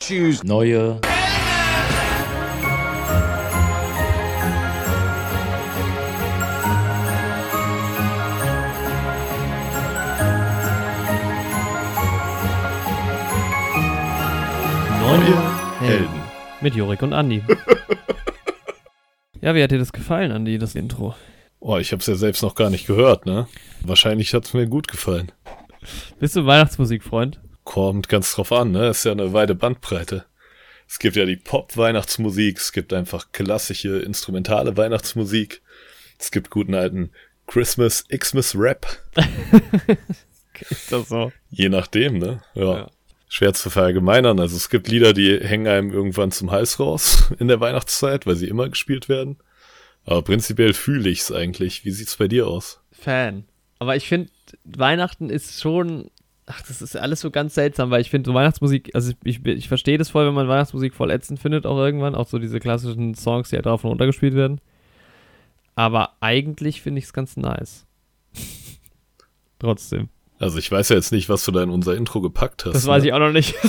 Choose neue Helden. Mit Jorik und Andi. Ja, wie hat dir das gefallen, Andi, das Intro? Oh, ich hab's ja selbst noch gar nicht gehört, ne? Wahrscheinlich hat's mir gut gefallen. Bist du Weihnachtsmusikfreund? Kommt ganz drauf an, ne? Ist ja eine weite Bandbreite. Es gibt ja die Pop-Weihnachtsmusik, es gibt einfach klassische, instrumentale Weihnachtsmusik. Es gibt guten alten Xmas-Rap. Ist das so? Je nachdem, ne? Ja. Schwer zu verallgemeinern. Also es gibt Lieder, die hängen einem irgendwann zum Hals raus in der Weihnachtszeit, weil sie immer gespielt werden. Aber prinzipiell fühle ich's eigentlich. Wie sieht's bei dir aus? Fan. Aber ich finde, Weihnachten ist schon... Ach, das ist alles so ganz seltsam, weil ich finde, so Weihnachtsmusik, also ich verstehe das voll, wenn man Weihnachtsmusik voll ätzend findet auch irgendwann, auch so diese klassischen Songs, die ja drauf und runter gespielt werden. Aber eigentlich finde ich es ganz nice. Trotzdem. Also ich weiß ja jetzt nicht, was du da in unser Intro gepackt hast. Das weiß ich auch noch nicht.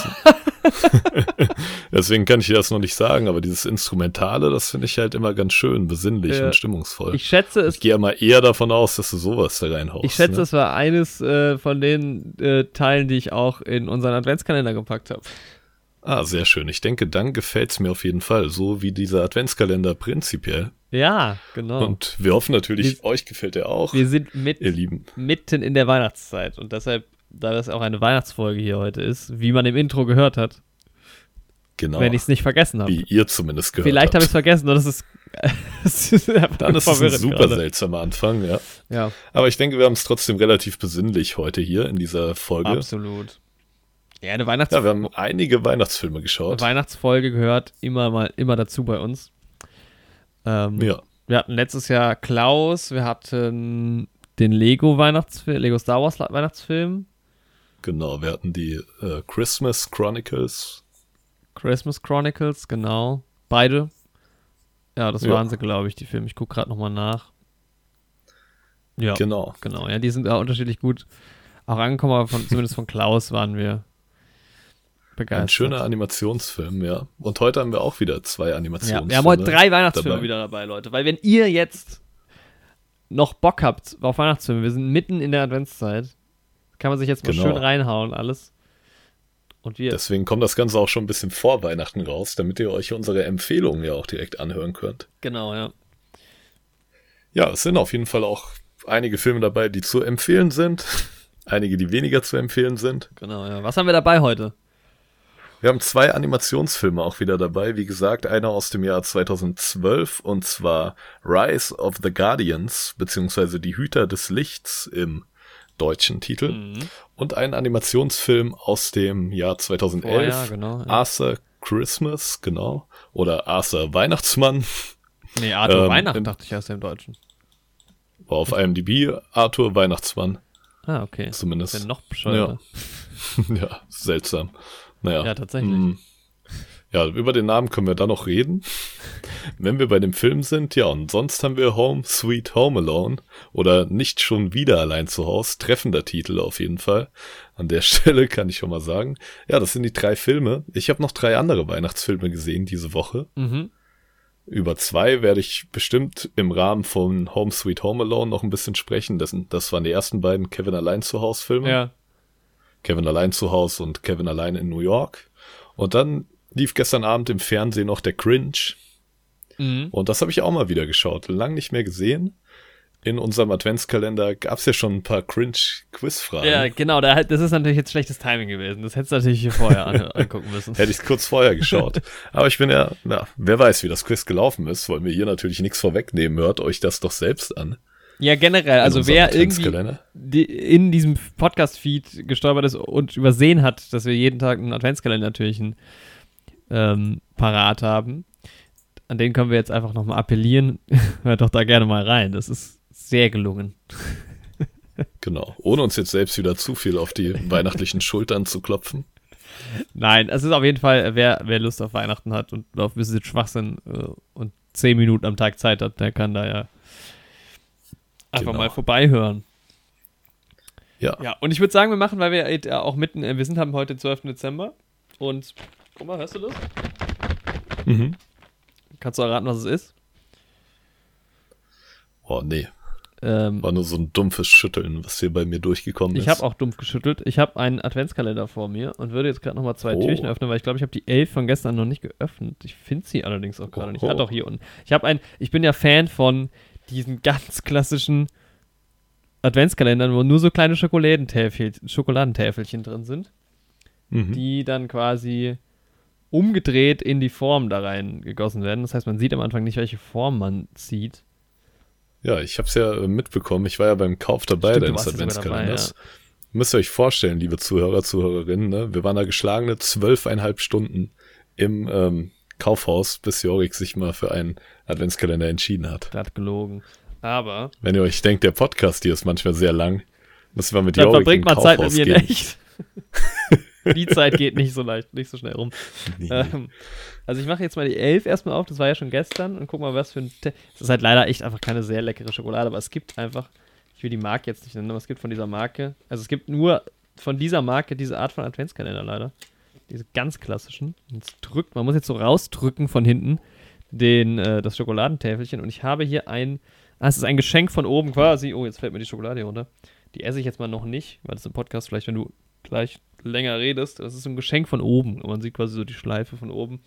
Deswegen kann ich dir das noch nicht sagen, aber dieses Instrumentale, das finde ich halt immer ganz schön, besinnlich und stimmungsvoll. Ich schätze es. Ich gehe ja mal eher davon aus, dass du sowas da reinhaust. Ich schätze, es war eines von den Teilen, die ich auch in unseren Adventskalender gepackt habe. Ah, sehr schön. Ich denke, dann gefällt's mir auf jeden Fall, so wie dieser Adventskalender prinzipiell. Ja, genau. Und wir hoffen natürlich, euch gefällt er auch. Wir sind ihr Lieben, mitten in der Weihnachtszeit und deshalb, da das auch eine Weihnachtsfolge hier heute ist, wie man im Intro gehört hat, genau, wenn ich es nicht vergessen habe. Wie ihr zumindest gehört Vielleicht habe ich habt. es vergessen und das ist Dann ist es ein super gerade. seltsamer Anfang, ja. Ja, Aber ich denke, wir haben es trotzdem relativ besinnlich heute hier in dieser Folge. absolut. Ja, eine Ja, wir Weihnachtsfolge haben einige Weihnachtsfilme geschaut. gehört immer dazu bei uns. Ja, Wir hatten letztes Jahr Klaus, wir hatten den Lego Star Wars Weihnachtsfilm. genau. Wir hatten die Christmas Chronicles. Christmas Chronicles, genau. Beide. Ja, das Ja. waren sie, glaube ich, die Filme. Ich gucke gerade nochmal nach. Ja, Genau. Ja, die sind da unterschiedlich gut auch angekommen, aber zumindest von Klaus waren wir begeistert. Ein schöner Animationsfilm, ja. Und heute haben wir auch wieder 2 Ja, Animationsfilme. wir haben heute 3 Weihnachtsfilme dabei. wieder dabei, Leute. Weil wenn ihr jetzt noch Bock habt auf Weihnachtsfilme, wir sind mitten in der Adventszeit, kann man sich jetzt mal Genau. schön reinhauen, alles. Und wir... Deswegen kommt das Ganze auch schon ein bisschen vor Weihnachten raus, damit ihr euch unsere Empfehlungen ja auch direkt anhören könnt. Genau, ja. Ja, es sind auf jeden Fall auch einige Filme dabei, die zu empfehlen sind. Einige, die weniger zu empfehlen sind. Genau, ja. Was haben wir dabei heute? Wir haben 2 Animationsfilme auch wieder dabei. Wie gesagt, einer aus dem Jahr 2012 und zwar Rise of the Guardians, beziehungsweise Die Hüter des Lichts im deutschen Titel. Und ein Animationsfilm aus dem Jahr 2011. Oh, ja, genau. Ja. Arthur Christmas, genau. Oder Arthur Weihnachtsmann. Nee, Arthur Weihnachten im- dachte ich erst im Deutschen. War auf IMDb Arthur Weihnachtsmann. Ah, okay. Zumindest. Ist ja noch bescheuerter. Ja, seltsam. Naja. Ja, tatsächlich. Ja, über den Namen können wir dann noch reden, wenn wir bei dem Film sind. Ja, und sonst haben wir Home Sweet Home Alone oder Nicht schon wieder allein zu Haus. Treffender Titel auf jeden Fall. An der Stelle kann ich schon mal sagen. Ja, das sind die 3 Filme. Ich habe noch 3 andere Weihnachtsfilme gesehen diese Woche. Mhm. Über 2 werde ich bestimmt im Rahmen von Home Sweet Home Alone noch ein bisschen sprechen. Das waren die ersten beiden Kevin allein zu Haus Filme. Ja. Kevin allein zu Haus und Kevin allein in New York. Und dann lief gestern Abend im Fernsehen noch der Cringe. Mhm. Und das habe ich auch mal wieder geschaut. Lang nicht mehr gesehen. In unserem Adventskalender gab es ja schon ein paar Cringe-Quizfragen. Ja, genau. Das ist natürlich jetzt schlechtes Timing gewesen. Das hättest du natürlich hier vorher angucken müssen. Hätte ich kurz vorher geschaut. Aber ich bin ja, wer weiß, wie das Quiz gelaufen ist. Wollen wir hier natürlich nichts vorwegnehmen. Hört euch das doch selbst an. Ja, generell. Also unserem wer irgendwie Adventskalender. in diesem Podcast-Feed gestolpert ist und übersehen hat, dass wir jeden Tag einen Adventskalender natürlich parat haben, an den können wir jetzt einfach nochmal appellieren. Hört doch da gerne mal rein. Das ist sehr gelungen. Genau. Ohne uns jetzt selbst wieder zu viel auf die weihnachtlichen Schultern zu klopfen. Nein, es ist auf jeden Fall, wer Lust auf Weihnachten hat und auf ein bisschen Schwachsinn und 10 Minuten am Tag Zeit hat, der kann da ja einfach Genau. mal vorbeihören. Ja. Ja, und ich würde sagen, wir machen, weil wir auch wir haben heute den 12. Dezember und Guck mal, hörst du das? Mhm. Kannst du erraten, was es ist? Oh, nee. War nur so ein dumpfes Schütteln, was hier bei mir durchgekommen ist. Ich habe auch dumpf geschüttelt. Ich habe einen Adventskalender vor mir und würde jetzt gerade nochmal 2 Türchen öffnen, weil ich glaube, ich habe die 11 von gestern noch nicht geöffnet. Ich finde sie allerdings auch gerade nicht. Ah, doch, hier unten. Ich bin ja Fan von diesen ganz klassischen Adventskalendern, wo nur so kleine Schokoladentäfelchen drin sind, die dann quasi umgedreht in die Form da rein gegossen werden. Das heißt, man sieht am Anfang nicht, welche Form man zieht. Ja, ich habe es ja mitbekommen. Ich war ja beim Kauf dabei deines Adventskalenders. Dabei, ja. Müsst ihr euch vorstellen, liebe Zuhörer, Zuhörerinnen, ne? Wir waren da geschlagene 12,5 Stunden im Kaufhaus, bis Jorik sich mal für einen Adventskalender entschieden hat. Glatt gelogen. Aber wenn ihr euch denkt, der Podcast hier ist manchmal sehr lang, müssen wir mit dann Jorik verbringt im man Zeit mit Kaufhaus mir gehen. echt. Die Zeit geht nicht so leicht, nicht so schnell rum. Nee. Also ich mache jetzt mal die 11 erstmal auf, das war ja schon gestern, und guck mal, was für ein... Es ist halt leider echt einfach keine sehr leckere Schokolade, aber es gibt einfach, ich will die Marke jetzt nicht nennen, aber es gibt von dieser Marke, also es gibt nur von dieser Marke diese Art von Adventskalender leider. Diese ganz klassischen. Man muss jetzt so rausdrücken von hinten das Schokoladentäfelchen, und ich habe hier es ist ein Geschenk von oben quasi. Oh, jetzt fällt mir die Schokolade hier runter. Die esse ich jetzt mal noch nicht, weil das im Podcast vielleicht, wenn du gleich länger redest, das ist so ein Geschenk von oben. Und man sieht quasi so die Schleife von oben.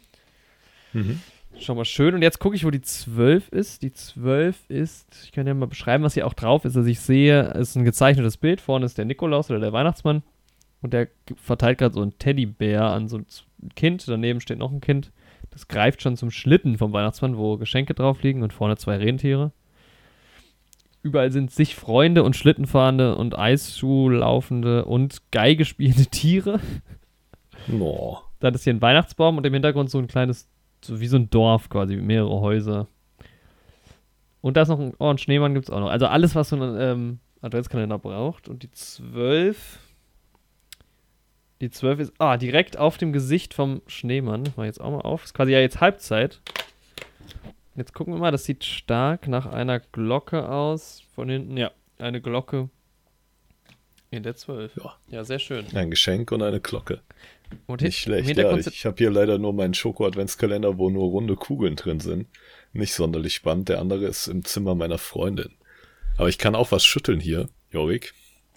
Schau mal schön. Und jetzt gucke ich, wo die 12 ist. Die 12 ist, ich kann ja mal beschreiben, was hier auch drauf ist. Also ich sehe, es ist ein gezeichnetes Bild. Vorne ist der Nikolaus oder der Weihnachtsmann. Und der verteilt gerade so einen Teddybär an so ein Kind. Daneben steht noch ein Kind. Das greift schon zum Schlitten vom Weihnachtsmann, wo Geschenke drauf liegen. Und vorne 2 Rentiere. Überall sind sich Freunde und Schlittenfahrende und Eisschuhlaufende und Geige spielende Tiere. Oh. Dann ist hier ein Weihnachtsbaum und im Hintergrund so ein kleines, so wie so ein Dorf quasi, mehrere Häuser. Und da ist noch ein Schneemann gibt es auch noch. Also alles, was so ein Adventskalender braucht. Und die 12 ist direkt auf dem Gesicht vom Schneemann. Das mache ich jetzt auch mal auf. Ist quasi ja jetzt Halbzeit. Jetzt gucken wir mal, das sieht stark nach einer Glocke aus. Von hinten, ja, eine Glocke in der 12. Ja, sehr schön. Ein Geschenk und eine Glocke. Und nicht schlecht, ja. Ich habe hier leider nur meinen Schoko-Adventskalender, wo nur runde Kugeln drin sind. Nicht sonderlich spannend. Der andere ist im Zimmer meiner Freundin. Aber ich kann auch was schütteln hier, Jorik.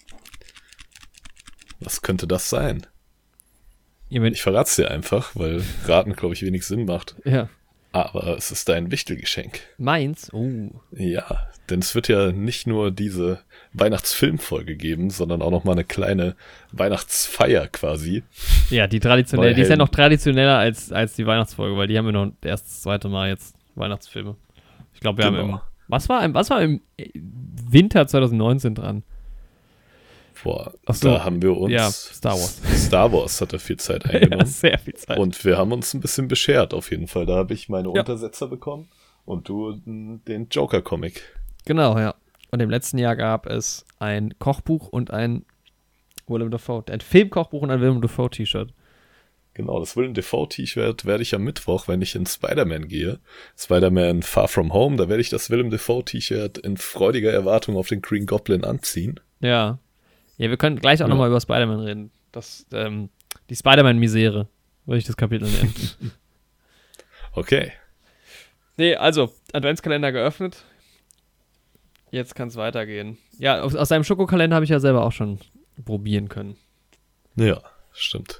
Was könnte das sein? Ich verrate es dir einfach, weil Raten, glaube ich, wenig Sinn macht. Ja. Aber es ist dein Wichtelgeschenk. Meins? Oh. Ja, denn es wird ja nicht nur diese Weihnachtsfilmfolge geben, sondern auch nochmal eine kleine Weihnachtsfeier quasi. Ja, die traditionelle. Die ist ja noch traditioneller als die Weihnachtsfolge, weil die haben wir noch erst das 2. Mal jetzt Weihnachtsfilme. Ich glaube, wir haben was war im Winter 2019 dran? Boah, so, da haben wir uns... Ja, Star Wars. Star Wars hat da viel Zeit eingenommen. Ja, sehr viel Zeit. Und wir haben uns ein bisschen beschert auf jeden Fall. Da habe ich meine Untersetzer bekommen und du den Joker-Comic. Genau, ja. Und im letzten Jahr gab es ein Kochbuch und ein Willem Dafoe. Ein Filmkochbuch und ein Willem Dafoe T-Shirt. Genau, das Willem Dafoe T-Shirt werde ich am Mittwoch, wenn ich in Spider-Man gehe. Spider-Man Far From Home, da werde ich das Willem Dafoe T-Shirt in freudiger Erwartung auf den Green Goblin anziehen. Ja. Ja, wir können gleich auch nochmal über Spider-Man reden. Die Spider-Man-Misere, würde ich das Kapitel nennen. Okay. Nee, also, Adventskalender geöffnet. Jetzt kann es weitergehen. Ja, aus seinem Schokokalender habe ich ja selber auch schon probieren können. Ja, stimmt.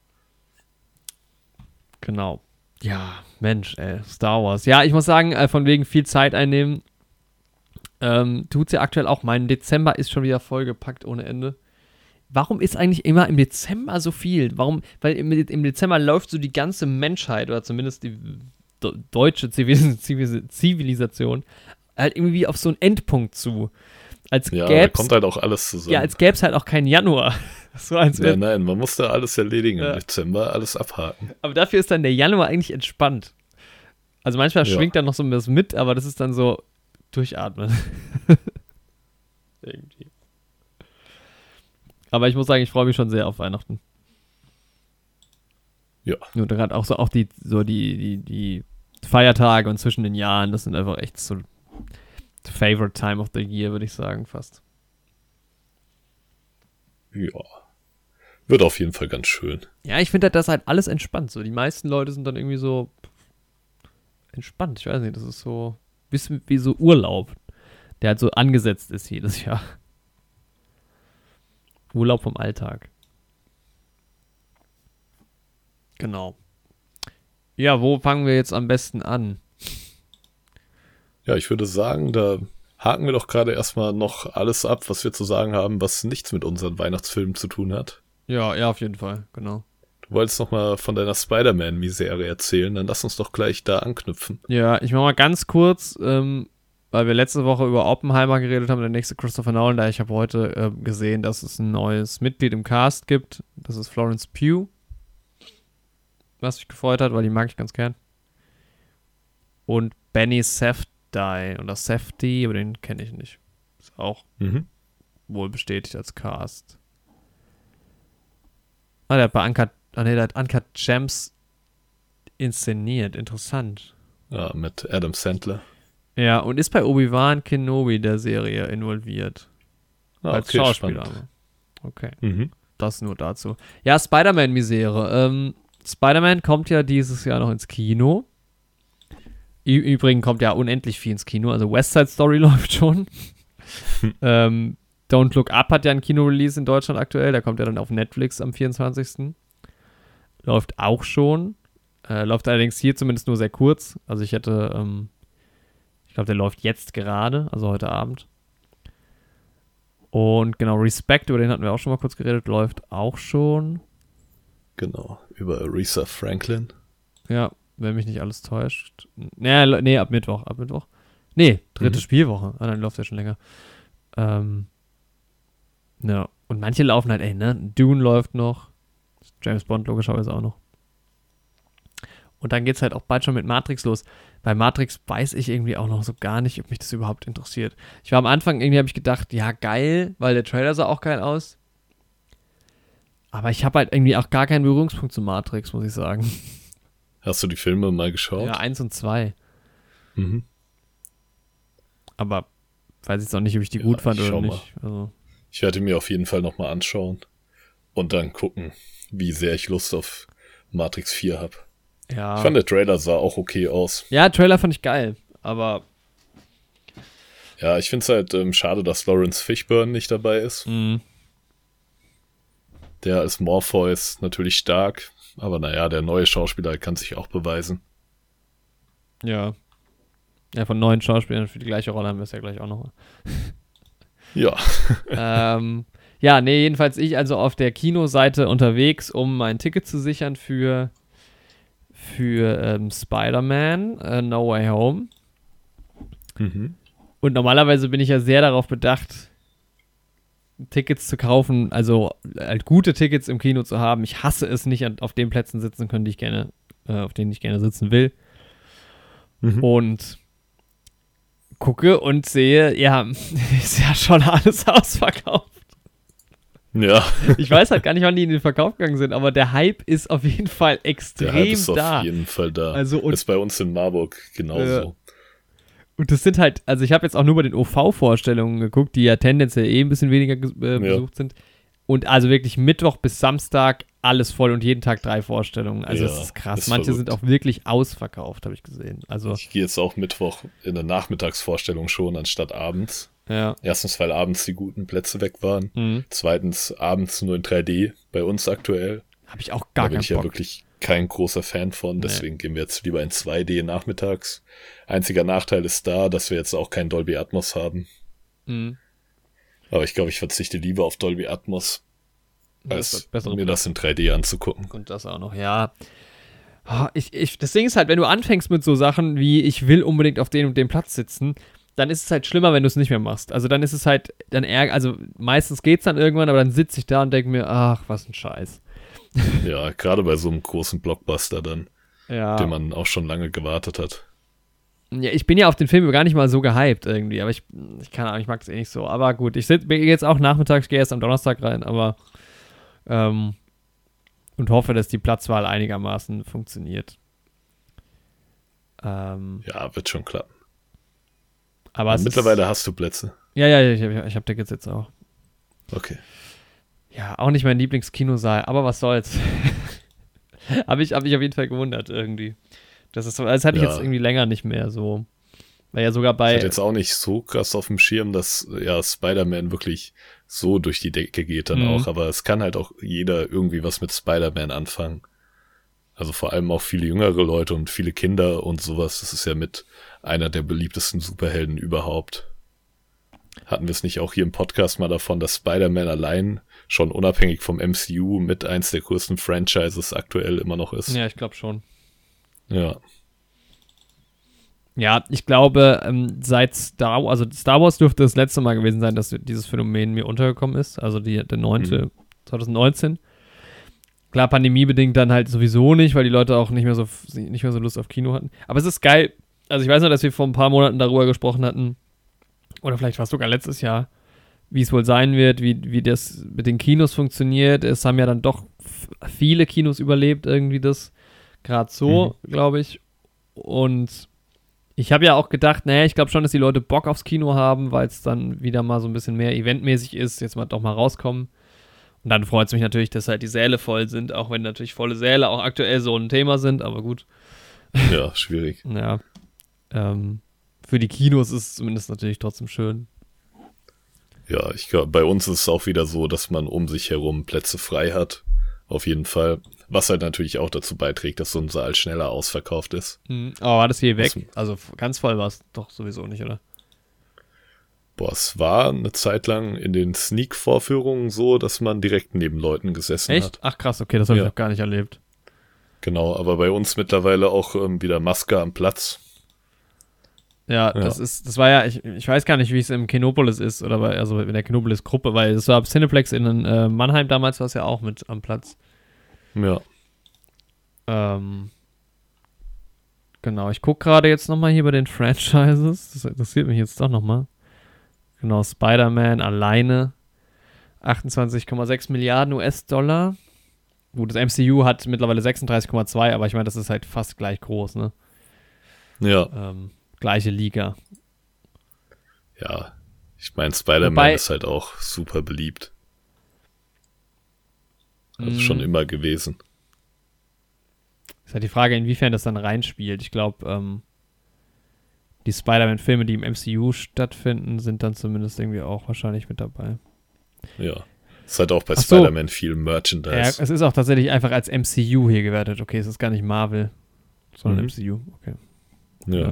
Genau. Ja, Mensch, Star Wars. Ja, ich muss sagen, von wegen viel Zeit einnehmen, tut's ja aktuell auch. Mein Dezember ist schon wieder vollgepackt ohne Ende. Warum ist eigentlich immer im Dezember so viel? Warum? Weil im Dezember läuft so die ganze Menschheit, oder zumindest die deutsche Zivilisation, halt irgendwie auf so einen Endpunkt zu. Da kommt halt auch alles zusammen. Ja, als gäbe es halt auch keinen Januar. Nein, man muss da alles erledigen im Dezember, alles abhaken. Aber dafür ist dann der Januar eigentlich entspannt. Also manchmal schwingt da noch so ein bisschen mit, aber das ist dann so durchatmen. Irgendwie. Aber ich muss sagen, ich freue mich schon sehr auf Weihnachten. Ja. Und gerade auch so die Feiertage und zwischen den Jahren, das sind einfach echt so the favorite time of the year, würde ich sagen, fast. Ja. Wird auf jeden Fall ganz schön. Ja, ich finde halt, das halt alles entspannt. So, die meisten Leute sind dann irgendwie so entspannt. Ich weiß nicht, das ist so ein bisschen wie so Urlaub, der halt so angesetzt ist jedes Jahr. Urlaub vom Alltag. Genau. Ja, wo fangen wir jetzt am besten an? Ja, ich würde sagen, da haken wir doch gerade erstmal noch alles ab, was wir zu sagen haben, was nichts mit unseren Weihnachtsfilmen zu tun hat. Ja, auf jeden Fall, genau. Du wolltest noch mal von deiner Spider-Man-Misere erzählen, dann lass uns doch gleich da anknüpfen. Ja, ich mach mal ganz kurz, weil wir letzte Woche über Oppenheimer geredet haben, der nächste Christopher Nolan, da ich habe heute gesehen, dass es ein neues Mitglied im Cast gibt. Das ist Florence Pugh. Was mich gefreut hat, weil die mag ich ganz gern. Und Benny Safdie oder Safdie, aber den kenne ich nicht. Ist auch wohl bestätigt als Cast. Der hat der hat Uncut Gems inszeniert. Interessant. Ja, mit Adam Sandler. Ja, und ist bei Obi-Wan Kenobi der Serie involviert. Als okay, Schauspieler. spannend. Okay. Mhm. Das nur dazu. Ja, Spider-Man-Misere. Spider-Man kommt ja dieses Jahr noch ins Kino. Übrigens kommt ja unendlich viel ins Kino. Also West Side Story läuft schon. Don't Look Up hat ja ein Kino-Release in Deutschland aktuell. Der kommt ja dann auf Netflix am 24. Läuft auch schon. Läuft allerdings hier zumindest nur sehr kurz. Also ich glaube, der läuft jetzt gerade, also heute Abend. Und genau, Respect, über den hatten wir auch schon mal kurz geredet, läuft auch schon. Genau, über Aretha Franklin. Ja, wenn mich nicht alles täuscht. Nee, ab Mittwoch. Nee, dritte Spielwoche. Dann läuft ja schon länger. Ja, und manche laufen halt, Dune läuft noch. James Bond logischerweise auch noch. Und dann geht's halt auch bald schon mit Matrix los. Bei Matrix weiß ich irgendwie auch noch so gar nicht, ob mich das überhaupt interessiert. Ich war am Anfang, irgendwie habe ich gedacht, ja geil, weil der Trailer sah auch geil aus. Aber ich habe halt irgendwie auch gar keinen Berührungspunkt zu Matrix, muss ich sagen. Hast du die Filme mal geschaut? Ja, 1 und 2. Mhm. Aber weiß jetzt auch nicht, ob ich die gut fand oder nicht. Also. Ich werde mir auf jeden Fall nochmal anschauen und dann gucken, wie sehr ich Lust auf Matrix 4 habe. Ja. Ich fand, der Trailer sah auch okay aus. Ja, Trailer fand ich geil, aber ja, ich finde es halt schade, dass Lawrence Fishburne nicht dabei ist. Der als Morpheus natürlich stark, aber naja, der neue Schauspieler kann sich auch beweisen. Ja. Ja, von neuen Schauspielern für die gleiche Rolle haben wir es ja gleich auch noch. Ja. Ja, nee, jedenfalls ich also auf der Kinoseite unterwegs, um mein Ticket zu sichern für Spider-Man No Way Home. Und normalerweise bin ich ja sehr darauf bedacht, Tickets zu kaufen, also halt gute Tickets im Kino zu haben. Ich hasse es nicht, auf den Plätzen sitzen können, auf denen ich gerne sitzen will. Und gucke und sehe, ja, ist ja schon alles ausverkauft. Ja. Ich weiß halt gar nicht, wann die in den Verkauf gegangen sind, aber der Hype ist auf jeden Fall extrem da. Der Hype ist auf jeden Fall da. Also, und ist bei uns in Marburg genauso. Und das sind halt, also ich habe jetzt auch nur bei den OV-Vorstellungen geguckt, die ja tendenziell ein bisschen weniger besucht sind. Und also wirklich Mittwoch bis Samstag alles voll und jeden Tag 3 Vorstellungen. Also das ist krass. Ist Manche verrückt. sind auch wirklich ausverkauft, habe ich gesehen. Also ich gehe jetzt auch Mittwoch in der Nachmittagsvorstellung schon, anstatt abends. Ja. Erstens, weil abends die guten Plätze weg waren. Zweitens, abends nur in 3D bei uns aktuell. Habe ich auch gar keinen Bock. Da bin ich ja wirklich kein großer Fan von, deswegen gehen wir jetzt lieber in 2D nachmittags. Einziger Nachteil ist da, dass wir jetzt auch kein Dolby Atmos haben. Aber ich glaube, ich verzichte lieber auf Dolby Atmos, als mir das in 3D anzugucken. Und das auch noch, ja. Das Ding ist halt, wenn du anfängst mit so Sachen wie, ich will unbedingt auf den und dem Platz sitzen, dann ist es halt schlimmer, wenn du es nicht mehr machst. Also dann ist es halt, also meistens geht's dann irgendwann, aber dann sitze ich da und denke mir, ach, was ein Scheiß. Ja, gerade bei so einem großen Blockbuster dann, den man auch schon lange gewartet hat. Ja, ich bin ja auf den Film gar nicht mal so gehypt irgendwie, aber ich keine Ahnung, ich mag es eh nicht so. Aber gut, ich bin jetzt auch nachmittags, gehe erst am Donnerstag rein, aber und hoffe, dass die Platzwahl einigermaßen funktioniert. Ja, wird schon klappen. Aber mittlerweile hast du Plätze. Ja, ich hab Tickets jetzt auch. Okay. Ja, auch nicht mein Lieblingskinosaal, aber was soll's. Hab ich auf jeden Fall gewundert irgendwie. Das hatte ich jetzt irgendwie länger nicht mehr so. Weil ja sogar bei. Ich hatte jetzt auch nicht so krass auf dem Schirm, dass ja Spider-Man wirklich so durch die Decke geht dann auch, aber es kann halt auch jeder irgendwie was mit Spider-Man anfangen. Also vor allem auch viele jüngere Leute und viele Kinder und sowas. Das ist ja mit einer der beliebtesten Superhelden überhaupt. Hatten wir es nicht auch hier im Podcast mal davon, dass Spider-Man allein schon unabhängig vom MCU mit eins der größten Franchises aktuell immer noch ist? Ja, ich glaube schon. Ja. Ja, ich glaube, seit Star Wars dürfte das letzte Mal gewesen sein, dass dieses Phänomen mir untergekommen ist. Also der 9. 2019. Klar, pandemiebedingt dann halt sowieso nicht, weil die Leute auch nicht mehr so Lust auf Kino hatten. Aber es ist geil. Also ich weiß noch, dass wir vor ein paar Monaten darüber gesprochen hatten, oder vielleicht war es sogar letztes Jahr, wie es wohl sein wird, wie das mit den Kinos funktioniert. Es haben ja dann doch viele Kinos überlebt, irgendwie das gerade so, glaube ich. Und ich habe ja auch gedacht, naja, ich glaube schon, dass die Leute Bock aufs Kino haben, weil es dann wieder mal so ein bisschen mehr eventmäßig ist, jetzt mal doch mal rauskommen. Und dann freut es mich natürlich, dass halt die Säle voll sind, auch wenn natürlich volle Säle auch aktuell so ein Thema sind, aber gut. Ja, schwierig. Ja. Für die Kinos ist es zumindest natürlich trotzdem schön. Ja, ich glaube, bei uns ist es auch wieder so, dass man um sich herum Plätze frei hat. Auf jeden Fall. Was halt natürlich auch dazu beiträgt, dass so ein Saal schneller ausverkauft ist. Aber war das hier weg? Also ganz voll war es doch sowieso nicht, oder? Boah, es war eine Zeit lang in den Sneak-Vorführungen so, dass man direkt neben Leuten gesessen hat. Echt? Ach krass, okay, das habe ich noch gar nicht erlebt. Genau, aber bei uns mittlerweile auch wieder Maske am Platz. Ja, das war ja, ich weiß gar nicht, wie es im Kinopolis ist, also in der Kinopolis-Gruppe, weil es war Cineplex in Mannheim damals, war es ja auch mit am Platz. Ja. Genau, ich gucke gerade jetzt nochmal hier bei den Franchises, das interessiert mich jetzt doch nochmal. Genau, Spider-Man alleine, 28,6 Milliarden US-Dollar. Gut, das MCU hat mittlerweile 36,2, aber ich meine, das ist halt fast gleich groß, ne? Ja. Gleiche Liga. Ja, ich meine, Spider-Man ist halt auch super beliebt. Also schon immer gewesen. Ist halt die Frage, inwiefern das dann reinspielt. Ich glaube, die Spider-Man-Filme, die im MCU stattfinden, sind dann zumindest irgendwie auch wahrscheinlich mit dabei. Ja, ist halt auch bei Spider-Man viel Merchandise. Ja, es ist auch tatsächlich einfach als MCU hier gewertet. Okay, es ist gar nicht Marvel, sondern MCU. Okay. Ja.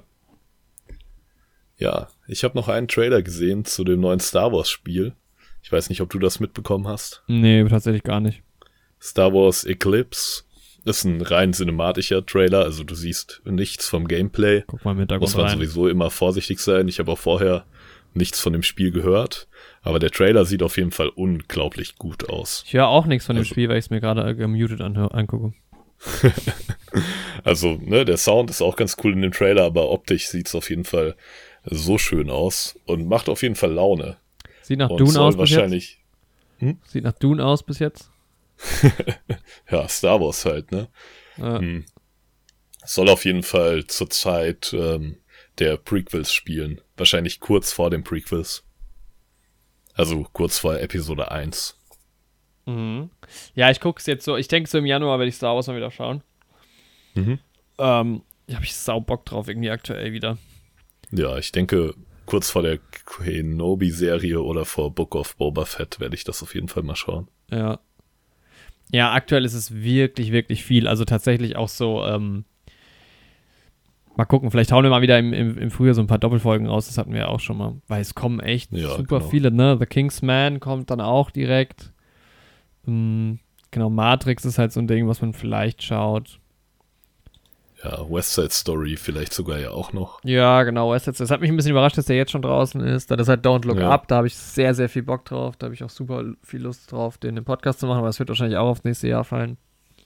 Ja, ich habe noch einen Trailer gesehen zu dem neuen Star Wars Spiel. Ich weiß nicht, ob du das mitbekommen hast. Nee, tatsächlich gar nicht. Star Wars Eclipse ist ein rein cinematischer Trailer, also du siehst nichts vom Gameplay. Guck mal im Hintergrund Muss man rein. sowieso immer vorsichtig sein. Ich habe auch vorher nichts von dem Spiel gehört, aber der Trailer sieht auf jeden Fall unglaublich gut aus. Ich höre auch nichts von dem Spiel, weil ich es mir gerade gemutet angucke. Also, ne, der Sound ist auch ganz cool in dem Trailer, aber optisch sieht es auf jeden Fall so schön aus und macht auf jeden Fall Laune. Sieht nach und Dune soll aus wahrscheinlich bis jetzt? Sieht nach Dune aus bis jetzt? Ja, Star Wars halt, ne? Soll auf jeden Fall zur Zeit der Prequels spielen. Wahrscheinlich kurz vor den Prequels. Also kurz vor Episode 1. Ja, ich gucke es jetzt so. Ich denke, so im Januar werde ich Star Wars mal wieder schauen. Habe ich sau Bock drauf, irgendwie aktuell wieder. Ja, ich denke, kurz vor der Kenobi-Serie oder vor Book of Boba Fett werde ich das auf jeden Fall mal schauen. Ja. Ja, aktuell ist es wirklich, wirklich viel. Also tatsächlich auch so, mal gucken, vielleicht hauen wir mal wieder im Frühjahr so ein paar Doppelfolgen raus. Das hatten wir ja auch schon mal. Weil es kommen echt super viele, ne? The Kingsman kommt dann auch direkt. Genau, Matrix ist halt so ein Ding, was man vielleicht schaut. Ja, West Side Story vielleicht sogar ja auch noch. Ja, genau, West Side Story. Das hat mich ein bisschen überrascht, dass der jetzt schon draußen ist. Dann ist halt Don't Look Up, da habe ich sehr, sehr viel Bock drauf. Da habe ich auch super viel Lust drauf, den im Podcast zu machen, aber es wird wahrscheinlich auch aufs nächste Jahr fallen.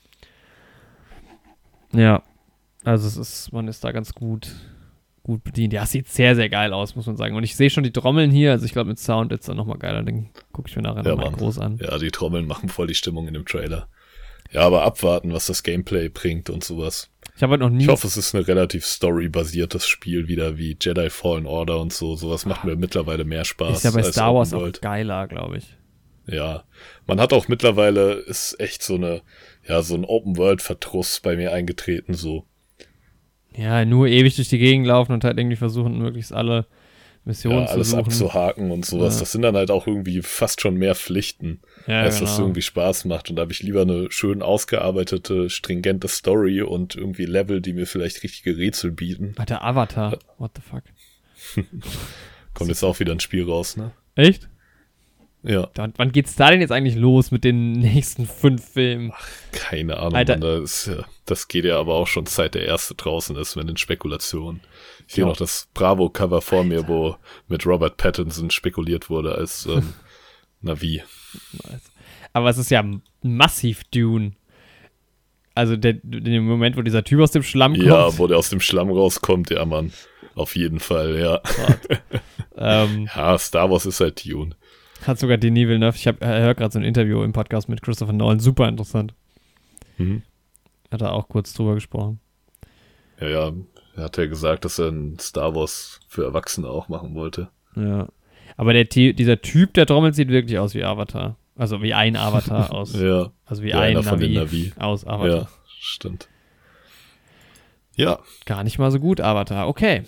Ja, also man ist da ganz gut bedient. Ja, es sieht sehr, sehr geil aus, muss man sagen. Und ich sehe schon die Trommeln hier, also ich glaube mit Sound ist dann nochmal geiler. Den gucke ich mir nachher nochmal groß an. Ja, die Trommeln machen voll die Stimmung in dem Trailer. Ja, aber abwarten, was das Gameplay bringt und sowas. Ich hoffe, es ist ein relativ storybasiertes Spiel wieder wie Jedi Fallen Order und so. Sowas macht mir mittlerweile mehr Spaß. Ist ja bei Star Wars auch geiler, glaube ich. Ja, man hat auch mittlerweile, ist echt so ein Open-World-Verdruss bei mir eingetreten, so. Ja, nur ewig durch die Gegend laufen und halt irgendwie versuchen, möglichst alle Missionen zu Alles suchen. abzuhaken und sowas. Ja. Das sind dann halt auch irgendwie fast schon mehr Pflichten, Ja, als genau. das irgendwie Spaß macht. Und da habe ich lieber eine schön ausgearbeitete, stringente Story und irgendwie Level, die mir vielleicht richtige Rätsel bieten. Alter, Avatar. What the fuck? Kommt jetzt auch wieder ein Spiel raus, ne? Echt? Ja, Wann geht's da denn jetzt eigentlich los mit den nächsten 5 Filmen? keine Ahnung, Alter. Mann, das geht ja aber auch schon seit der erste draußen ist mit den Spekulationen. Ich sehe Ja. noch das Bravo-Cover vor mir, wo mit Robert Pattinson spekuliert wurde als Navi. Aber es ist ja massiv Dune. Also in dem Moment, wo dieser Typ aus dem Schlamm kommt. Ja, wo der aus dem Schlamm rauskommt, ja, Mann. Auf jeden Fall, ja. Ja, Star Wars ist halt Dune. Hat sogar Denis Villeneuve. Ich höre gerade so ein Interview im Podcast mit Christopher Nolan. Super interessant. Mhm. Hat er auch kurz drüber gesprochen. Ja, er hat ja gesagt, dass er ein Star Wars für Erwachsene auch machen wollte. Ja. Aber dieser Typ, der trommelt, sieht wirklich aus wie Avatar. Also wie ein Avatar aus. Ja, Also wie ja, ein einer von den Navi, Navi. aus Avatar. Ja, stimmt. Ja, Gar nicht mal so gut, Avatar. Okay.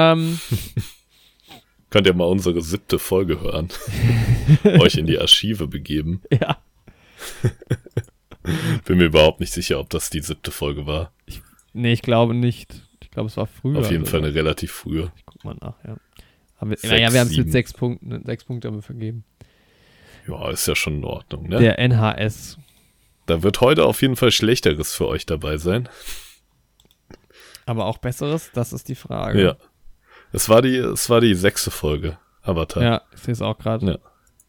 könnt ihr mal unsere 7. Folge hören. Euch in die Archive begeben. Ja. Bin mir überhaupt nicht sicher, ob das die 7. Folge war. Nee, ich glaube nicht. Ich glaube, es war früher. Auf jeden Fall sogar. eine relativ frühe. Ich guck mal nach, ja. Wir 6, haben es 7. mit 6 Punkten. 6 Punkte haben wir vergeben. Ja, ist ja schon in Ordnung, ne? Der NHS. Da wird heute auf jeden Fall Schlechteres für euch dabei sein. Aber auch Besseres, das ist die Frage. Ja. Es war die 6. Folge, Avatar. Ja, ich sehe es auch gerade. Ja.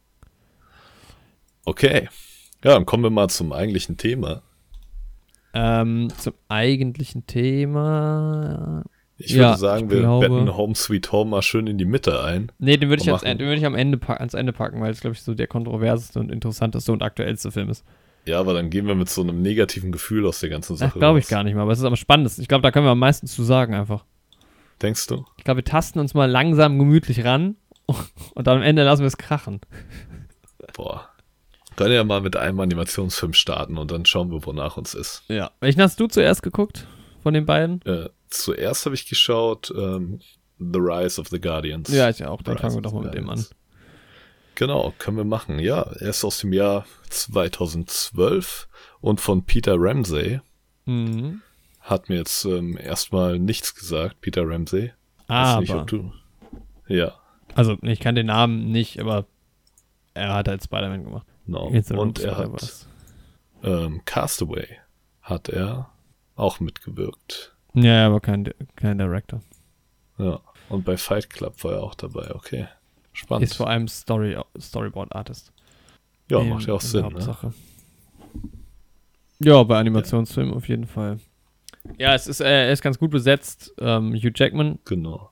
Okay. Ja, dann kommen wir mal zum eigentlichen Thema. Zum eigentlichen Thema. Ich würde Ja, sagen, ich wir glaube- betten Home Sweet Home mal schön in die Mitte ein. Nee, den würde ich, Und machen- den würd ich am Ende ans Ende packen, weil es, glaube ich, so der kontroverseste und interessanteste und aktuellste Film ist. Ja, aber dann gehen wir mit so einem negativen Gefühl aus der ganzen Das Sache glaube ich raus. gar nicht mal, aber es ist am spannendsten. Ich glaube, da können wir am meisten zu sagen einfach. Denkst du? Ich glaube, wir tasten uns mal langsam gemütlich ran und dann am Ende lassen wir es krachen. Boah. Können ja mal mit einem Animationsfilm starten und dann schauen wir, wonach uns ist. Ja. Welchen hast du zuerst geguckt von den beiden? Zuerst habe ich geschaut The Rise of the Guardians. Ja, ich auch. Dann Rise fangen wir of doch the mal mit dem an. Guardians. Genau, können wir machen. Ja, er ist aus dem Jahr 2012 und von Peter Ramsey. Mhm. Hat mir jetzt erstmal nichts gesagt, Peter Ramsey. Weiß nicht, Aber, ob du... Ja, also ich kann den Namen nicht, aber er hat halt Spider-Man gemacht. genau. Into the Und Room er Spider-Verse. hat Castaway hat er auch mitgewirkt. Ja, aber kein Director. Ja. Und bei Fight Club war er auch dabei. Okay. Spannend. Ist vor allem Storyboard-Artist. Ja, macht ja auch in Sinn, der ne? Hauptsache. Ja, bei Animationsfilmen auf jeden Fall. Ja, er ist ganz gut besetzt. Hugh Jackman. Genau.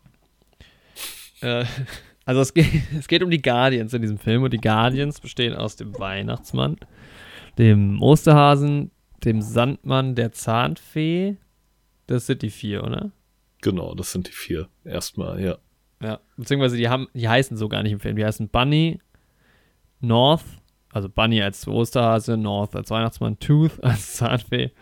Also es geht um die Guardians in diesem Film und die Guardians bestehen aus dem Weihnachtsmann, dem Osterhasen, dem Sandmann, der Zahnfee. Das sind die 4, oder? Genau, das sind die 4. Erstmal, ja. Ja, beziehungsweise die heißen so gar nicht im Film. Die heißen Bunny, North, also Bunny als Osterhase, North als Weihnachtsmann, Tooth als Zahnfee.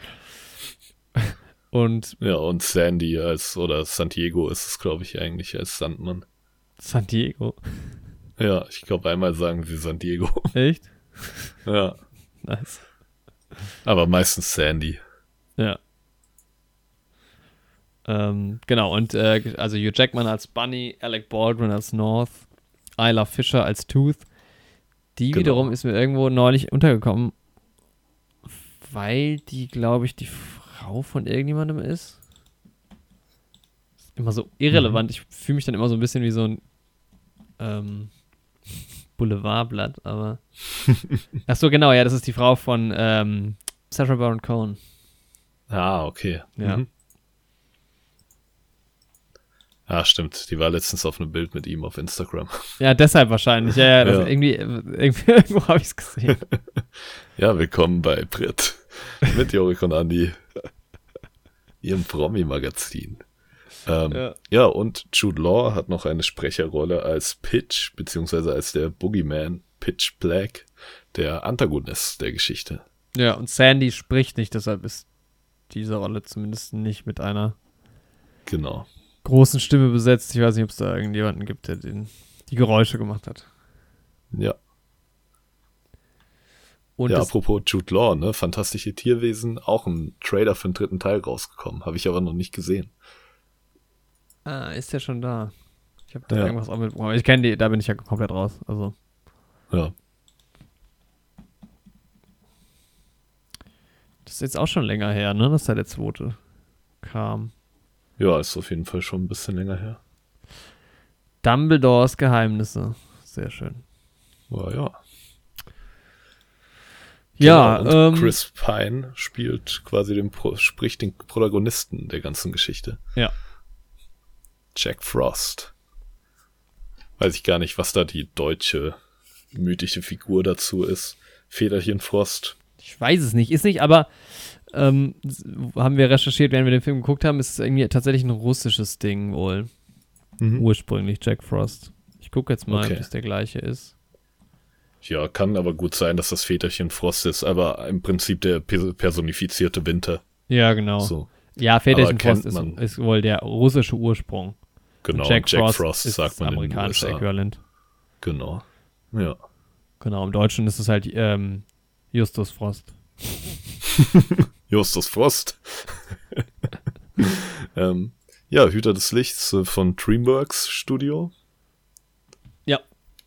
Und Ja, und Sandy oder Santiago ist es, glaube ich, eigentlich als Sandmann. San Diego. Ja, ich glaube, einmal sagen sie San Diego. Echt? Ja, Nice. aber meistens Sandy. Ja. Genau, und also Hugh Jackman als Bunny, Alec Baldwin als North, Isla Fisher als Tooth. Die Genau. wiederum ist mir irgendwo neulich untergekommen, weil die, glaube ich, die Frau von irgendjemandem ist. Ist immer so irrelevant. Ich fühle mich dann immer so ein bisschen wie so ein Boulevardblatt, aber ach so, genau, ja, das ist die Frau von Sacha Baron Cohen. Ah, okay. Ja. Mhm. Ah, stimmt. Die war letztens auf einem Bild mit ihm auf Instagram. Ja, deshalb wahrscheinlich. Ja, das Ja. Irgendwo habe ich es gesehen. Ja, willkommen bei Brit mit Jorik und Andi, ihrem Promi-Magazin. Und Jude Law hat noch eine Sprecherrolle als Pitch, beziehungsweise als der Boogeyman Pitch Black der Antagonist der Geschichte. Ja, und Sandy spricht nicht, deshalb ist diese Rolle zumindest nicht mit einer Genau. großen Stimme besetzt. Ich weiß nicht, ob es da irgendjemanden gibt, der die Geräusche gemacht hat. Ja. Und ja, apropos Jude Law, ne? Fantastische Tierwesen, auch ein Trailer für den 3. Teil rausgekommen. Habe ich aber noch nicht gesehen. Ist der schon da? Ich habe da irgendwas auch mitbekommen. Aber ich kenne die, da bin ich ja komplett raus. Also. Ja. Das ist jetzt auch schon länger her, ne? Dass da der 2. kam. Ja, ist auf jeden Fall schon ein bisschen länger her. Dumbledores Geheimnisse. Sehr schön. Ja. Ja, genau, und Chris Pine spielt quasi spricht den Protagonisten der ganzen Geschichte. Ja. Jack Frost. Weiß ich gar nicht, was da die deutsche mythische Figur dazu ist. Federchen Frost. Ich weiß es nicht. Ist nicht, aber haben wir recherchiert, während wir den Film geguckt haben, ist es irgendwie tatsächlich ein russisches Ding wohl. Ursprünglich Jack Frost. Ich gucke jetzt mal, ob das der gleiche ist. Ja, kann aber gut sein, dass das Väterchen Frost ist, aber im Prinzip der personifizierte Winter. Ja, genau. So. Ja, Väterchen Frost ist wohl der russische Ursprung. Genau, Jack Frost ist sagt man das amerikanische Äquivalent. Genau, ja. Genau, im Deutschen ist es halt Justus Frost. Justus Frost. Ja, Hüter des Lichts von DreamWorks Studio. Ja.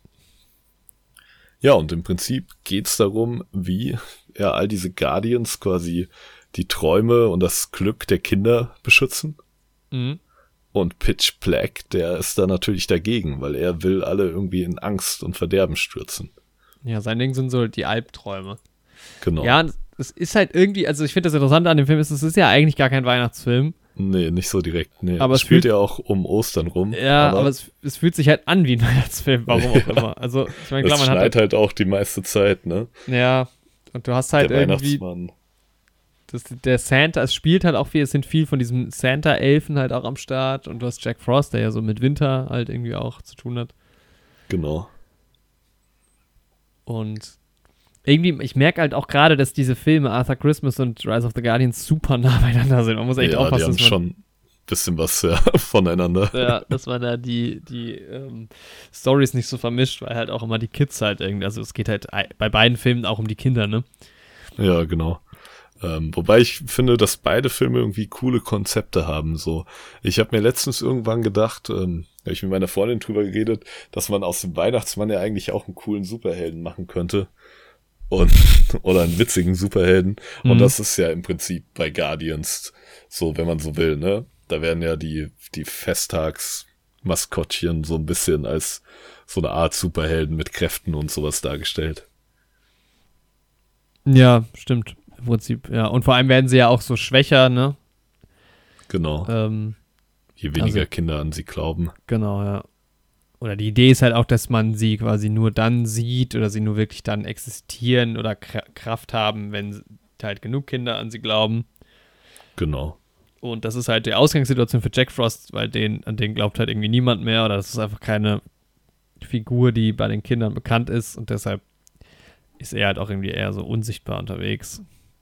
Ja, und im Prinzip geht's darum, wie all diese Guardians quasi die Träume und das Glück der Kinder beschützen. Mhm. Und Pitch Black, der ist da natürlich dagegen, weil er will alle irgendwie in Angst und Verderben stürzen. Ja, sein Ding sind so die Albträume. Genau. Ja, es ist halt irgendwie, also ich finde das Interessante an dem Film, es ist ja eigentlich gar kein Weihnachtsfilm. Nee, nicht so direkt, nee. Aber es spielt ja auch um Ostern rum. Ja, aber es fühlt sich halt an wie ein Weihnachtsfilm, warum auch immer. Also, ich meine, klar, es man schneit halt auch die meiste Zeit, ne? Ja, und du hast halt der irgendwie Weihnachtsmann. Der Santa, es spielt halt auch viel, es sind viel von diesem Santa-Elfen halt auch am Start und du hast Jack Frost, der ja so mit Winter halt irgendwie auch zu tun hat. Genau. Und irgendwie, ich merke halt auch gerade, dass diese Filme, Arthur Christmas und Rise of the Guardians, super nah beieinander sind. Man muss echt aufpassen. Die haben schon ein bisschen was voneinander. Ja, dass man da die Storys nicht so vermischt, weil halt auch immer die Kids halt irgendwie, also es geht halt bei beiden Filmen auch um die Kinder, ne? Ja, genau. Wobei ich finde, dass beide Filme irgendwie coole Konzepte haben. So, ich habe mir letztens irgendwann gedacht, habe ich mit meiner Freundin drüber geredet, dass man aus dem Weihnachtsmann ja eigentlich auch einen coolen Superhelden machen könnte. Oder einen witzigen Superhelden. Und das ist ja im Prinzip bei Guardians so, wenn man so will, ne? Da werden ja die Festtagsmaskottchen so ein bisschen als so eine Art Superhelden mit Kräften und sowas dargestellt. Ja, stimmt. Im Prinzip, ja. Und vor allem werden sie ja auch so schwächer, ne? Genau. Je weniger Kinder an sie glauben. Genau, ja. Oder die Idee ist halt auch, dass man sie quasi nur dann sieht oder sie nur wirklich dann existieren oder Kraft haben, wenn halt genug Kinder an sie glauben. Genau. Und das ist halt die Ausgangssituation für Jack Frost, weil an den glaubt halt irgendwie niemand mehr oder das ist einfach keine Figur, die bei den Kindern bekannt ist und deshalb ist er halt auch irgendwie eher so unsichtbar unterwegs.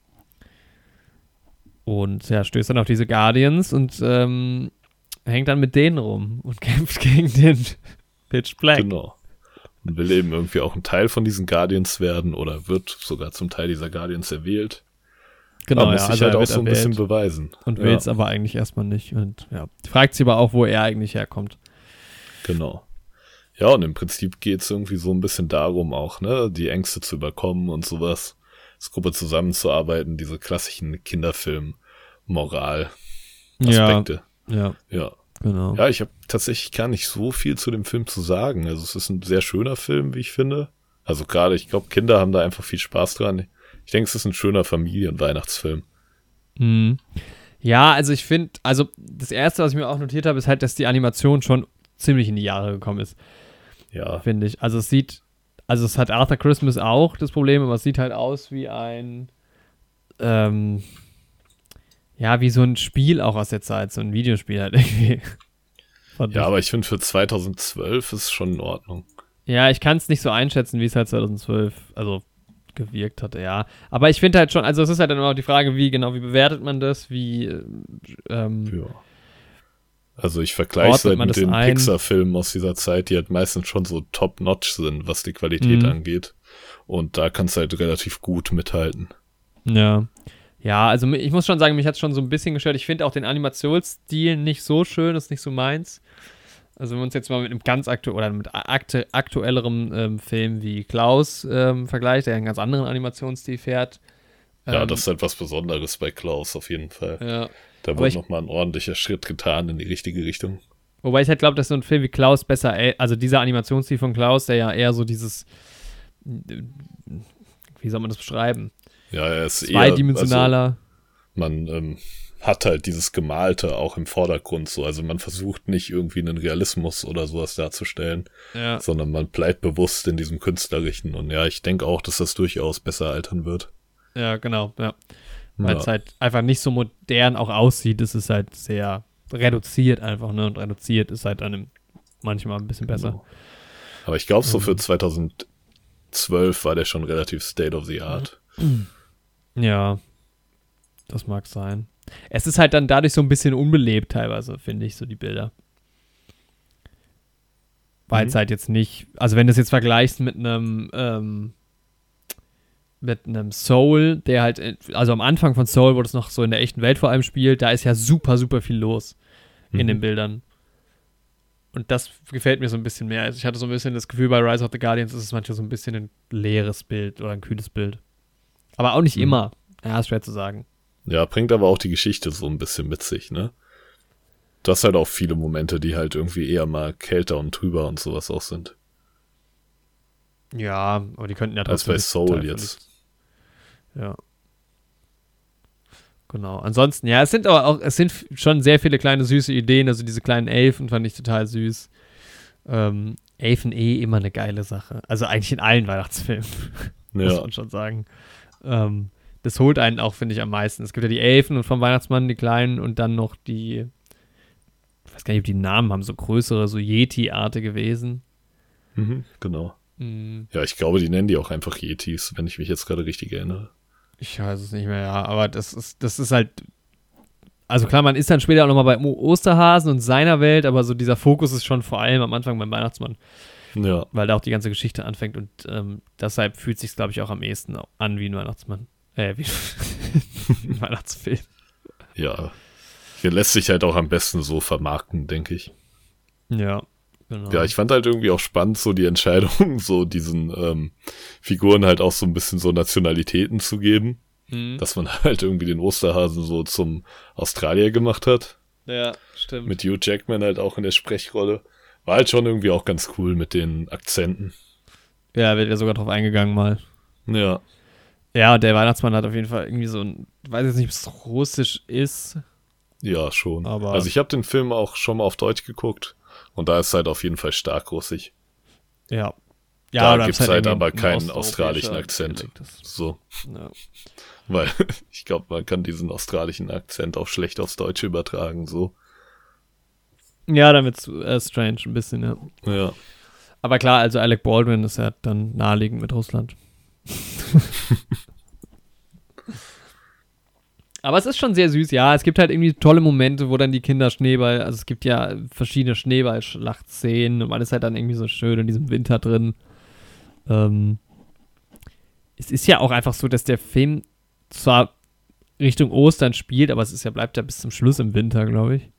Und ja, stößt dann auf diese Guardians und hängt dann mit denen rum und kämpft gegen den Pitch Black. Genau. Und will eben irgendwie auch ein Teil von diesen Guardians werden oder wird sogar zum Teil dieser Guardians erwählt. Genau, aber muss sich halt auch so ein bisschen erwählt beweisen. Und will es aber eigentlich erstmal nicht. Und ja, fragt sich aber auch, wo er eigentlich herkommt. Genau. Ja, und im Prinzip geht es irgendwie so ein bisschen darum auch, ne, die Ängste zu überkommen und sowas. Als Gruppe zusammenzuarbeiten, diese klassischen Kinderfilm-Moral-Aspekte. Ja. Genau. Ja, ich habe tatsächlich gar nicht so viel zu dem Film zu sagen. Also es ist ein sehr schöner Film, wie ich finde. Also gerade, ich glaube, Kinder haben da einfach viel Spaß dran. Ich denke, es ist ein schöner Familien-Weihnachtsfilm. Mhm. Ja, also ich finde, also das Erste, was ich mir auch notiert habe, ist halt, dass die Animation schon ziemlich in die Jahre gekommen ist. Ja. Finde ich. Also es hat Arthur Christmas auch das Problem, aber es sieht halt aus wie ein wie so ein Spiel auch aus der Zeit, so ein Videospiel halt irgendwie. Ja, aber ich finde für 2012 ist es schon in Ordnung. Ja, ich kann es nicht so einschätzen, wie es halt 2012, also gewirkt hatte, ja. Aber ich finde halt schon, also es ist halt dann immer die Frage, wie bewertet man das, Ja. Also ich vergleiche es ordnet halt man mit das den ein? Pixar-Filmen aus dieser Zeit, die halt meistens schon so top-notch sind, was die Qualität angeht. Und da kannst du halt relativ gut mithalten. Ja. Ja, also ich muss schon sagen, mich hat es schon so ein bisschen gestört. Ich finde auch den Animationsstil nicht so schön, ist nicht so meins. Also wenn wir uns jetzt mal mit einem ganz aktuellerem Film wie Klaus vergleicht, der einen ganz anderen Animationsstil fährt. Ja, das ist halt was Besonderes bei Klaus auf jeden Fall. Ja. Da wird nochmal ein ordentlicher Schritt getan in die richtige Richtung. Wobei ich halt glaube, dass so ein Film wie Klaus besser, also dieser Animationsstil von Klaus, der ja eher so dieses, wie soll man das beschreiben? Ja, er ist zweidimensionaler. Also, man hat halt dieses Gemalte auch im Vordergrund so. Also man versucht nicht irgendwie einen Realismus oder sowas darzustellen, sondern man bleibt bewusst in diesem Künstlerischen. Und ja, ich denke auch, dass das durchaus besser altern wird. Ja, genau, ja. Weil es halt einfach nicht so modern auch aussieht. Es ist halt sehr reduziert einfach, ne? Und reduziert ist halt dann manchmal ein bisschen besser. Genau. Aber ich glaube, so für 2012 war der schon relativ state of the art. Ja, das mag sein. Es ist halt dann dadurch so ein bisschen unbelebt teilweise, finde ich, so die Bilder. Weil es halt jetzt nicht, also wenn du es jetzt vergleichst mit einem Soul, der halt, also am Anfang von Soul, wo das noch so in der echten Welt vor allem spielt, da ist ja super, super viel los in den Bildern. Und das gefällt mir so ein bisschen mehr. Also ich hatte so ein bisschen das Gefühl, bei Rise of the Guardians ist es manchmal so ein bisschen ein leeres Bild oder ein kühles Bild. Aber auch nicht immer. Ja, ist schwer zu sagen. Ja, bringt aber auch die Geschichte so ein bisschen mit sich, ne? Du hast halt auch viele Momente, die halt irgendwie eher mal kälter und trüber und sowas auch sind. Ja, aber die könnten ja trotzdem. Als bei Soul jetzt. Ja. Genau. Ansonsten, ja, es sind schon sehr viele kleine süße Ideen. Also diese kleinen Elfen fand ich total süß. Elfen immer eine geile Sache. Also eigentlich in allen Weihnachtsfilmen, muss man schon sagen. Das holt einen auch, finde ich, am meisten. Es gibt ja die Elfen und vom Weihnachtsmann die kleinen und dann noch die, ich weiß gar nicht, ob die Namen haben, so größere, so Yeti-artige Wesen. Genau. Ja, ich glaube, die nennen die auch einfach Yetis, wenn ich mich jetzt gerade richtig erinnere. Ich weiß es nicht mehr, ja, aber das ist halt, also klar, man ist dann später auch nochmal bei Osterhasen und seiner Welt, aber so dieser Fokus ist schon vor allem am Anfang beim Weihnachtsmann. Ja. Weil da auch die ganze Geschichte anfängt und deshalb fühlt es sich, glaube ich, auch am ehesten an wie ein Weihnachtsmann. Wie ein Weihnachtsfilm. Ja. Hier lässt sich halt auch am besten so vermarkten, denke ich. Ja, genau. Ja, ich fand halt irgendwie auch spannend, so die Entscheidung, so diesen Figuren halt auch so ein bisschen so Nationalitäten zu geben. Dass man halt irgendwie den Osterhasen so zum Australier gemacht hat. Ja, stimmt. Mit Hugh Jackman halt auch in der Sprechrolle. War halt schon irgendwie auch ganz cool mit den Akzenten. Ja, wird ja sogar drauf eingegangen mal. Ja. Ja, und der Weihnachtsmann hat auf jeden Fall irgendwie so ein, ich weiß jetzt nicht, ob es russisch ist. Ja, schon. Aber also ich habe den Film auch schon mal auf Deutsch geguckt und da ist halt auf jeden Fall stark russisch. Ja. Ja, da gibt es halt aber keinen australischen Akzent. So. Ja. Weil ich glaube, man kann diesen australischen Akzent auch schlecht aufs Deutsche übertragen, so. Ja, dann wird's strange ein bisschen, ja. Ja. Aber klar, also Alec Baldwin ist ja dann naheliegend mit Russland. Aber es ist schon sehr süß, ja. Es gibt halt irgendwie tolle Momente, wo dann die Kinder also es gibt ja verschiedene Schneeballschlachtszenen und man ist halt dann irgendwie so schön in diesem Winter drin. Es ist ja auch einfach so, dass der Film zwar Richtung Ostern spielt, aber es bleibt ja bis zum Schluss im Winter, glaube ich.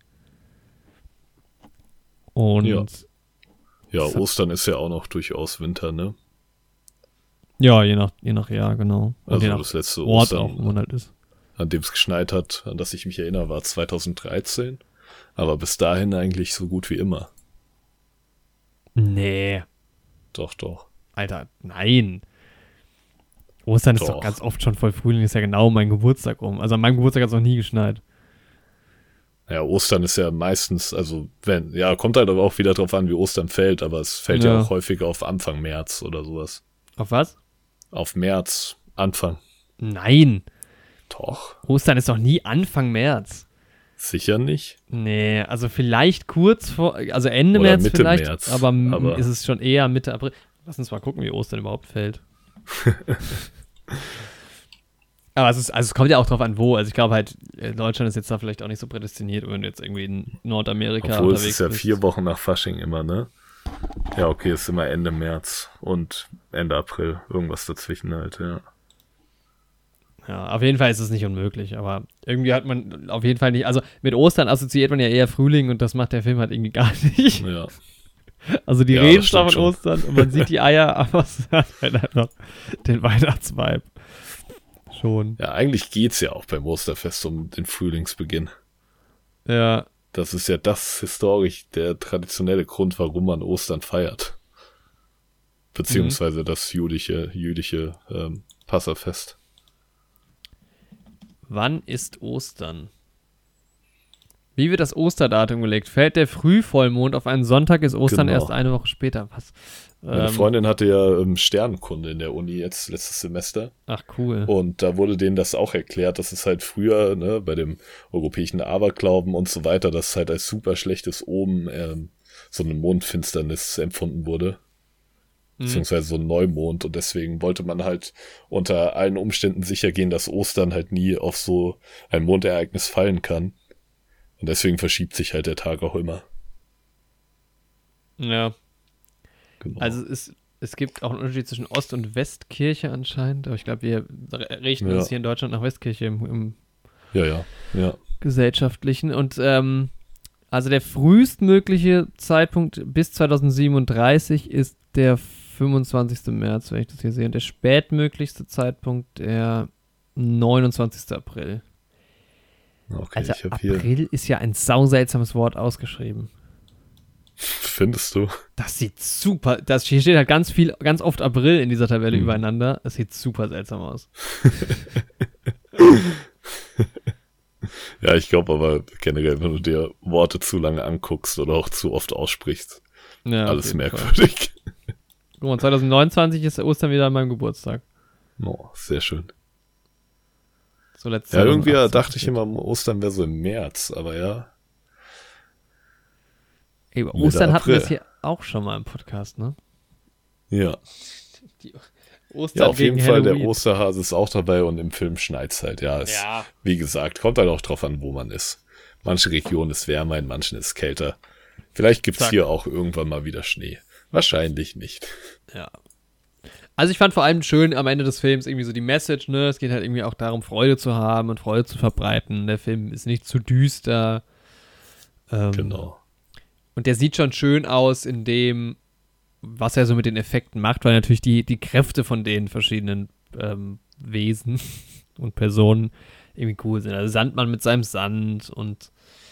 Und ja, Ostern ist ja auch noch durchaus Winter, ne? Ja, je nach Jahr, genau. Und also je nach das letzte Ort Ostern, auch, wo man halt ist. An dem es geschneit hat, an das ich mich erinnere, war 2013. Aber bis dahin eigentlich so gut wie immer. Nee. Doch. Alter, nein. Ostern ist doch ganz oft schon voll Frühling, ist ja genau mein Geburtstag rum. Also an meinem Geburtstag hat es noch nie geschneit. Ja, Ostern ist ja meistens, also kommt halt aber auch wieder drauf an, wie Ostern fällt, aber es fällt ja auch häufiger auf Anfang März oder sowas. Auf was? Auf März, Anfang. Nein. Doch. Ostern ist doch nie Anfang März. Sicher nicht? Nee, also vielleicht kurz vor, also Ende Oder März Mitte vielleicht, März, aber ist es schon eher Mitte April. Lass uns mal gucken, wie Ostern überhaupt fällt. Aber es kommt ja auch drauf an, wo. Also ich glaube halt, Deutschland ist jetzt da vielleicht auch nicht so prädestiniert, wenn du jetzt irgendwie in Nordamerika Obwohl unterwegs es ist ja bist. 4 Wochen nach Fasching immer, ne? Ja, okay, es ist immer Ende März und Ende April. Irgendwas dazwischen halt, ja. Ja, auf jeden Fall ist es nicht unmöglich, aber irgendwie hat man auf jeden Fall nicht, also mit Ostern assoziiert man ja eher Frühling und das macht der Film halt irgendwie gar nicht. Ja. Also die Ja, reden das zwar stimmt von schon. Ostern und man sieht die Eier, aber es hat halt einfach den Weihnachtsvibe. Schon. Ja, eigentlich geht's ja auch beim Osterfest um den Frühlingsbeginn. Ja, Das ist ja das historisch der traditionelle Grund, warum man Ostern feiert. Beziehungsweise das jüdische Passafest. wann ist Ostern? Wie wird das Osterdatum gelegt? Fällt der Frühvollmond auf einen Sonntag, ist Ostern Genau. erst eine Woche später. Was? Meine Freundin hatte ja Sternenkunde in der Uni jetzt letztes Semester. Ach, cool. Und da wurde denen das auch erklärt, dass es halt früher, ne, bei dem europäischen Aberglauben und so weiter, dass es halt als super schlechtes Omen so eine Mondfinsternis empfunden wurde. Beziehungsweise so ein Neumond. Und deswegen wollte man halt unter allen Umständen sicher gehen, dass Ostern halt nie auf so ein Mondereignis fallen kann. Und deswegen verschiebt sich halt der Tag auch immer. Ja. Genau. Also es gibt auch einen Unterschied zwischen Ost- und Westkirche anscheinend, aber ich glaube, wir richten uns hier in Deutschland nach Westkirche im Ja. gesellschaftlichen. Und also der frühestmögliche Zeitpunkt bis 2037 ist der 25. März, wenn ich das hier sehe. Und der spätmöglichste Zeitpunkt der 29. April. Okay, Also ich habe hier. April ist ja ein sauseltsames Wort ausgeschrieben. Findest du? Das sieht super, hier steht halt ganz oft April in dieser Tabelle übereinander. Das sieht super seltsam aus. Ja, ich glaube aber generell, wenn du dir Worte zu lange anguckst oder auch zu oft aussprichst, Ja, alles merkwürdig. Guck mal, 2029 ist Ostern wieder an meinem Geburtstag. Oh, sehr schön. So letztes Ja, Jahr irgendwie 2018 dachte ich immer, Ostern wäre so im März, aber ja. Ey, über Mitte Ostern hatten wir es April. hier auch schon mal im Podcast, ne? Ja. Ostern Ja, auf jeden gegen Fall, der Halloween. Osterhase ist auch dabei und im Film schneit's halt, ja. Ja. Wie gesagt, kommt halt auch drauf an, wo man ist. Manche Regionen ist wärmer, in manchen ist kälter. Vielleicht gibt's Zack. hier auch irgendwann mal wieder Schnee. Wahrscheinlich nicht. Ja. Also ich fand vor allem schön am Ende des Films irgendwie so die Message, ne? Es geht halt irgendwie auch darum, Freude zu haben und Freude zu verbreiten. Der Film ist nicht zu düster. Genau. Und der sieht schon schön aus in dem, was er so mit den Effekten macht, weil natürlich die Kräfte von den verschiedenen Wesen und Personen irgendwie cool sind. Also Sandmann mit seinem Sand und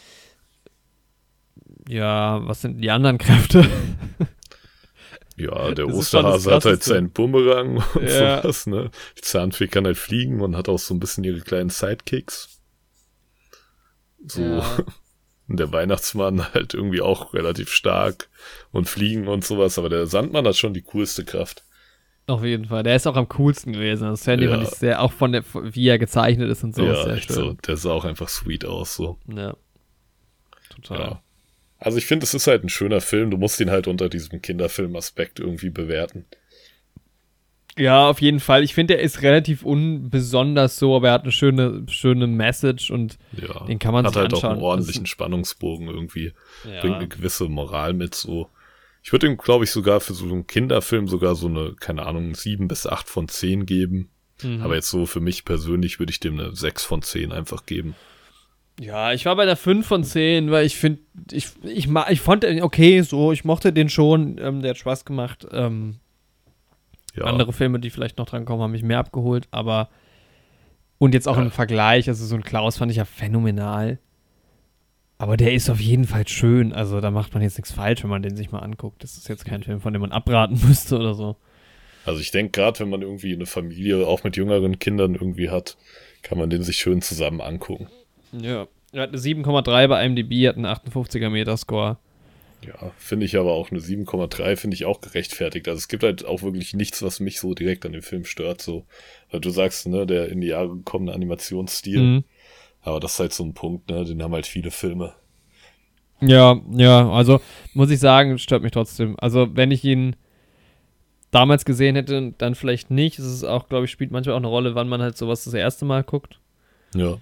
ja, was sind die anderen Kräfte? Ja, der Das ist schon das Osterhase hat halt Krasseste. seinen Bumerang und Ja. sowas, ne? Die Zahnfee kann halt fliegen und hat auch so ein bisschen ihre kleinen Sidekicks. So. Ja. Und der Weihnachtsmann halt irgendwie auch relativ stark und fliegen und sowas, aber der Sandmann hat schon die coolste Kraft. Auf jeden Fall. Der ist auch am coolsten gewesen. Das Sandy Ja. fand ich sehr, auch von der, wie er gezeichnet ist und so, ist Ja, sehr echt schön. so. Der sah auch einfach sweet aus, so. Ja. Total. Ja. Also ich finde, es ist halt ein schöner Film. Du musst ihn halt unter diesem Kinderfilm-Aspekt irgendwie bewerten. Ja, auf jeden Fall. Ich finde, er ist relativ unbesonders so, aber er hat eine schöne Message und Ja. den kann man hat sich halt anschauen. auch einen ordentlichen Spannungsbogen irgendwie. Ja. Bringt eine gewisse Moral mit, so. Ich würde ihm, glaube ich, sogar für so einen Kinderfilm sogar so eine, keine Ahnung, 7 bis 8 von 10 geben. Aber jetzt so für mich persönlich würde ich dem eine 6 von 10 einfach geben. Ja, ich war bei der 5 von 10, weil ich finde, ich fand den okay, so, ich mochte den schon, der hat Spaß gemacht. Ja. Andere Filme, die vielleicht noch dran kommen, haben mich mehr abgeholt, aber und jetzt auch im Vergleich, also so ein Klaus fand ich ja phänomenal. Aber der ist auf jeden Fall schön, also da macht man jetzt nichts falsch, wenn man den sich mal anguckt. Das ist jetzt kein Film, von dem man abraten müsste oder so. Also ich denke, gerade wenn man irgendwie eine Familie auch mit jüngeren Kindern irgendwie hat, kann man den sich schön zusammen angucken. Ja. Er hat eine 7,3 bei IMDb, hat einen 58er Metascore. Ja, finde ich aber auch eine 7,3 finde ich auch gerechtfertigt. Also es gibt halt auch wirklich nichts, was mich so direkt an dem Film stört. So, weil du sagst, ne, der in die Jahre gekommene Animationsstil. Aber das ist halt so ein Punkt, ne? Den haben halt viele Filme. Ja, also muss ich sagen, stört mich trotzdem. Also wenn ich ihn damals gesehen hätte, dann vielleicht nicht. Es ist auch, glaube ich, spielt manchmal auch eine Rolle, wann man halt sowas das erste Mal guckt. Ja.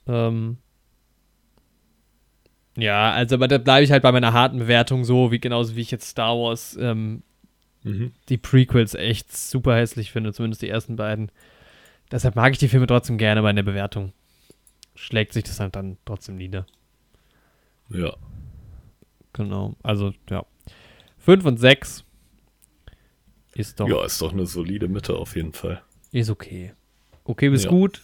Ja, also aber da bleibe ich halt bei meiner harten Bewertung so, genauso wie ich jetzt Star Wars die Prequels echt super hässlich finde, zumindest die ersten beiden. Deshalb mag ich die Filme trotzdem gerne, aber in der Bewertung schlägt sich das halt dann trotzdem nieder. Ja. Genau, also ja. 5 und 6 ist doch... Ja, ist doch eine solide Mitte auf jeden Fall. Ist okay. Okay bis gut.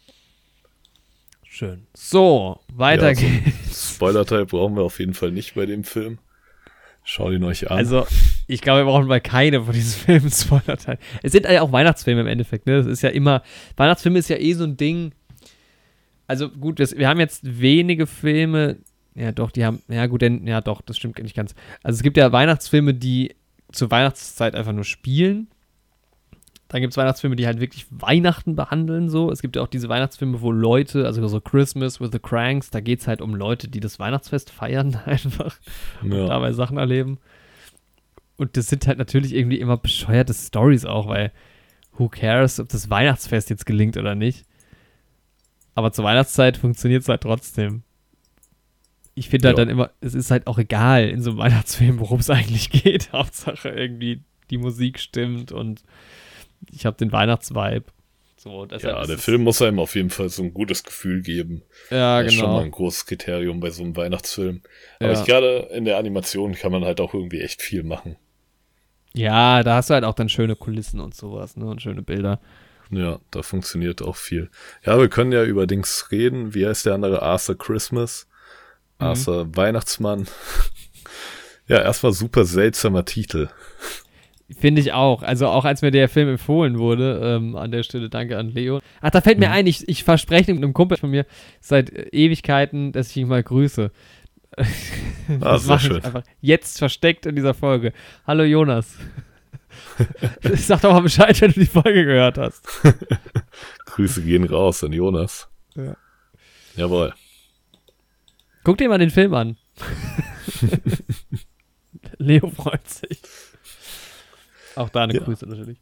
Schön. So, weiter geht's. Spoiler-Teil brauchen wir auf jeden Fall nicht bei dem Film. Schaut ihn euch an. Also, ich glaube, wir brauchen bei keinem von diesen Filmen Spoiler-Teil. Es sind ja auch Weihnachtsfilme im Endeffekt, ne? Das ist ja immer, Weihnachtsfilme ist ja eh so ein Ding. Also gut, wir haben jetzt wenige Filme, ja doch, die haben, ja gut, ja doch, das stimmt nicht ganz. Also es gibt ja Weihnachtsfilme, die zur Weihnachtszeit einfach nur spielen. Dann gibt es Weihnachtsfilme, die halt wirklich Weihnachten behandeln, so. Es gibt ja auch diese Weihnachtsfilme, wo Leute, also so Christmas with the Cranks, da geht es halt um Leute, die das Weihnachtsfest feiern einfach und dabei Sachen erleben. Und das sind halt natürlich irgendwie immer bescheuerte Storys auch, weil who cares, ob das Weihnachtsfest jetzt gelingt oder nicht. Aber zur Weihnachtszeit funktioniert es halt trotzdem. Ich finde halt dann immer, es ist halt auch egal in so einem Weihnachtsfilm, worum es eigentlich geht. Hauptsache irgendwie die Musik stimmt und ich habe den Weihnachtsvibe. So, der Film muss einem auf jeden Fall so ein gutes Gefühl geben. Ja, das ist schon mal ein großes Kriterium bei so einem Weihnachtsfilm. Ja. Aber gerade in der Animation kann man halt auch irgendwie echt viel machen. Ja, da hast du halt auch dann schöne Kulissen und sowas, ne, und schöne Bilder. Ja, da funktioniert auch viel. Ja, wir können ja über Dings reden. Wie heißt der andere? Arthur Christmas. Arthur Weihnachtsmann. Ja, erstmal super seltsamer Titel. Finde ich auch. Also auch als mir der Film empfohlen wurde, an der Stelle danke an Leo. Ach, da fällt mir ein, ich verspreche einem Kumpel von mir seit Ewigkeiten, dass ich ihn mal grüße. Das mache ich einfach jetzt versteckt in dieser Folge. Hallo Jonas. Sag doch mal Bescheid, wenn du die Folge gehört hast. Grüße gehen raus an Jonas. Ja. Jawohl. Guck dir mal den Film an. Leo freut sich. Auch da eine Grüße natürlich.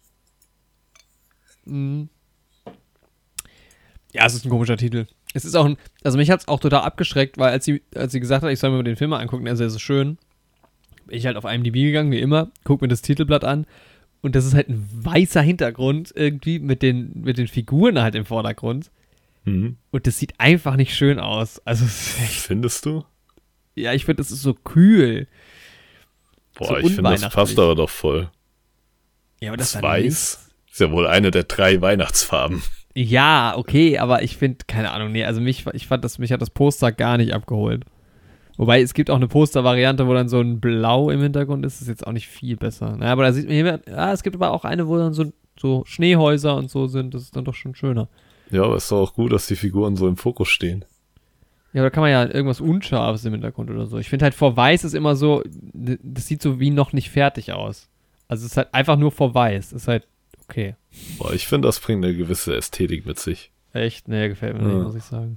Ja, es ist ein komischer Titel. Es ist auch also mich hat es auch total abgeschreckt, weil als sie gesagt hat, ich soll mir den Film mal angucken, der ist ja so schön, bin ich halt auf IMDb gegangen, wie immer, guck mir das Titelblatt an und das ist halt ein weißer Hintergrund irgendwie mit den Figuren halt im Vordergrund. Und das sieht einfach nicht schön aus. Also findest du? Ja, ich finde, das ist so kühl. Boah, so ich finde, das passt aber doch voll. Ja, aber das Weiß ist ja wohl eine der 3 Weihnachtsfarben. Ja, okay, aber ich finde, keine Ahnung, nee, also mich hat das Poster gar nicht abgeholt. Wobei, es gibt auch eine Poster-Variante, wo dann so ein Blau im Hintergrund ist, das ist jetzt auch nicht viel besser. Naja, aber da sieht man hier, es gibt aber auch eine, wo dann so Schneehäuser und so sind, das ist dann doch schon schöner. Ja, aber ist doch auch gut, dass die Figuren so im Fokus stehen. Ja, da kann man ja irgendwas Unscharfes im Hintergrund oder so. Ich finde halt, vor Weiß ist immer so, das sieht so wie noch nicht fertig aus. Also es ist halt einfach nur vor Weiß, ist halt okay. Boah, ich finde, das bringt eine gewisse Ästhetik mit sich. Echt? Nee, gefällt mir nicht, muss ich sagen.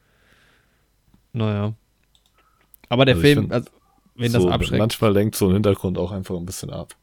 Naja. Aber der Film, find, wenn so, das abschreckt. Manchmal lenkt so ein Hintergrund auch einfach ein bisschen ab.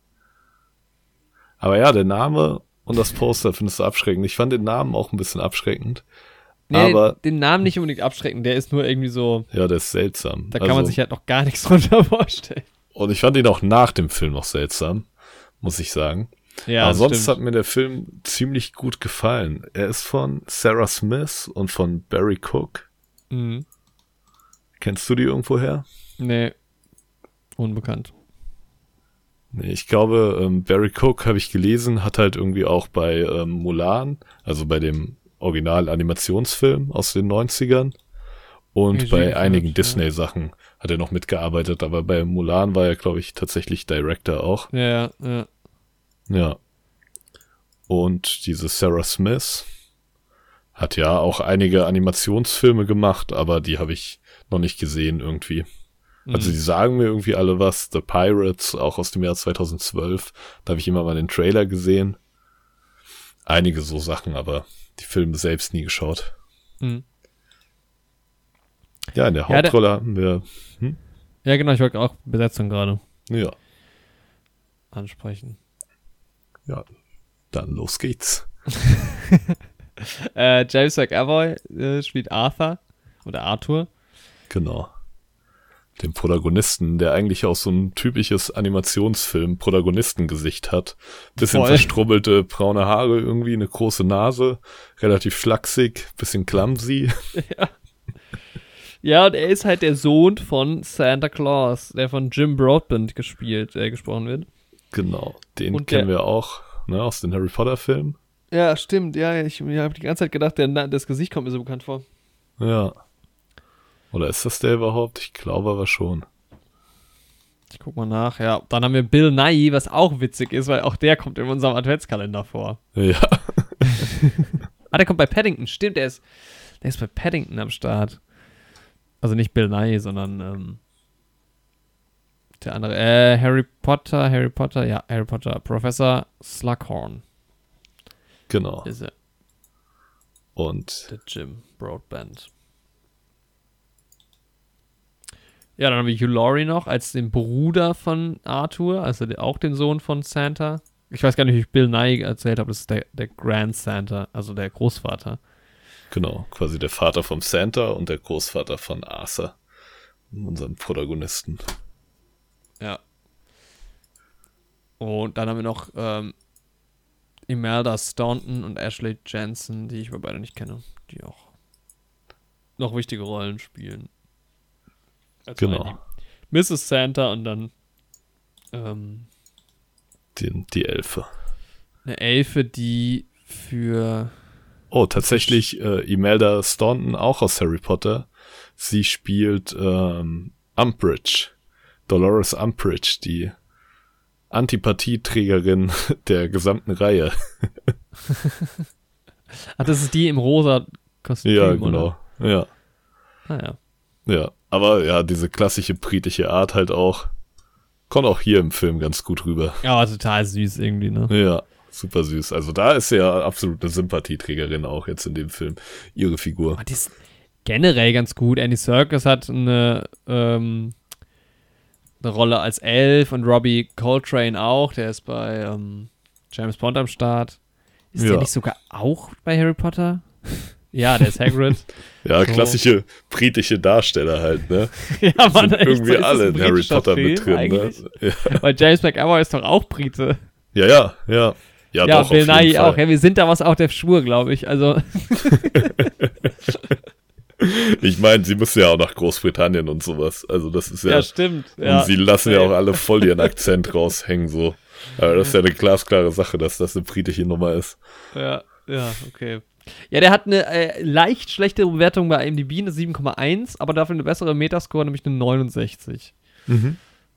Aber ja, der Name und das Poster findest du abschreckend. Ich fand den Namen auch ein bisschen abschreckend. Nee, aber den Namen nicht unbedingt abschreckend, der ist nur irgendwie so... Ja, der ist seltsam. Da kann man sich halt noch gar nichts drunter vorstellen. Und ich fand ihn auch nach dem Film noch seltsam, muss ich sagen. Ja, aber sonst hat mir der Film ziemlich gut gefallen. Er ist von Sarah Smith und von Barry Cook. Mhm. Kennst du die irgendwoher? Nee, unbekannt. Nee, ich glaube, Barry Cook, habe ich gelesen, hat halt irgendwie auch bei Mulan, also bei dem Original-Animationsfilm aus den 90ern und bei einigen Disney-Sachen hat er noch mitgearbeitet, aber bei Mulan war er, glaube ich, tatsächlich Director auch. Ja. Ja. Und diese Sarah Smith hat ja auch einige Animationsfilme gemacht, aber die habe ich noch nicht gesehen irgendwie. Also die sagen mir irgendwie alle was. The Pirates, auch aus dem Jahr 2012. Da habe ich immer mal den Trailer gesehen. Einige so Sachen, aber die Filme selbst nie geschaut. Ja, in der Hauptrolle haben wir... Ja, genau, ich wollte auch Besetzung gerade Ja. ansprechen. Ja, dann los geht's. James McAvoy spielt Arthur oder Arthur. Genau. Den Protagonisten, der eigentlich auch so ein typisches Animationsfilm-Protagonistengesicht hat. Bisschen verstrubbelte braune Haare, irgendwie eine große Nase, relativ schlaksig, bisschen clumsy. Ja. Ja, und er ist halt der Sohn von Santa Claus, der von Jim Broadbent gesprochen wird. Genau, den kennen wir auch, ne, aus den Harry Potter Filmen. Ja, stimmt, ja, ich habe die ganze Zeit gedacht, das Gesicht kommt mir so bekannt vor. Ja. Oder ist das der überhaupt? Ich glaube aber schon. Ich guck mal nach, ja. Dann haben wir Bill Nighy, was auch witzig ist, weil auch der kommt in unserem Adventskalender vor. Ja. Der kommt bei Paddington, stimmt, der ist bei Paddington am Start. Also nicht Bill Nighy, sondern der andere, Harry Potter, Professor Slughorn. Genau. Ist er. Und der Jim Broadbent. Ja, dann haben wir Hugh Laurie noch als den Bruder von Arthur, also auch den Sohn von Santa. Ich weiß gar nicht, wie ich Bill Nighy erzählt habe, das ist der Grand Santa, also der Großvater. Genau, quasi der Vater vom Santa und der Großvater von Arthur, unserem Protagonisten. Ja. Und dann haben wir noch Imelda Staunton und Ashley Jensen, die ich aber beide nicht kenne, die auch noch wichtige Rollen spielen. Also genau. Mrs. Santa und dann die Elfe. Eine Elfe, die für... Oh, tatsächlich Imelda Staunton, auch aus Harry Potter. Sie spielt Umbridge. Dolores Umbridge, die Antipathieträgerin der gesamten Reihe. Ach, das ist die im rosa Kostüm, ja, genau. Oder? Ja. Ah, ja. Ja, aber ja, diese klassische britische Art halt auch. Kommt auch hier im Film ganz gut rüber. Ja, total süß irgendwie, ne? Ja, super süß. Also da ist ja absolut eine Sympathieträgerin auch jetzt in dem Film, ihre Figur. Die ist generell ganz gut. Andy Serkis hat eine Rolle als Elf und Robbie Coltrane auch. Der ist bei James Bond am Start. Ist der nicht sogar auch bei Harry Potter? Ja, der ist Hagrid. Ja, so. Klassische britische Darsteller halt, ne? Ja, man, sind irgendwie alle in Harry Potter Film mit drin, ne? Ja. Weil James McAvoy ist doch auch Brite. Ja, doch, Bill Nighy auch. Ja, wir sind da was auch der Schwur, glaube ich. Also. Ich meine, sie müssen ja auch nach Großbritannien und sowas. Also das ist ja... Ja, stimmt. Und sie lassen ja auch alle voll ihren Akzent raushängen, so. Aber das ist ja eine glasklare Sache, dass das eine britische Nummer ist. Ja, okay. Ja, der hat eine leicht schlechtere Bewertung bei IMDb, eine 7,1, aber dafür eine bessere Metascore, nämlich eine 69. Mhm.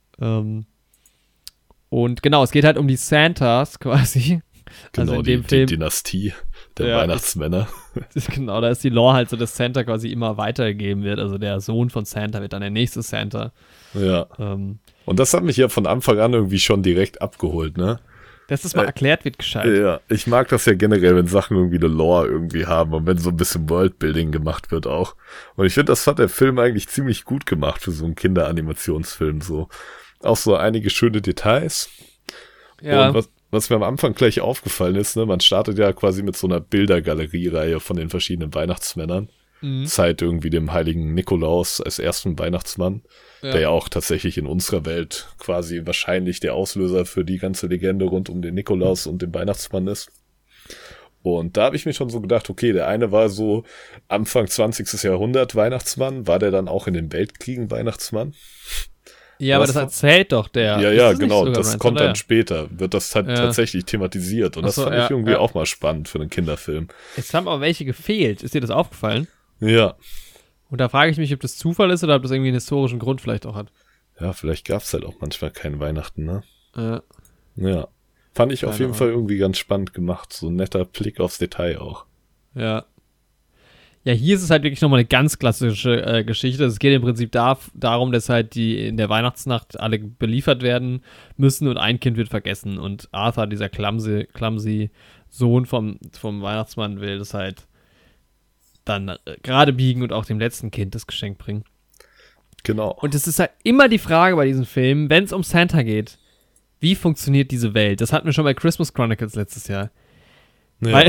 Und genau, es geht halt um die Santas quasi. Genau, also in dem Film, die Dynastie der Weihnachtsmänner. Genau, da ist die Lore halt so, dass Santa quasi immer weitergegeben wird. Also der Sohn von Santa wird dann der nächste Santa. Ja. Und das hat mich ja von Anfang an irgendwie schon direkt abgeholt, ne? Dass das mal erklärt wird, gescheit. Ja, ich mag das ja generell, wenn Sachen irgendwie eine Lore irgendwie haben und wenn so ein bisschen Worldbuilding gemacht wird auch. Und ich finde, das hat der Film eigentlich ziemlich gut gemacht für so einen Kinderanimationsfilm, so. Auch so einige schöne Details. Ja. Und was mir am Anfang gleich aufgefallen ist, ne, man startet ja quasi mit so einer Bildergalerie-Reihe von den verschiedenen Weihnachtsmännern. Seit irgendwie dem heiligen Nikolaus als ersten Weihnachtsmann, der ja auch tatsächlich in unserer Welt quasi wahrscheinlich der Auslöser für die ganze Legende rund um den Nikolaus und den Weihnachtsmann ist. Und da habe ich mir schon so gedacht, okay, der eine war so Anfang 20. Jahrhundert Weihnachtsmann, war der dann auch in den Weltkriegen Weihnachtsmann? Ja, aber das erzählt doch der. Ja, genau, das kommt dann später, wird das tatsächlich thematisiert. Und das fand ich irgendwie auch mal spannend für einen Kinderfilm. Es haben aber welche gefehlt. Ist dir das aufgefallen? Ja. Und da frage ich mich, ob das Zufall ist oder ob das irgendwie einen historischen Grund vielleicht auch hat. Ja, vielleicht gab es halt auch manchmal kein Weihnachten, ne? Ja. Fand ich auf jeden Fall irgendwie ganz spannend gemacht. So ein netter Blick aufs Detail auch. Ja. Ja, hier ist es halt wirklich nochmal eine ganz klassische Geschichte. Es geht im Prinzip darum, dass halt die in der Weihnachtsnacht alle beliefert werden müssen und ein Kind wird vergessen. Und Arthur, dieser clumsy Sohn vom Weihnachtsmann, will das halt dann gerade biegen und auch dem letzten Kind das Geschenk bringen. Genau. Und es ist halt immer die Frage bei diesen Filmen, wenn es um Santa geht, wie funktioniert diese Welt? Das hatten wir schon bei Christmas Chronicles letztes Jahr. Ja. Weil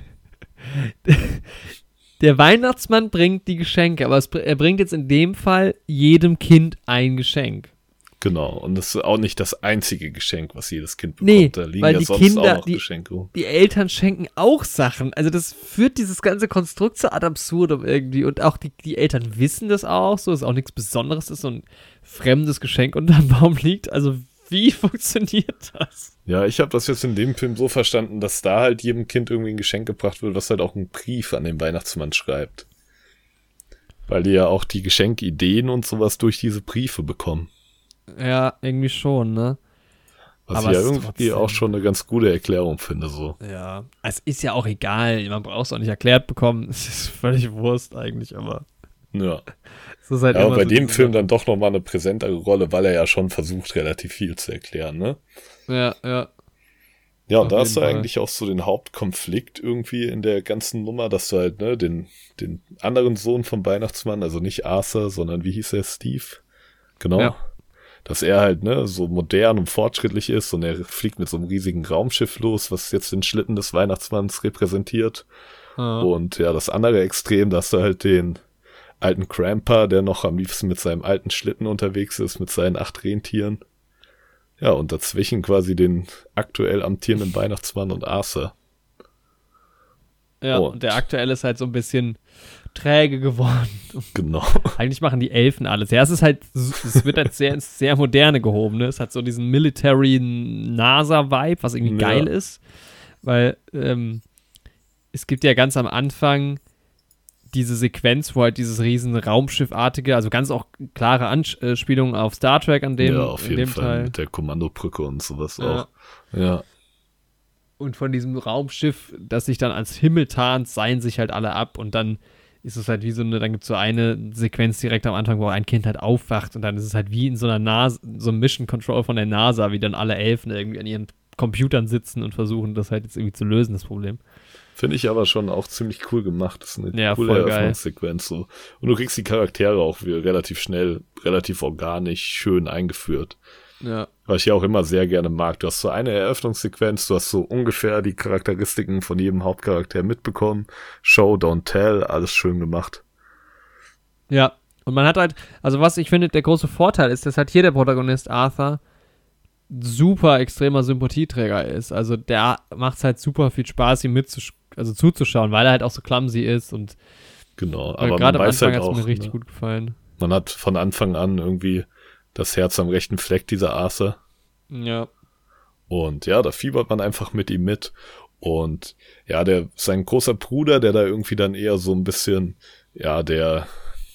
der Weihnachtsmann bringt die Geschenke, aber er bringt jetzt in dem Fall jedem Kind ein Geschenk. Genau, und das ist auch nicht das einzige Geschenk, was jedes Kind bekommt. Nee, da liegen weil ja die sonst Kinder, auch noch Geschenke. die Eltern schenken auch Sachen. Also das führt dieses ganze Konstrukt so ad absurdum irgendwie. Und auch die Eltern wissen das auch so, ist auch nichts Besonderes, dass so ein fremdes Geschenk unterm Baum liegt. Also wie funktioniert das? Ja, ich habe das jetzt in dem Film so verstanden, dass da halt jedem Kind irgendwie ein Geschenk gebracht wird, was halt auch einen Brief an den Weihnachtsmann schreibt. Weil die ja auch die Geschenkideen und sowas durch diese Briefe bekommen. Ja, irgendwie schon, ne? Was Aber ich ja es ist irgendwie trotzdem auch schon eine ganz gute Erklärung finde, so. Ja, es ist ja auch egal. Man braucht es auch nicht erklärt bekommen. Es ist völlig Wurst eigentlich, aber Ja. es ist halt Ja, immer bei so dem diese Film Sache. dann doch nochmal eine präsentere Rolle, weil er ja schon versucht, relativ viel zu erklären, ne? Ja. Ja, und Auf da hast jeden du Fall. eigentlich auch so den Hauptkonflikt irgendwie in der ganzen Nummer, dass du halt, ne, den anderen Sohn vom Weihnachtsmann, also nicht Arthur, sondern wie hieß er, Steve? Genau. Ja. Dass er halt, ne, so modern und fortschrittlich ist und er fliegt mit so einem riesigen Raumschiff los, was jetzt den Schlitten des Weihnachtsmanns repräsentiert. Ja. Und ja, das andere Extrem, da hast du halt den alten Grandpa, der noch am liebsten mit seinem alten Schlitten unterwegs ist, mit seinen 8 Rentieren. Ja, und dazwischen quasi den aktuell amtierenden Weihnachtsmann und Arthur. Ja, und der aktuelle ist halt so ein bisschen träge geworden. Genau. Eigentlich machen die Elfen alles. Ja, es wird halt sehr ins sehr Moderne gehoben, ne? Es hat so diesen Military NASA-Vibe, was irgendwie Ja. geil ist. Weil es gibt ja ganz am Anfang diese Sequenz, wo halt dieses riesen Raumschiffartige, also ganz auch klare Anspielungen auf Star Trek an dem, Ja, auf in jeden dem Fall Teil. mit der Kommandobrücke und sowas Ja. auch. Ja, Und von diesem Raumschiff, das sich dann als Himmel tarnt, seilen sich halt alle ab und dann ist es halt wie so eine, dann gibt es so eine Sequenz direkt am Anfang, wo ein Kind halt aufwacht und dann ist es halt wie in so einer NASA, so einem Mission Control von der NASA, wie dann alle Elfen irgendwie an ihren Computern sitzen und versuchen, das halt jetzt irgendwie zu lösen, das Problem. finde ich aber schon auch ziemlich cool gemacht. Das ist eine Ja, coole voll geil. Eröffnungssequenz so. Und du kriegst die Charaktere auch wieder relativ schnell, relativ organisch, schön eingeführt. Ja. Was ich ja auch immer sehr gerne mag. Du hast so eine Eröffnungssequenz, du hast so ungefähr die Charakteristiken von jedem Hauptcharakter mitbekommen. Show, don't tell, alles schön gemacht. Ja, und man hat halt, also was ich finde, der große Vorteil ist, dass halt hier der Protagonist Arthur super extremer Sympathieträger ist. Also der macht es halt super viel Spaß, ihm zuzuschauen, weil er halt auch so clumsy ist und Genau, aber gerade man am weiß Anfang halt hat es auch, mir richtig ne? gut gefallen. Man hat von Anfang an irgendwie das Herz am rechten Fleck, dieser Arthur. Ja. Und ja, da fiebert man einfach mit ihm mit. Und ja, sein großer Bruder, der da irgendwie dann eher so ein bisschen, ja, der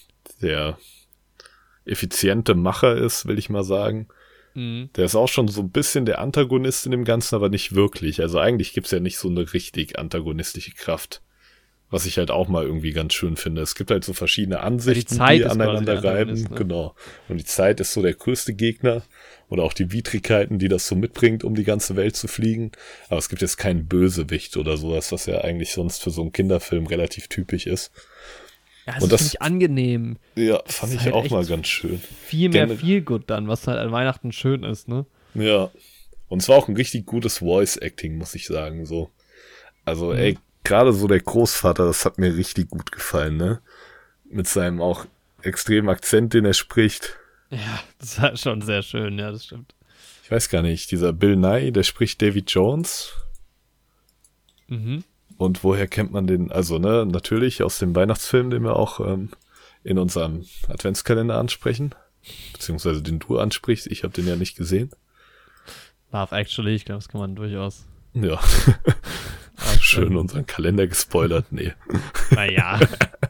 effiziente Macher ist, will ich mal sagen. Mhm. Der ist auch schon so ein bisschen der Antagonist in dem Ganzen, aber nicht wirklich. Also eigentlich gibt's ja nicht so eine richtig antagonistische Kraft. Was ich halt auch mal irgendwie ganz schön finde. Es gibt halt so verschiedene Ansichten, Zeit die ist aneinander quasi der reiben. Antagonist, ne? Genau. Und die Zeit ist so der größte Gegner. Oder auch die Widrigkeiten, die das so mitbringt, um die ganze Welt zu fliegen. Aber es gibt jetzt keinen Bösewicht oder sowas, was ja eigentlich sonst für so einen Kinderfilm relativ typisch ist. Ja, Und das- finde ich angenehm. Ja, Das fand ist ich halt auch echt mal ganz schön. Viel mehr Gener- Feelgood dann, was halt an Weihnachten schön ist, ne? Ja. Und es war auch ein richtig gutes Voice-Acting, muss ich sagen, so. Also, ey, gerade so der Großvater, das hat mir richtig gut gefallen, ne? Mit seinem auch extremen Akzent, den er spricht. Ja, das war schon sehr schön, ja, das stimmt. Ich weiß gar nicht, dieser Bill Nye, der spricht Davy Jones. Mhm. Und woher kennt man den? Also, ne, natürlich aus dem Weihnachtsfilm, den wir auch in unserem Adventskalender ansprechen. Beziehungsweise den du ansprichst. Ich habe den ja nicht gesehen. Love Actually, ich glaube, das kann man durchaus. Ja. Schön unseren Kalender gespoilert. Nee. Naja.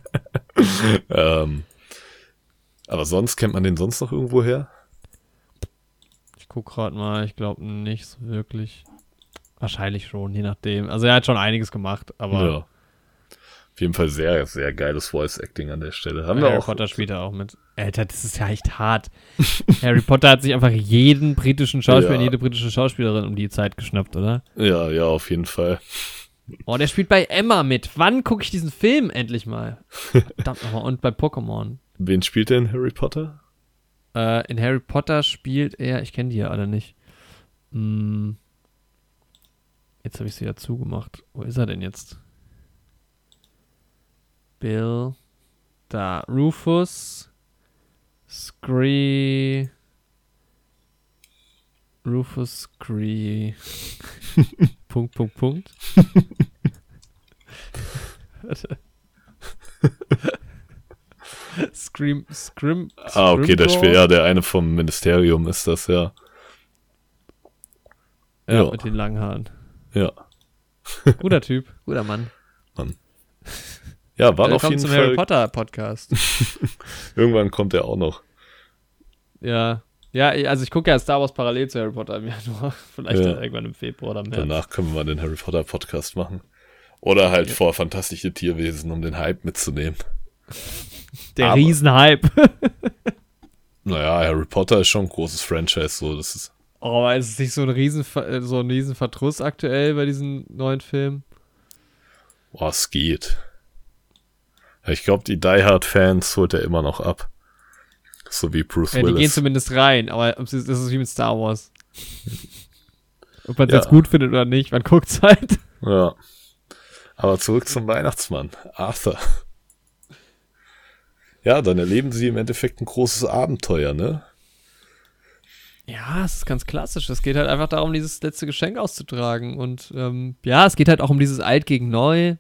Aber sonst kennt man den sonst noch irgendwo her? Ich guck gerade mal, ich glaube nicht so wirklich. Wahrscheinlich schon, je nachdem. Also er hat schon einiges gemacht, aber Ja. Auf jeden Fall sehr, sehr geiles Voice-Acting an der Stelle. Haben wir Harry auch. Potter spielt er auch mit. Alter, das ist ja echt hart. Harry Potter hat sich einfach jeden britischen Schauspieler und Ja. jede britische Schauspielerin um die Zeit geschnappt, oder? Ja, auf jeden Fall. Oh, der spielt bei Emma mit. Wann gucke ich diesen Film endlich mal? Verdammt nochmal. Und bei Pokémon. Wen spielt er in Harry Potter? In Harry Potter spielt er, ich kenne die ja alle nicht. Jetzt habe ich sie ja zugemacht. Wo ist er denn jetzt? Bill. Da. Rufus. Scree. Rufus Scree. Punkt. Warte. Scrim. Okay, der spielt ja, der eine vom Ministerium ist das, ja. Ja, mit den langen Haaren. Ja. Guter Typ, guter Mann. Ja, war auf jeden zum Fall. Harry Potter Podcast. Irgendwann kommt er auch noch. Ja, also ich gucke ja Star Wars parallel zu Harry Potter im Januar. Vielleicht dann irgendwann im Februar oder März. Danach können wir mal den Harry Potter Podcast machen. Oder halt vor fantastische Tierwesen, um den Hype mitzunehmen. Der Riesenhype. Naja, Harry Potter ist schon ein großes Franchise, so, das ist. Oh, aber ist es nicht so ein Riesenverdruss aktuell bei diesen neuen Filmen? Boah, es geht. Ich glaube, die Die Hard-Fans holt er immer noch ab. So wie Bruce Willis. Die gehen zumindest rein, aber das ist wie mit Star Wars. Ob man es jetzt gut findet oder nicht, man guckt es halt. Ja. Aber zurück zum Weihnachtsmann, Arthur. Ja, dann erleben sie im Endeffekt ein großes Abenteuer, ne? Ja, es ist ganz klassisch. Es geht halt einfach darum, dieses letzte Geschenk auszutragen. Und es geht halt auch um dieses Alt gegen Neu.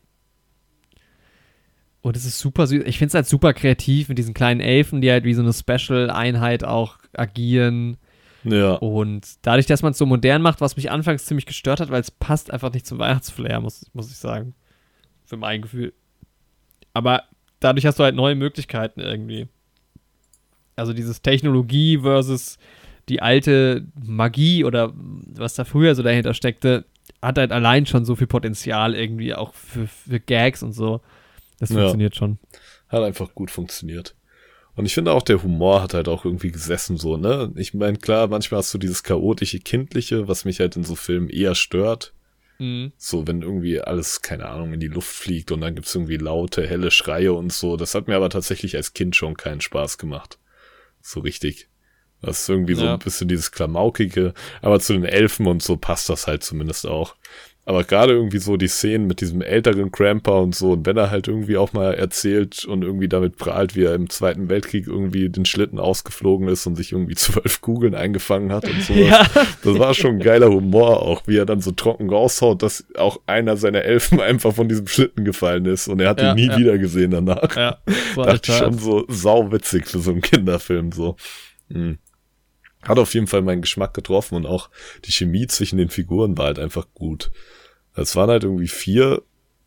Und es ist super süß. Ich finde es halt super kreativ mit diesen kleinen Elfen, die halt wie so eine Special-Einheit auch agieren. Ja. Und dadurch, dass man es so modern macht, was mich anfangs ziemlich gestört hat, weil es passt einfach nicht zum Weihnachtsflair, muss ich sagen. Für mein Gefühl. Aber dadurch hast du halt neue Möglichkeiten irgendwie. Also dieses Technologie versus die alte Magie oder was da früher so dahinter steckte, hat halt allein schon so viel Potenzial irgendwie auch für Gags und so. Das funktioniert schon. Hat einfach gut funktioniert. Und ich finde auch, der Humor hat halt auch irgendwie gesessen so, ne? Ich meine, klar, manchmal hast du dieses chaotische, kindliche, was mich halt in so Filmen eher stört. Mhm. So, wenn irgendwie alles, keine Ahnung, in die Luft fliegt und dann gibt's irgendwie laute, helle Schreie und so. Das hat mir aber tatsächlich als Kind schon keinen Spaß gemacht. So richtig. Das ist irgendwie so ein bisschen dieses Klamaukige. Aber zu den Elfen und so passt das halt zumindest auch. Aber gerade irgendwie so die Szenen mit diesem älteren Grandpa und so, und wenn er halt irgendwie auch mal erzählt und irgendwie damit prahlt, wie er im Zweiten Weltkrieg irgendwie den Schlitten ausgeflogen ist und sich irgendwie 12 Kugeln eingefangen hat und sowas. Ja. Das war schon ein geiler Humor auch, wie er dann so trocken raushaut, dass auch einer seiner Elfen einfach von diesem Schlitten gefallen ist und er hat ihn nie wieder gesehen danach. Ja, dachte ich schon so sauwitzig für so einen Kinderfilm so. Hat auf jeden Fall meinen Geschmack getroffen und auch die Chemie zwischen den Figuren war halt einfach gut. Es waren halt irgendwie vier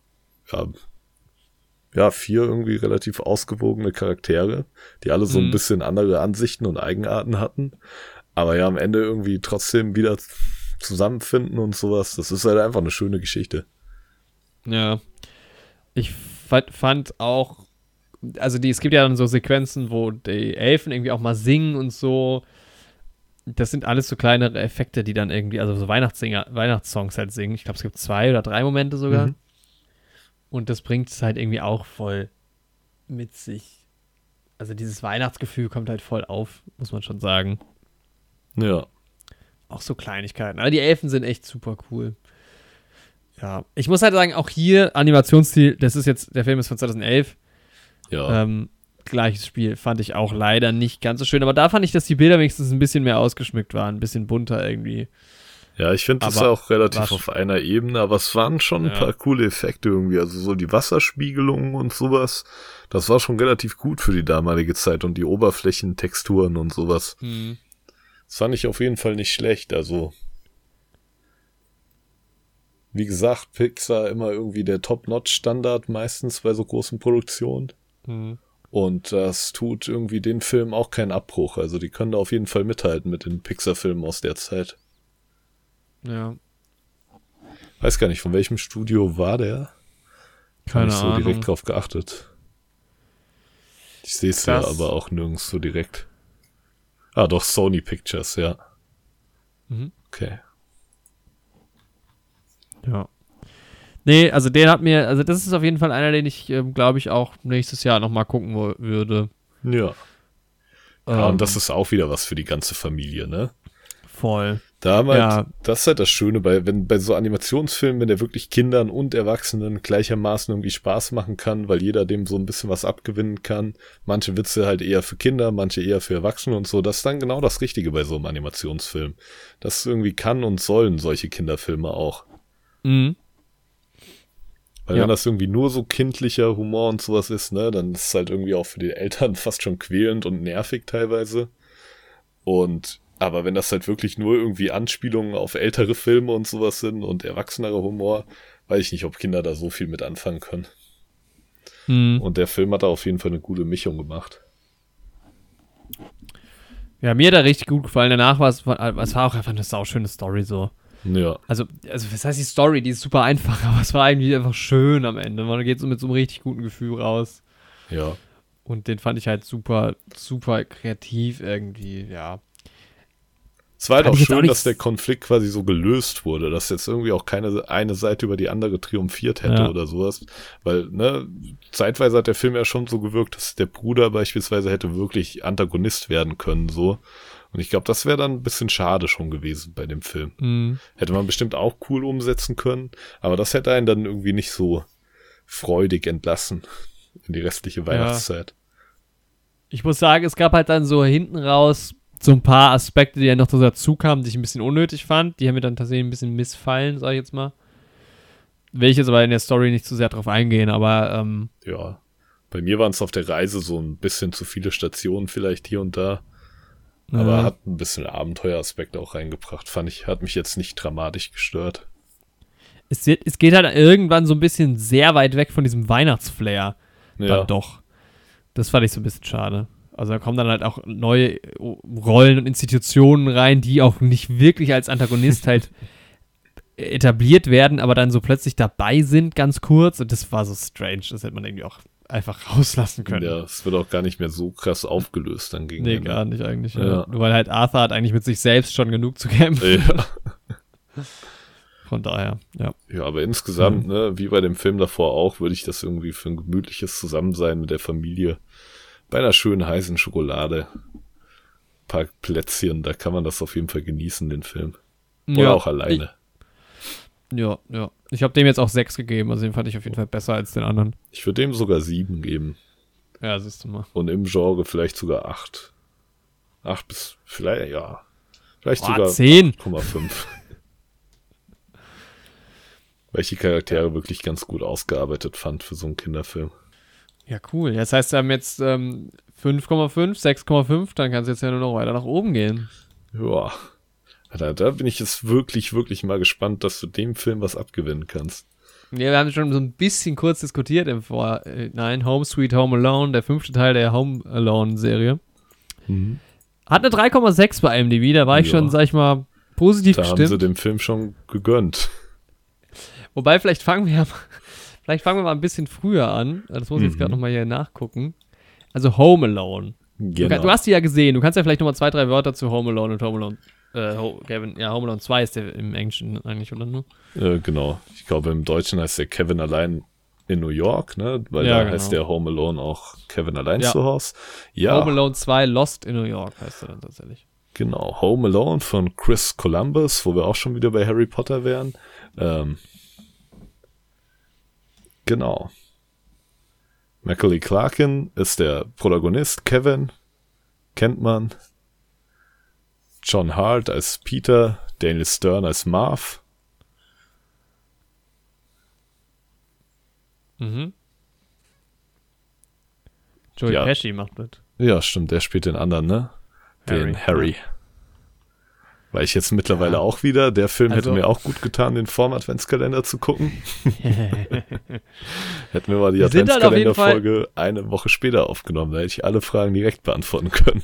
irgendwie relativ ausgewogene Charaktere, die alle so ein bisschen andere Ansichten und Eigenarten hatten, aber ja am Ende irgendwie trotzdem wieder zusammenfinden und sowas. Das ist halt einfach eine schöne Geschichte. Ja, ich fand auch, also es gibt ja dann so Sequenzen, wo die Elfen irgendwie auch mal singen und so. Das sind alles so kleinere Effekte, die dann irgendwie, also so Weihnachtssongs halt singen. Ich glaube, es gibt 2 oder 3 Momente sogar. Mhm. Und das bringt es halt irgendwie auch voll mit sich. Also dieses Weihnachtsgefühl kommt halt voll auf, muss man schon sagen. Ja. Auch so Kleinigkeiten. Aber die Elfen sind echt super cool. Ja. Ich muss halt sagen, auch hier Animationsstil, der Film ist von 2011. Ja. Gleiches Spiel, fand ich auch leider nicht ganz so schön. Aber da fand ich, dass die Bilder wenigstens ein bisschen mehr ausgeschmückt waren, ein bisschen bunter irgendwie. Ja, ich finde das auch relativ auf einer Ebene, aber es waren schon ein paar coole Effekte irgendwie. Also so die Wasserspiegelungen und sowas, das war schon relativ gut für die damalige Zeit und die Oberflächentexturen und sowas. Mhm. Das fand ich auf jeden Fall nicht schlecht. Also, wie gesagt, Pixar immer irgendwie der Top-Notch-Standard meistens bei so großen Produktionen. Mhm. Und das tut irgendwie den Film auch keinen Abbruch. Also die können da auf jeden Fall mithalten mit den Pixar-Filmen aus der Zeit. Ja. Weiß gar nicht, von welchem Studio war der? Keine Ahnung. So direkt drauf geachtet. Ich sehe es ja aber auch nirgends so direkt. Ah, doch, Sony Pictures, ja. Mhm. Okay. Ja. Nee, also das ist auf jeden Fall einer, den ich, glaube ich, auch nächstes Jahr nochmal gucken würde. Ja. Ja, und das ist auch wieder was für die ganze Familie, ne? Voll. Das ist halt das Schöne bei so Animationsfilmen, wenn der wirklich Kindern und Erwachsenen gleichermaßen irgendwie Spaß machen kann, weil jeder dem so ein bisschen was abgewinnen kann. Manche Witze halt eher für Kinder, manche eher für Erwachsene und so. Das ist dann genau das Richtige bei so einem Animationsfilm. Das irgendwie kann und sollen solche Kinderfilme auch. Mhm. Weil wenn das irgendwie nur so kindlicher Humor und sowas ist, ne, dann ist es halt irgendwie auch für die Eltern fast schon quälend und nervig teilweise. Aber wenn das halt wirklich nur irgendwie Anspielungen auf ältere Filme und sowas sind und erwachsenerer Humor, weiß ich nicht, ob Kinder da so viel mit anfangen können. Mhm. Und der Film hat da auf jeden Fall eine gute Mischung gemacht. Ja, mir hat er richtig gut gefallen. Danach war es war auch einfach eine sauschöne Story so. Ja. Also, was heißt die Story? Die ist super einfach, aber es war eigentlich einfach schön am Ende. Man geht so mit so einem richtig guten Gefühl raus. Ja. Und den fand ich halt super, super kreativ irgendwie, ja. Es war halt auch schön, dass der Konflikt quasi so gelöst wurde, dass jetzt irgendwie auch keine eine Seite über die andere triumphiert hätte oder sowas. Weil, ne, zeitweise hat der Film ja schon so gewirkt, dass der Bruder beispielsweise hätte wirklich Antagonist werden können, so. Und ich glaube, das wäre dann ein bisschen schade schon gewesen bei dem Film. Mhm. Hätte man bestimmt auch cool umsetzen können, aber das hätte einen dann irgendwie nicht so freudig entlassen in die restliche Weihnachtszeit. Ich muss sagen, es gab halt dann so hinten raus so ein paar Aspekte, die ja noch dazu kamen, die ich ein bisschen unnötig fand. Die haben mir dann tatsächlich ein bisschen missfallen, sag ich jetzt mal. Will ich jetzt aber in der Story nicht zu sehr drauf eingehen, aber ja, bei mir waren es auf der Reise so ein bisschen zu viele Stationen vielleicht hier und da. Aber hat ein bisschen Abenteueraspekt auch reingebracht. Hat mich jetzt nicht dramatisch gestört. Es geht halt irgendwann so ein bisschen sehr weit weg von diesem Weihnachtsflair. Ja. Dann doch. Das fand ich so ein bisschen schade. Also da kommen dann halt auch neue Rollen und Institutionen rein, die auch nicht wirklich als Antagonist halt etabliert werden, aber dann so plötzlich dabei sind, ganz kurz. Und das war so strange. Das hätte man irgendwie auch einfach rauslassen können. Ja, es wird auch gar nicht mehr so krass aufgelöst dann gegen Nee, gar nicht eigentlich. Ja. Nur weil halt Arthur hat eigentlich mit sich selbst schon genug zu kämpfen. Ja. Von daher, ja. Ja, aber insgesamt, ne, wie bei dem Film davor auch, würde ich das irgendwie für ein gemütliches Zusammensein mit der Familie bei einer schönen heißen Schokolade, ein paar Plätzchen, da kann man das auf jeden Fall genießen, den Film. Oder auch alleine. Ja. Ich habe dem jetzt auch 6 gegeben, also den fand ich auf jeden Fall besser als den anderen. Ich würde dem sogar 7 geben. Ja, siehst du mal. Und im Genre vielleicht sogar 8. 8 bis, vielleicht sogar 10. 8,5. Weil ich die Charaktere wirklich ganz gut ausgearbeitet fand für so einen Kinderfilm. Ja, cool. Das heißt, wir haben jetzt 5,5, 6,5, dann kann es jetzt ja nur noch weiter nach oben gehen. Ja. Da bin ich jetzt wirklich, wirklich mal gespannt, dass du dem Film was abgewinnen kannst. Ja, wir haben schon so ein bisschen kurz diskutiert im Home Sweet Home Alone, der 5. Teil der Home Alone-Serie. Mhm. Hat eine 3,6 bei IMDb, da war ich schon, sag ich mal, positiv gestimmt. Da haben sie dem Film schon gegönnt. Wobei, vielleicht fangen wir mal ein bisschen früher an. Das muss ich jetzt gerade nochmal hier nachgucken. Also Home Alone. Genau. Du hast die ja gesehen. Du kannst ja vielleicht nochmal 2, 3 Wörter zu Home Alone und Home Alone. Home Alone 2 ist der im Englischen eigentlich, oder nur? Genau. Ich glaube, im Deutschen heißt der Kevin allein in New York, ne? Weil ja, da heißt der Home Alone auch Kevin allein zu Hause. Ja. Home Alone 2 Lost in New York heißt er dann tatsächlich. Genau. Home Alone von Chris Columbus, wo wir auch schon wieder bei Harry Potter wären. Genau. Macaulay Culkin ist der Protagonist. Kevin kennt man. John Hart als Peter. Daniel Stern als Marv. Mhm. Joey Pesci macht mit. Ja, stimmt. Der spielt den anderen, ne? Den Harry. Weil ich jetzt mittlerweile auch wieder, der Film hätte mir auch gut getan, den Vorm-Adventskalender zu gucken. Hätten wir mal die Adventskalender-Folge eine Woche später aufgenommen, da hätte ich alle Fragen direkt beantworten können.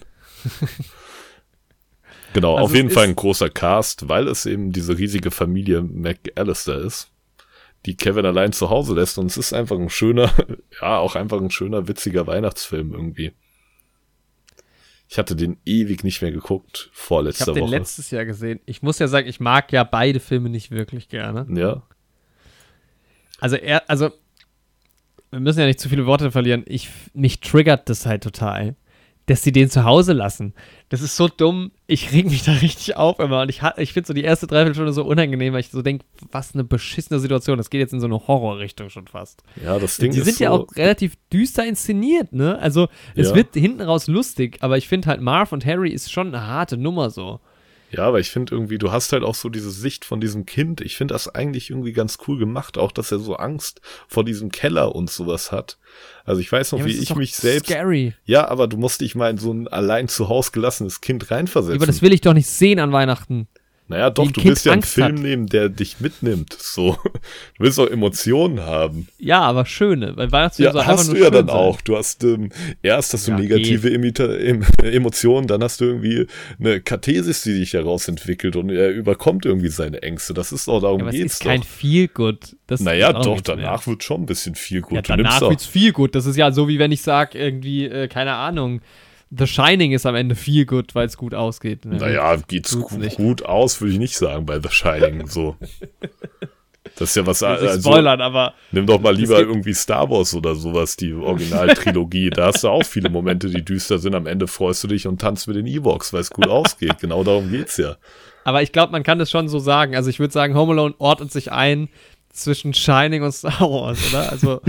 Genau, also auf jeden Fall ein großer Cast, weil es eben diese riesige Familie McAllister ist, die Kevin allein zu Hause lässt. Und es ist einfach ein schöner, witziger Weihnachtsfilm irgendwie. Ich hatte den ewig nicht mehr geguckt, vorletzte Woche. Ich habe den letztes Jahr gesehen. Ich muss ja sagen, ich mag ja beide Filme nicht wirklich gerne. Ja. Also wir müssen ja nicht zu viele Worte verlieren. Mich triggert das halt total, dass sie den zu Hause lassen. Das ist so dumm. Ich reg mich da richtig auf immer. Und ich finde so die erste Dreiviertelstunde so unangenehm, weil ich so denke, was eine beschissene Situation. Das geht jetzt in so eine Horrorrichtung schon fast. Ja, das Ding Die ist sind ja auch relativ düster inszeniert, ne? Also es wird hinten raus lustig, aber ich finde halt Marv und Harry ist schon eine harte Nummer so. Ja, aber ich finde irgendwie, du hast halt auch so diese Sicht von diesem Kind. Ich finde das eigentlich irgendwie ganz cool gemacht, auch dass er so Angst vor diesem Keller und sowas hat. Also ich weiß noch, wie ich mich selbst... Scary. Ja, aber du musst dich mal in so ein allein zu Hause gelassenes Kind reinversetzen. Ja, aber das will ich doch nicht sehen an Weihnachten. Naja, doch, du willst ja einen Film nehmen, der dich mitnimmt. So. Du willst auch Emotionen haben. Ja, aber schöne. Weil Weihnachtsfilm soll hast einfach du nur ja dann sein. auch. Du hast erst hast du negative Emotionen, dann hast du irgendwie eine Kathesis, die sich heraus entwickelt und er überkommt irgendwie seine Ängste. Das ist auch, darum geht's doch. Das ist kein Feel-Good. Naja, doch, danach wird schon ein bisschen Feel-Good. Ja, danach wird's Feel-Good. Das ist ja so, wie wenn ich sage, irgendwie, keine Ahnung, The Shining ist am Ende viel gut, weil es gut ausgeht. Ne? Naja, geht's gut aus, würde ich nicht sagen bei The Shining. So. Das ist ja was. Also, spoilern, aber. Nimm doch mal lieber irgendwie Star Wars oder sowas, die Originaltrilogie. Da hast du auch viele Momente, die düster sind. Am Ende freust du dich und tanzt mit den Ewoks, weil es gut ausgeht. Genau darum geht's ja. Aber ich glaube, man kann das schon so sagen. Also ich würde sagen, Home Alone ordnet sich ein zwischen Shining und Star Wars, oder? Also.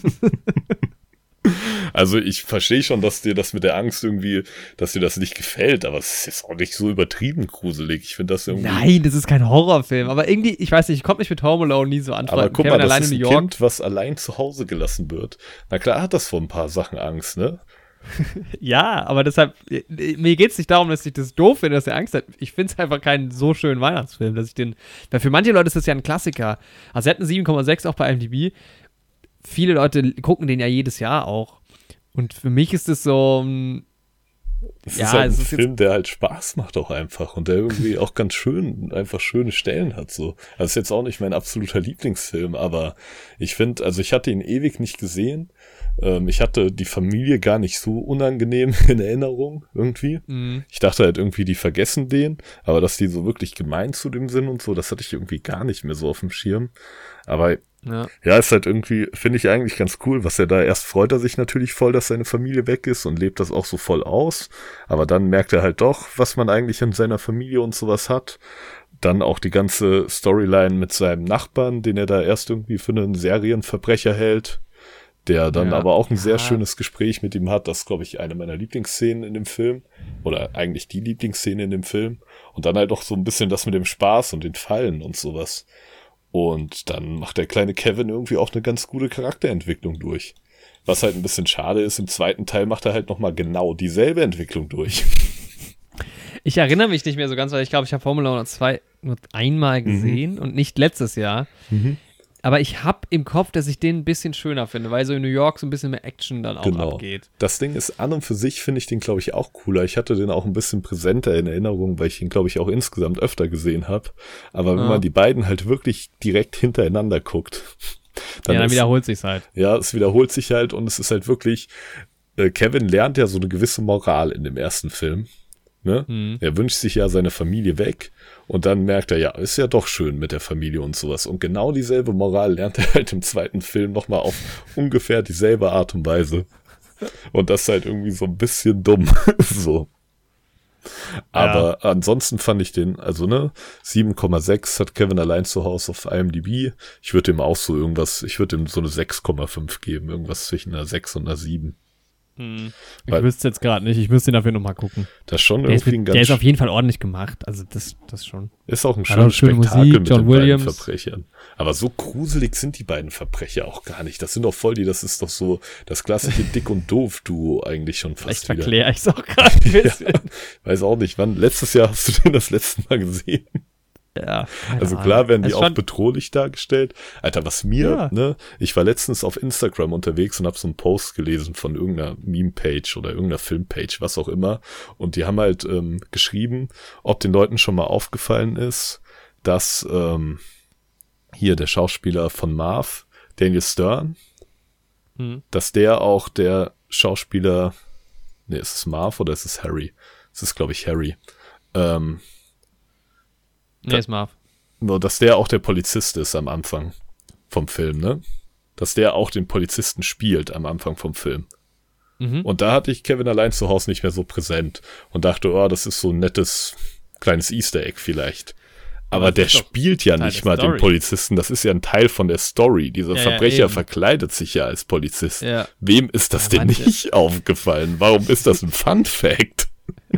Also ich verstehe schon, dass dir das mit der Angst irgendwie, dass dir das nicht gefällt, aber es ist jetzt auch nicht so übertrieben gruselig. Ich finde das irgendwie... Nein, das ist kein Horrorfilm, aber irgendwie, ich weiß nicht, ich konnte mich mit Home Alone nie so anfreunden. Aber guck mal, das ist ein Kind, was allein zu Hause gelassen wird. Na klar hat das vor ein paar Sachen Angst, ne? Ja, aber deshalb, mir geht es nicht darum, dass ich das doof finde, dass er Angst hat. Ich finde es einfach keinen so schönen Weihnachtsfilm, dass ich den, weil für manche Leute ist das ja ein Klassiker. Also er hat eine 7,6 auch bei IMDb. Viele Leute gucken den ja jedes Jahr auch. Und für mich ist es so das ist halt ein Film, der halt Spaß macht auch einfach und der irgendwie auch ganz schön, einfach schöne Stellen hat so. Also ist jetzt auch nicht mein absoluter Lieblingsfilm, aber ich finde, also ich hatte ihn ewig nicht gesehen. Ich hatte die Familie gar nicht so unangenehm in Erinnerung irgendwie. Mhm. Ich dachte halt irgendwie, die vergessen den, aber dass die so wirklich gemein zu dem sind und so, das hatte ich irgendwie gar nicht mehr so auf dem Schirm. Aber ja, ist halt irgendwie, finde ich eigentlich ganz cool, was er da, erst freut er sich natürlich voll, dass seine Familie weg ist und lebt das auch so voll aus, aber dann merkt er halt doch, was man eigentlich in seiner Familie und sowas hat. Dann auch die ganze Storyline mit seinem Nachbarn, den er da erst irgendwie für einen Serienverbrecher hält, der dann aber auch ein sehr schönes Gespräch mit ihm hat. Das ist, glaube ich, eine meiner Lieblingsszenen in dem Film oder eigentlich die Lieblingsszene in dem Film und dann halt auch so ein bisschen das mit dem Spaß und den Fallen und sowas. Und dann macht der kleine Kevin irgendwie auch eine ganz gute Charakterentwicklung durch. Was halt ein bisschen schade ist, im zweiten Teil macht er halt nochmal genau dieselbe Entwicklung durch. Ich erinnere mich nicht mehr so ganz, weil ich glaube, ich habe Home Alone 2 nur einmal gesehen und nicht letztes Jahr. Mhm. Aber ich habe im Kopf, dass ich den ein bisschen schöner finde, weil so in New York so ein bisschen mehr Action dann auch abgeht. Das Ding ist, an und für sich finde ich den, glaube ich, auch cooler. Ich hatte den auch ein bisschen präsenter in Erinnerung, weil ich ihn, glaube ich, auch insgesamt öfter gesehen habe. Aber wenn man die beiden halt wirklich direkt hintereinander guckt, dann wiederholt sich's halt. Ja, es wiederholt sich halt und es ist halt wirklich, Kevin lernt ja so eine gewisse Moral in dem ersten Film. Ne? Mhm. Er wünscht sich ja seine Familie weg und dann merkt er, ja, ist ja doch schön mit der Familie und sowas. Und genau dieselbe Moral lernt er halt im zweiten Film nochmal auf ungefähr dieselbe Art und Weise. Und das ist halt irgendwie so ein bisschen dumm. So. Aber ansonsten fand ich den, also 7,6 hat Kevin allein zu Hause auf IMDb. Ich würde ihm auch so irgendwas, ich würde ihm so eine 6,5 geben. Irgendwas zwischen einer 6 und einer 7. Ich wüsste jetzt gerade nicht, ich müsste ihn dafür nochmal gucken. Das schon irgendwie der ist auf jeden Fall ordentlich gemacht, also das schon. Ist auch ein schönes Spektakel Musik, mit den beiden Verbrechern. Aber so gruselig sind die beiden Verbrecher auch gar nicht. Das sind doch voll das ist doch so das klassische Dick- und Doof-Duo eigentlich schon fast. Vielleicht verkläre ich es auch gerade ein bisschen. Ja, weiß auch nicht, wann, letztes Jahr hast du den das letzte Mal gesehen? Ja, also klar werden die auch bedrohlich dargestellt. Alter, was mir, ich war letztens auf Instagram unterwegs und habe so einen Post gelesen von irgendeiner Meme-Page oder irgendeiner Film-Page, was auch immer. Und die haben halt geschrieben, ob den Leuten schon mal aufgefallen ist, dass hier der Schauspieler von Marv, Daniel Stern, dass der auch der Schauspieler, ist es Marv oder ist es Harry? Es ist, glaube ich, Harry. Nee, ist Marv. Dass der auch der Polizist ist am Anfang. vom Film, ne? Dass der auch den Polizisten spielt am Anfang vom Film. Mhm. Und da hatte ich Kevin allein zu Hause nicht mehr so präsent und dachte, oh, das ist so ein nettes kleines Easter Egg vielleicht. Aber der spielt ja nicht mal den Polizisten, das ist ja ein Teil von der Story. Dieser Verbrecher verkleidet sich ja als Polizist. Ja. Wem ist das denn nicht aufgefallen? Warum ist das ein Fun-Fact?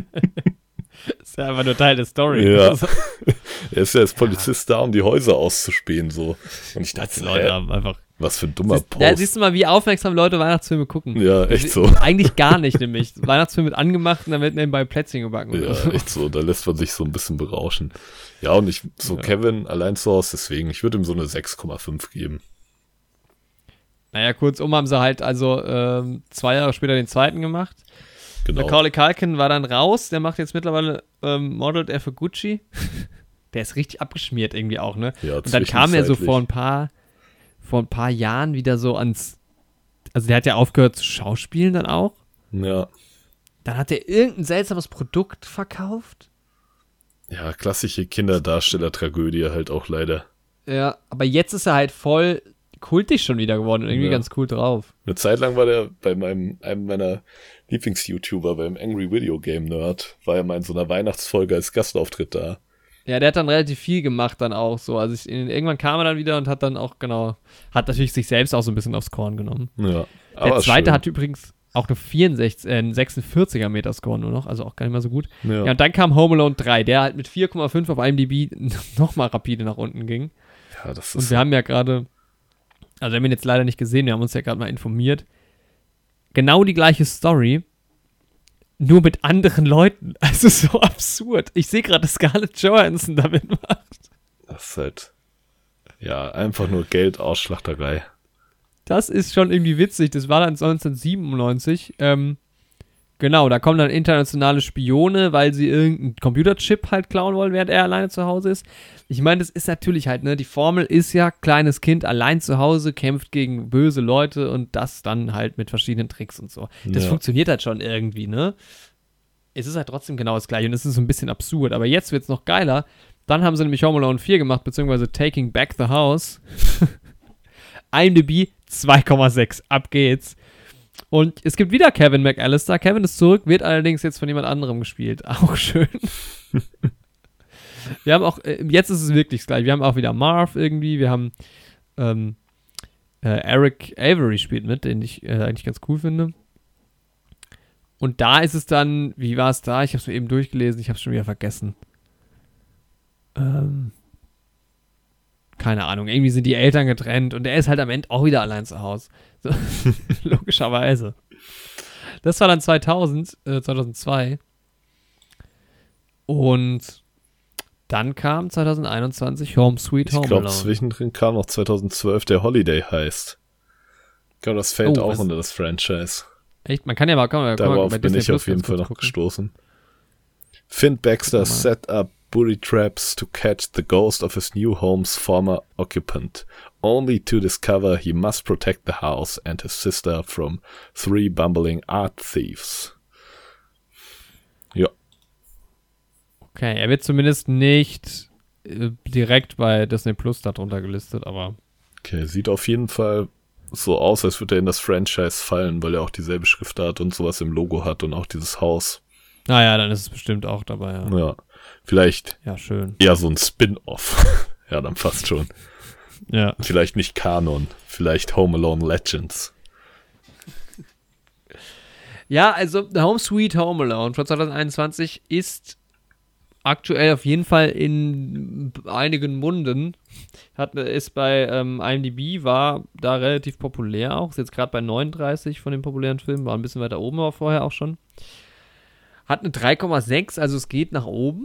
Ist ja einfach nur Teil der Story. Ja. Er ist ja als Polizist da, um die Häuser auszuspähen, so. Und ich dachte, Leute haben einfach. Was für ein dummer Post. Ja, siehst du mal, wie aufmerksam Leute Weihnachtsfilme gucken. Ja, echt so. Eigentlich gar nicht, nämlich. Weihnachtsfilm mit angemacht und dann wird nebenbei Plätzchen gebacken. Ja, echt so. Da lässt man sich so ein bisschen berauschen. Ja, und Kevin allein zu Hause, deswegen, ich würde ihm so eine 6,5 geben. Naja, kurzum haben sie halt 2 Jahre später den zweiten gemacht. Genau. Macaulay Culkin war dann raus, der macht jetzt mittlerweile modelt er für Gucci. Der ist richtig abgeschmiert irgendwie auch, ne? Ja, und dann kam er so vor ein paar Jahren wieder so ans, also der hat ja aufgehört zu schauspielen dann auch. Ja. Dann hat er irgendein seltsames Produkt verkauft. Ja, klassische Kinderdarsteller-Tragödie halt auch leider. Ja, aber jetzt ist er halt voll kultig schon wieder geworden und irgendwie ganz cool drauf. Eine Zeit lang war der bei einem meiner Lieblings-YouTuber, beim Angry Video Game Nerd, war er mal in so einer Weihnachtsfolge als Gastauftritt da. Ja, der hat dann relativ viel gemacht dann auch so. Also irgendwann kam er dann wieder und hat dann auch, hat natürlich sich selbst auch so ein bisschen aufs Korn genommen. Ja, aber der zweite hat übrigens auch eine 46er Metascore nur noch, also auch gar nicht mal so gut. Ja, und dann kam Home Alone 3, der halt mit 4,5 auf IMDb nochmal rapide nach unten ging. Ja, das ist. Und wir haben ja gerade, also wir haben ihn jetzt leider nicht gesehen, wir haben uns ja gerade mal informiert. Genau die gleiche Story, nur mit anderen Leuten. Also so absurd. Ich sehe gerade, dass Scarlett Johansson damit macht. Das ist halt, ja, einfach nur Geldausschlachterei. Das ist schon irgendwie witzig. Das war dann 1997. Genau, da kommen dann internationale Spione, weil sie irgendeinen Computerchip halt klauen wollen, während er alleine zu Hause ist. Ich meine, das ist natürlich halt, ne, die Formel ist ja, kleines Kind allein zu Hause, kämpft gegen böse Leute und das dann halt mit verschiedenen Tricks und so. Das funktioniert halt schon irgendwie, ne? Es ist halt trotzdem genau das Gleiche und es ist so ein bisschen absurd. Aber jetzt wird's noch geiler. Dann haben sie nämlich Home Alone 4 gemacht, beziehungsweise Taking Back the House. IMDb 2,6. Ab geht's. Und es gibt wieder Kevin McAllister. Kevin ist zurück, wird allerdings jetzt von jemand anderem gespielt. Auch schön. Wir haben auch, jetzt ist es wirklich das Gleiche. Wir haben auch wieder Marv irgendwie. Wir haben Eric Avery spielt mit, den ich eigentlich ganz cool finde. Und da ist es dann, wie war es da? Ich habe es mir eben durchgelesen, ich habe es schon wieder vergessen. Keine Ahnung, irgendwie sind die Eltern getrennt und er ist halt am Ende auch wieder allein zu Hause. So, logischerweise. Das war dann 2002. Und dann kam 2021 Home Sweet Home Alone. Ich glaube, zwischendrin kam noch 2012 der Holiday Heist. Ich glaube, das fällt auch unter das Franchise. Echt? Man kann ja mal, darauf bin ich auf jeden Fall noch gestoßen. Finn Baxter set up booby traps to catch the ghost of his new home's former occupant, only to discover he must protect the house and his sister from 3 bumbling art thieves. Ja. Okay, er wird zumindest nicht direkt bei Disney Plus darunter gelistet, aber... Okay, sieht auf jeden Fall so aus, als würde er in das Franchise fallen, weil er auch dieselbe Schriftart und sowas im Logo hat und auch dieses Haus. Naja, dann ist es bestimmt auch dabei, ja. Ja, vielleicht schön. Eher so ein Spin-Off. Ja, dann fast schon. Ja. Vielleicht nicht Kanon, vielleicht Home Alone Legends. Ja, also Home Sweet Home Alone von 2021 ist aktuell auf jeden Fall in einigen Munden. Ist bei IMDb, war da relativ populär auch. Ist jetzt gerade bei 39 von den populären Filmen. War ein bisschen weiter oben, aber vorher auch schon. Hat eine 3,6, also es geht nach oben.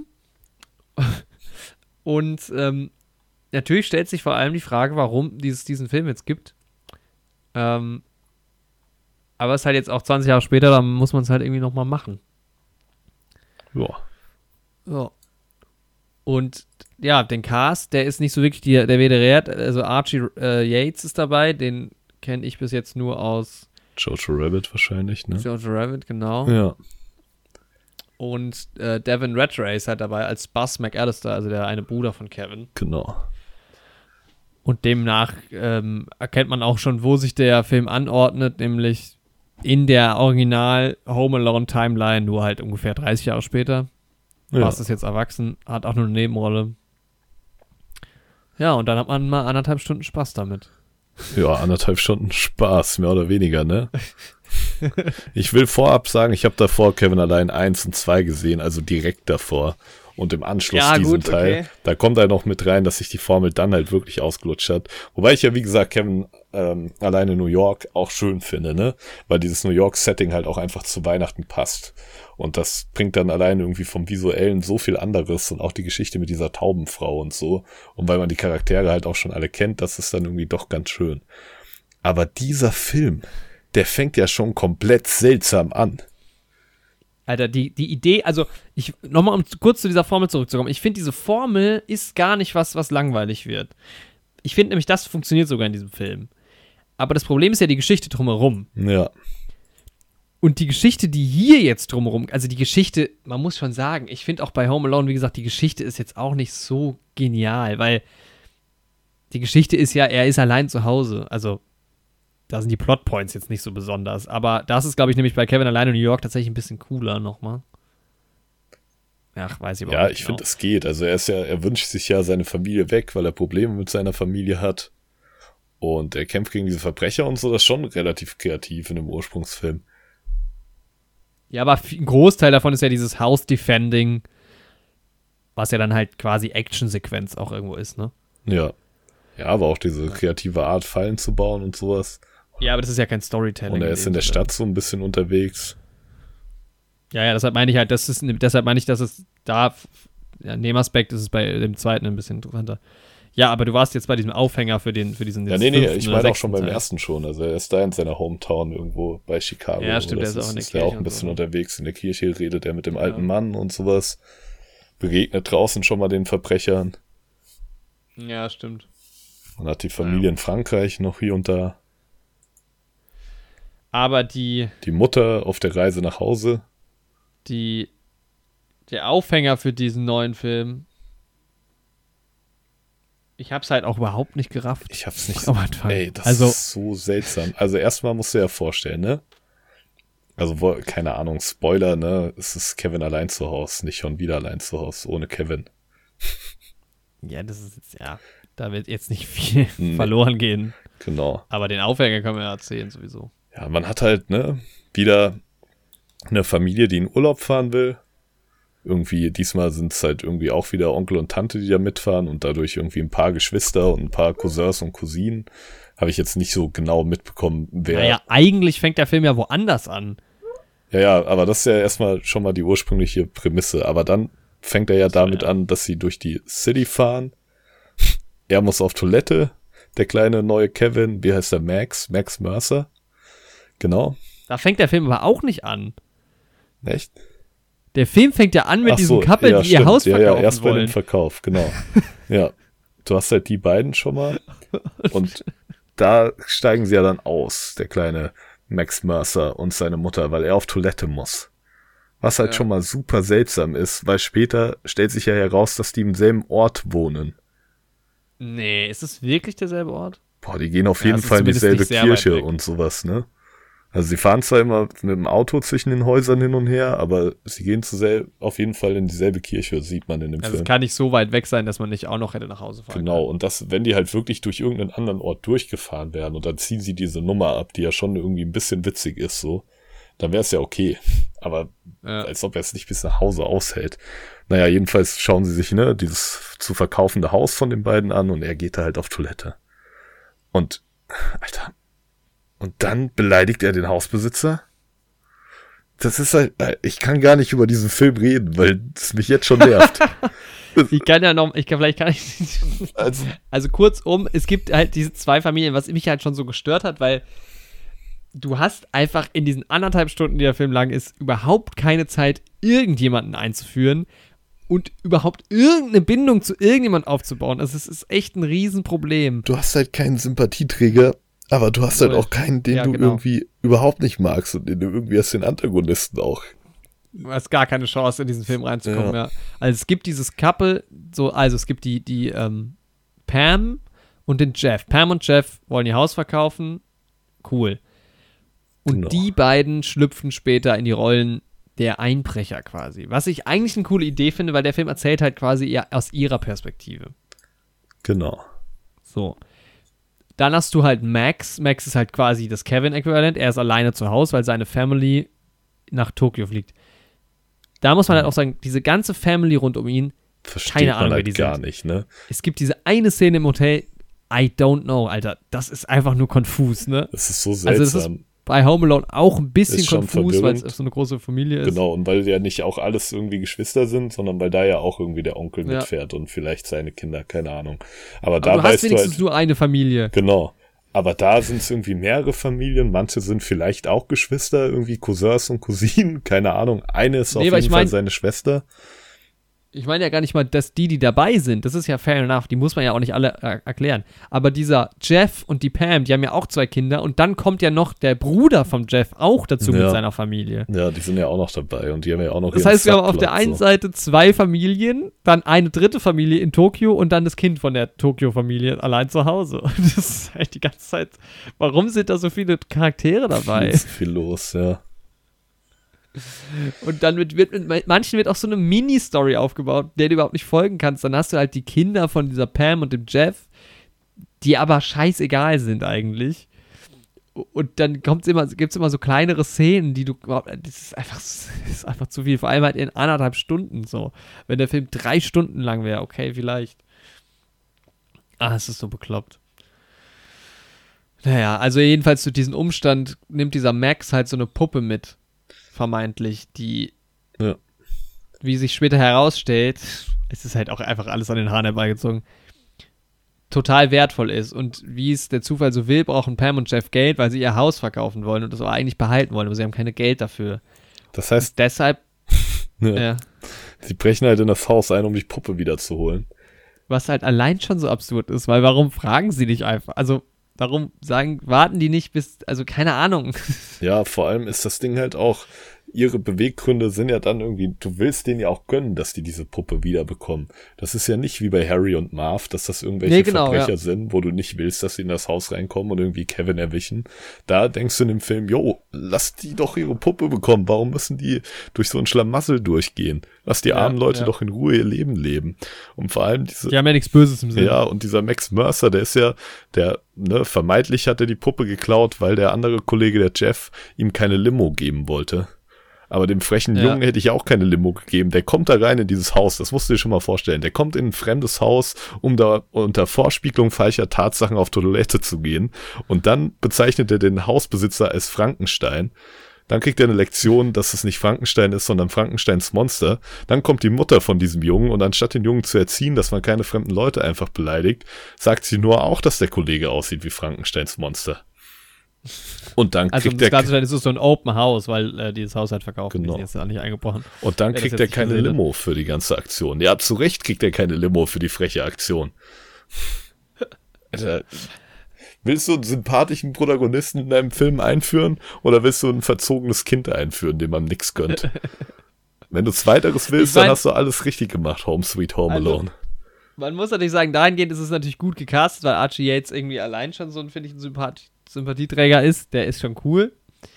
Und natürlich stellt sich vor allem die Frage, warum diesen Film jetzt gibt. Aber es ist halt jetzt auch 20 Jahre später, da muss man es halt irgendwie nochmal machen. Ja. So. Und ja, den Cast, der ist nicht so wirklich der Vederiert. Also Archie Yates ist dabei, den kenne ich bis jetzt nur aus Jojo Rabbit wahrscheinlich, ne? Jojo Rabbit, genau. Ja. Und Devin Ratray ist halt dabei als Buzz McAllister, also der eine Bruder von Kevin. Genau. Und demnach erkennt man auch schon, wo sich der Film anordnet, nämlich in der Original Home Alone Timeline, nur halt ungefähr 30 Jahre später. Ja. Buzz ist jetzt erwachsen, hat auch nur eine Nebenrolle. Ja, und dann hat man mal 1,5 Stunden Spaß damit. Ja, 1,5 Stunden Spaß, mehr oder weniger, ne? Ich will vorab sagen, ich habe davor Kevin allein 1 und 2 gesehen, also direkt davor. Und im Anschluss diesen Teil, okay. Da kommt halt noch mit rein, dass sich die Formel dann halt wirklich ausgelutscht hat. Wobei ich ja, wie gesagt, Kevin alleine New York auch schön finde, ne? Weil dieses New York-Setting halt auch einfach zu Weihnachten passt. Und das bringt dann allein irgendwie vom Visuellen so viel anderes und auch die Geschichte mit dieser Taubenfrau und so. Und weil man die Charaktere halt auch schon alle kennt, das ist dann irgendwie doch ganz schön. Aber dieser Film, der fängt ja schon komplett seltsam an. Alter, die Idee, also nochmal um kurz zu dieser Formel zurückzukommen, ich finde, diese Formel ist gar nicht was langweilig wird. Ich finde nämlich, das funktioniert sogar in diesem Film. Aber das Problem ist ja die Geschichte drumherum. Ja. Und die Geschichte, die hier jetzt drumherum, also die Geschichte, man muss schon sagen, ich finde auch bei Home Alone, wie gesagt, die Geschichte ist jetzt auch nicht so genial, weil die Geschichte ist ja, er ist allein zu Hause, also da sind die Plotpoints jetzt nicht so besonders. Aber das ist, glaube ich, nämlich bei Kevin alleine in New York tatsächlich ein bisschen cooler nochmal. Ach, weiß ich aber nicht. Ja, ich genau. finde, es geht. Also er wünscht sich ja seine Familie weg, weil er Probleme mit seiner Familie hat. Und er kämpft gegen diese Verbrecher und so. Das ist schon relativ kreativ in dem Ursprungsfilm. Ja, aber ein Großteil davon ist ja dieses House-Defending, was ja dann halt quasi Action-Sequenz auch irgendwo ist, ne? Ja. Ja, aber auch diese kreative Art, Fallen zu bauen und sowas. Ja, aber das ist ja kein Storytelling. Und er ist in der Stadt so ein bisschen unterwegs. Ja, deshalb meine ich halt, dass es da, ja, in dem Aspekt ist es bei dem zweiten ein bisschen interessanter. Ja, aber du warst jetzt bei diesem Aufhänger für diesen Ja, nee, ich meine auch schon beim ersten schon. Also er ist da in seiner Hometown irgendwo bei Chicago. Ja, stimmt, er ist auch in der ist Kirche auch ein bisschen unterwegs. In der Kirche redet er mit dem alten Mann und sowas. Begegnet draußen schon mal den Verbrechern. Ja, stimmt. Man hat die Familie in Frankreich noch hier und da. Aber die Mutter auf der Reise nach Hause. Der Aufhänger für diesen neuen Film, ich hab's halt auch überhaupt nicht gerafft. Ich hab's nicht am Anfang. Ey, das ist so seltsam. Also erstmal musst du dir ja vorstellen, ne? Also, keine Ahnung, Spoiler, ne? Es ist Kevin allein zu Hause, nicht schon wieder allein zu Hause, ohne Kevin. Ja, das ist jetzt, ja, da wird jetzt nicht viel verloren gehen. Genau. Aber den Aufhänger können wir ja erzählen sowieso. Ja, man hat halt, ne, wieder eine Familie, die in Urlaub fahren will. Irgendwie, diesmal sind es halt irgendwie auch wieder Onkel und Tante, die da mitfahren und dadurch irgendwie ein paar Geschwister und ein paar Cousins und Cousinen. Habe ich jetzt nicht so genau mitbekommen, wer. Naja, eigentlich fängt der Film ja woanders an. Ja, aber das ist ja erstmal schon mal die ursprüngliche Prämisse. Aber dann fängt er ja damit an, dass sie durch die City fahren. Er muss auf Toilette. Der kleine neue Kevin, wie heißt der? Max Mercer. Genau. Da fängt der Film aber auch nicht an. Echt? Der Film fängt ja an mit diesem Couple, ja, die ihr Haus verkaufen Ja, erst wollen. bei dem Verkauf, genau. Ja, du hast halt die beiden schon mal. Und da steigen sie ja dann aus, der kleine Max Mercer und seine Mutter, weil er auf Toilette muss. Was halt schon mal super seltsam ist, weil später stellt sich ja heraus, dass die im selben Ort wohnen. Nee, ist es wirklich derselbe Ort? Boah, die gehen auf jeden Fall in dieselbe Kirche und sowas, ne? Also sie fahren zwar immer mit dem Auto zwischen den Häusern hin und her, aber sie gehen auf jeden Fall in dieselbe Kirche, sieht man in dem Film. Also es kann nicht so weit weg sein, dass man nicht auch noch hätte nach Hause fahren Genau, können. und das, wenn die halt wirklich durch irgendeinen anderen Ort durchgefahren werden und dann ziehen sie diese Nummer ab, die ja schon irgendwie ein bisschen witzig ist, so, dann wäre es ja okay. Aber als ob er es nicht bis nach Hause aushält. Naja, jedenfalls schauen sie sich, ne, dieses zu verkaufende Haus von den beiden an und er geht da halt auf Toilette. Und, Alter, und dann beleidigt er den Hausbesitzer. Das ist halt, ich kann gar nicht über diesen Film reden, weil es mich jetzt schon nervt. Vielleicht kann ich. Also kurzum, es gibt halt diese zwei Familien, was mich halt schon so gestört hat, weil du hast einfach in diesen 1,5 Stunden, die der Film lang ist, überhaupt keine Zeit, irgendjemanden einzuführen und überhaupt irgendeine Bindung zu irgendjemandem aufzubauen. Also es ist echt ein Riesenproblem. Du hast halt keinen Sympathieträger, aber du hast halt auch keinen, den du irgendwie überhaupt nicht magst und den du irgendwie als den Antagonisten auch. Du hast gar keine Chance, in diesen Film reinzukommen, ja. Also es gibt dieses Couple, also es gibt die Pam und den Jeff. Pam und Jeff wollen ihr Haus verkaufen. Cool. Und die beiden schlüpfen später in die Rollen der Einbrecher quasi. Was ich eigentlich eine coole Idee finde, weil der Film erzählt halt quasi eher aus ihrer Perspektive. Genau. So. Dann hast du halt Max. Max ist halt quasi das Kevin-Äquivalent. Er ist alleine zu Hause, weil seine Family nach Tokio fliegt. Da muss man halt auch sagen, diese ganze Family rund um ihn, keine Ahnung, wer die sind. Gar nicht, ne? Es gibt diese eine Szene im Hotel, I don't know, Alter. Das ist einfach nur konfus, ne? Das ist so seltsam. Also das ist bei Home Alone auch ein bisschen konfus, weil es so eine große Familie ist. Genau, und weil ja nicht auch alles irgendwie Geschwister sind, sondern weil da ja auch irgendwie der Onkel mitfährt und vielleicht seine Kinder, keine Ahnung. Aber da du hast weißt du wenigstens halt, nur eine Familie. Genau. Aber da sind es irgendwie mehrere Familien, manche sind vielleicht auch Geschwister, irgendwie Cousins und Cousinen, keine Ahnung. Eine ist auf jeden Fall seine Schwester. Ich meine ja gar nicht mal, dass die dabei sind. Das ist ja fair enough. Die muss man ja auch nicht alle erklären. Aber dieser Jeff und die Pam, die haben ja auch 2 Kinder. Und dann kommt ja noch der Bruder vom Jeff auch dazu mit seiner Familie. Ja, die sind ja auch noch dabei. Und die haben ja auch noch Das heißt, wir haben auf der einen Seite 2 Familien, dann eine dritte Familie in Tokio und dann das Kind von der Tokio-Familie allein zu Hause. Und das ist halt die ganze Zeit, warum sind da so viele Charaktere dabei? Viel los, ja. Und dann mit manchen wird auch so eine Mini-Story aufgebaut, der du überhaupt nicht folgen kannst. Dann hast du halt die Kinder von dieser Pam und dem Jeff, die aber scheißegal sind eigentlich. Und dann gibt's immer so kleinere Szenen, die das ist einfach zu viel. Vor allem halt in 1,5 Stunden so. Wenn der Film 3 Stunden lang wäre, okay, vielleicht. Es ist so bekloppt. Naja, also jedenfalls zu diesem Umstand nimmt dieser Max halt so eine Puppe mit. Vermeintlich, die, wie sich später herausstellt, es ist halt auch einfach alles an den Haaren herbeigezogen, total wertvoll ist. Und wie es der Zufall so will, brauchen Pam und Jeff Geld, weil sie ihr Haus verkaufen wollen und das aber eigentlich behalten wollen, aber sie haben keine Geld dafür. Das heißt, und deshalb, sie brechen halt in das Haus ein, um die Puppe wiederzuholen. Was halt allein schon so absurd ist, weil warum fragen sie nicht einfach? Also, warum warten die nicht bis, also keine Ahnung. Ja, vor allem ist das Ding halt auch, ihre Beweggründe sind ja dann irgendwie, du willst denen ja auch gönnen, dass die diese Puppe wiederbekommen. Das ist ja nicht wie bei Harry und Marv, dass das irgendwelche Verbrecher sind, wo du nicht willst, dass sie in das Haus reinkommen und irgendwie Kevin erwischen. Da denkst du in dem Film, lass die doch ihre Puppe bekommen. Warum müssen die durch so ein Schlamassel durchgehen? Lass die armen Leute doch in Ruhe ihr Leben leben. Und vor allem die haben ja nichts Böses im Sinn. Ja, und dieser Max Mercer, der ist ja, vermeintlich hat er die Puppe geklaut, weil der andere Kollege, der Jeff, ihm keine Limo geben wollte. Aber dem frechen Jungen hätte ich auch keine Limo gegeben. Der kommt da rein in dieses Haus, das musst du dir schon mal vorstellen. Der kommt in ein fremdes Haus, um da unter Vorspiegelung falscher Tatsachen auf Toilette zu gehen. Und dann bezeichnet er den Hausbesitzer als Frankenstein. Dann kriegt er eine Lektion, dass es nicht Frankenstein ist, sondern Frankensteins Monster. Dann kommt die Mutter von diesem Jungen und anstatt den Jungen zu erziehen, dass man keine fremden Leute einfach beleidigt, sagt sie nur auch, dass der Kollege aussieht wie Frankensteins Monster. Und dann kriegt das Ganze ist so ein Open House, weil dieses Haus halt verkauft. Genau. Die sind jetzt auch nicht eingebrochen. Und dann kriegt er keine Limo für die ganze Aktion. Ja, zu Recht kriegt er keine Limo für die freche Aktion. Alter, willst du einen sympathischen Protagonisten in deinem Film einführen oder willst du ein verzogenes Kind einführen, dem man nichts gönnt? Wenn du Zweiteres willst, dann hast du alles richtig gemacht, Home Sweet Home Alone. Man muss natürlich sagen, dahingehend ist es natürlich gut gecastet, weil Archie Yates irgendwie allein schon so ein Sympathieträger ist. Der ist schon cool.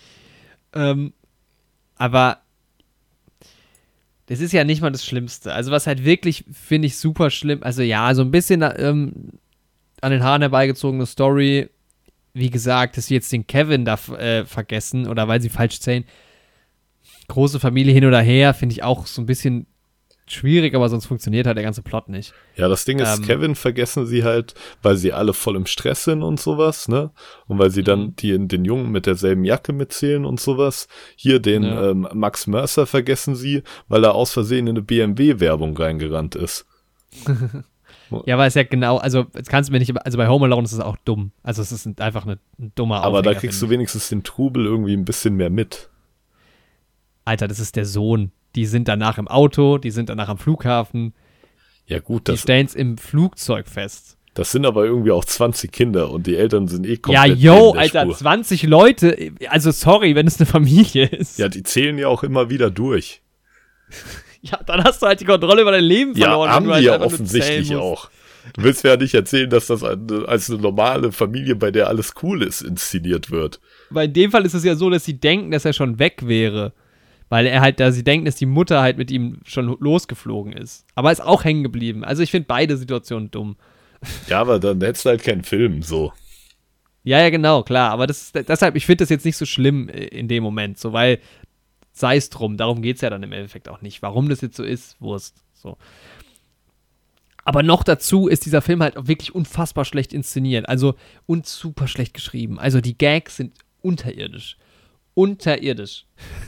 Aber das ist ja nicht mal das Schlimmste. Also was halt wirklich, finde ich, super schlimm, also ja, so ein bisschen an den Haaren herbeigezogene Story, wie gesagt, dass sie jetzt den Kevin da vergessen oder weil sie falsch zählen. Große Familie hin oder her, finde ich auch so ein bisschen schwierig, aber sonst funktioniert halt der ganze Plot nicht. Ja, das Ding ist, Kevin vergessen sie halt, weil sie alle voll im Stress sind und sowas, ne? Und weil sie dann den Jungen mit derselben Jacke mitzählen und sowas. Hier den Max Mercer vergessen sie, weil er aus Versehen in eine BMW-Werbung reingerannt ist. Ja, weil es ja genau, also jetzt kannst du mir nicht, also bei Home Alone ist es auch dumm. Also es ist einfach ein dummer Aufhänger. Aber da kriegst du wenigstens den Trubel irgendwie ein bisschen mehr mit. Alter, das ist der Sohn. Die sind danach im Auto, die sind danach am Flughafen. Ja gut, die stellen es im Flugzeug fest. Das sind aber irgendwie auch 20 Kinder und die Eltern sind komplett Alter, Spur. 20 Leute, also sorry, wenn es eine Familie ist. Ja, die zählen ja auch immer wieder durch. Ja, dann hast du halt die Kontrolle über dein Leben verloren. Ja, haben halt die ja offensichtlich auch. Du willst mir ja nicht erzählen, dass das als eine normale Familie, bei der alles cool ist, inszeniert wird. Weil in dem Fall ist es ja so, dass sie denken, dass er schon weg wäre. Weil sie denken, dass die Mutter halt mit ihm schon losgeflogen ist. Aber ist auch hängen geblieben. Also ich finde beide Situationen dumm. Ja, aber dann hättest du halt keinen Film, so. Ja, genau, klar. Aber deshalb, ich finde das jetzt nicht so schlimm in dem Moment. So, weil, sei es drum, darum geht es ja dann im Endeffekt auch nicht. Warum das jetzt so ist, Wurst. So. Aber noch dazu ist dieser Film halt wirklich unfassbar schlecht inszeniert. Also, und super schlecht geschrieben. Also, die Gags sind unterirdisch. Unterirdisch.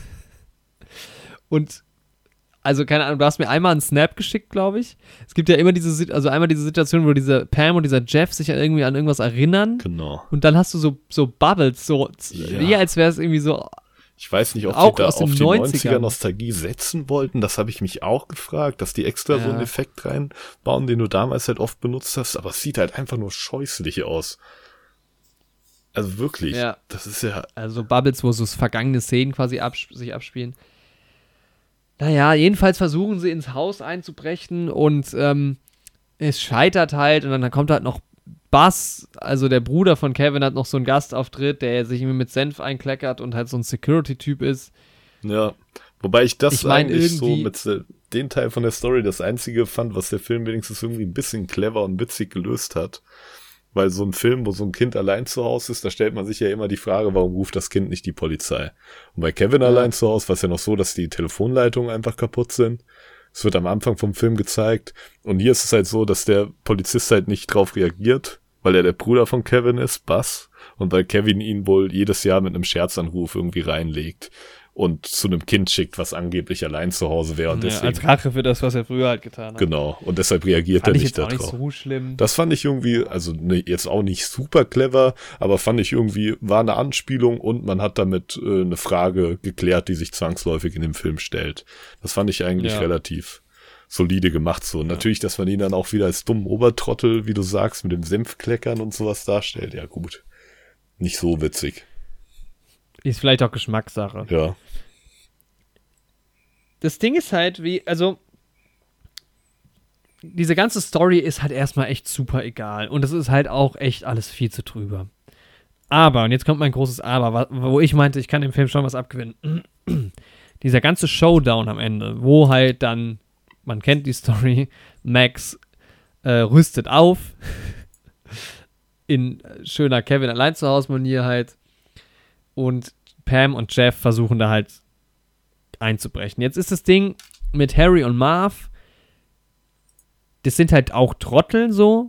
Und, also, keine Ahnung, du hast mir einmal einen Snap geschickt, glaube ich. Es gibt ja immer diese Situation, wo diese Pam und dieser Jeff sich irgendwie an irgendwas erinnern. Genau. Und dann hast du so Bubbles, wie als wäre es irgendwie so. Ich weiß nicht, ob auch die da aus den auf die 90ern 90er Nostalgie setzen wollten. Das habe ich mich auch gefragt, dass die extra so einen Effekt reinbauen, den du damals halt oft benutzt hast. Aber es sieht halt einfach nur scheußlich aus. Also wirklich. Ja. Das ist ja... Also Bubbles, wo so vergangene Szenen quasi sich abspielen. Naja, jedenfalls versuchen sie ins Haus einzubrechen und es scheitert halt und dann kommt halt noch Buzz, also der Bruder von Kevin, hat noch so einen Gastauftritt, der sich irgendwie mit Senf einkleckert und halt so ein Security-Typ ist. Ja, wobei ich eigentlich so irgendwie mit den Teil von der Story das Einzige fand, was der Film wenigstens irgendwie ein bisschen clever und witzig gelöst hat. Weil so ein Film, wo so ein Kind allein zu Hause ist, da stellt man sich ja immer die Frage, warum ruft das Kind nicht die Polizei? Und bei Kevin allein zu Hause war es ja noch so, dass die Telefonleitungen einfach kaputt sind. Es wird am Anfang vom Film gezeigt. Und hier ist es halt so, dass der Polizist halt nicht drauf reagiert, weil er der Bruder von Kevin ist, Buzz. Und weil Kevin ihn wohl jedes Jahr mit einem Scherzanruf irgendwie reinlegt und zu einem Kind schickt, was angeblich allein zu Hause wäre. Und deswegen, als Rache für das, was er früher halt getan hat. Genau. Und deshalb reagiert er nicht darauf. Fand ich jetzt auch nicht so schlimm. Das fand ich irgendwie, also jetzt auch nicht super clever, aber fand ich irgendwie, war eine Anspielung und man hat damit eine Frage geklärt, die sich zwangsläufig in dem Film stellt. Das fand ich eigentlich relativ solide gemacht so. Und natürlich, dass man ihn dann auch wieder als dummen Obertrottel, wie du sagst, mit dem Senfkleckern und sowas darstellt. Ja gut, nicht so witzig. Ist vielleicht auch Geschmackssache. Ja. Das Ding ist halt, diese ganze Story ist halt erstmal echt super egal. Und es ist halt auch echt alles viel zu drüber. Aber, und jetzt kommt mein großes Aber, wo ich meinte, ich kann dem Film schon was abgewinnen. Dieser ganze Showdown am Ende, wo halt dann, man kennt die Story, Max rüstet auf, in schöner Kevin-Allein-zu-Haus-Manier halt, und Pam und Jeff versuchen da halt einzubrechen. Jetzt ist das Ding mit Harry und Marv, das sind halt auch Trottel so.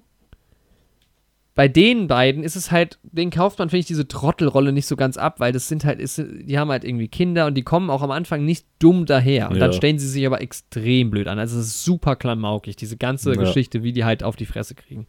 Bei den beiden ist es halt, den kauft man, finde ich, diese Trottelrolle nicht so ganz ab, weil das sind halt, die haben halt irgendwie Kinder und die kommen auch am Anfang nicht dumm daher. Und dann stellen sie sich aber extrem blöd an. Also es ist super klamaukig, diese ganze Geschichte, wie die halt auf die Fresse kriegen.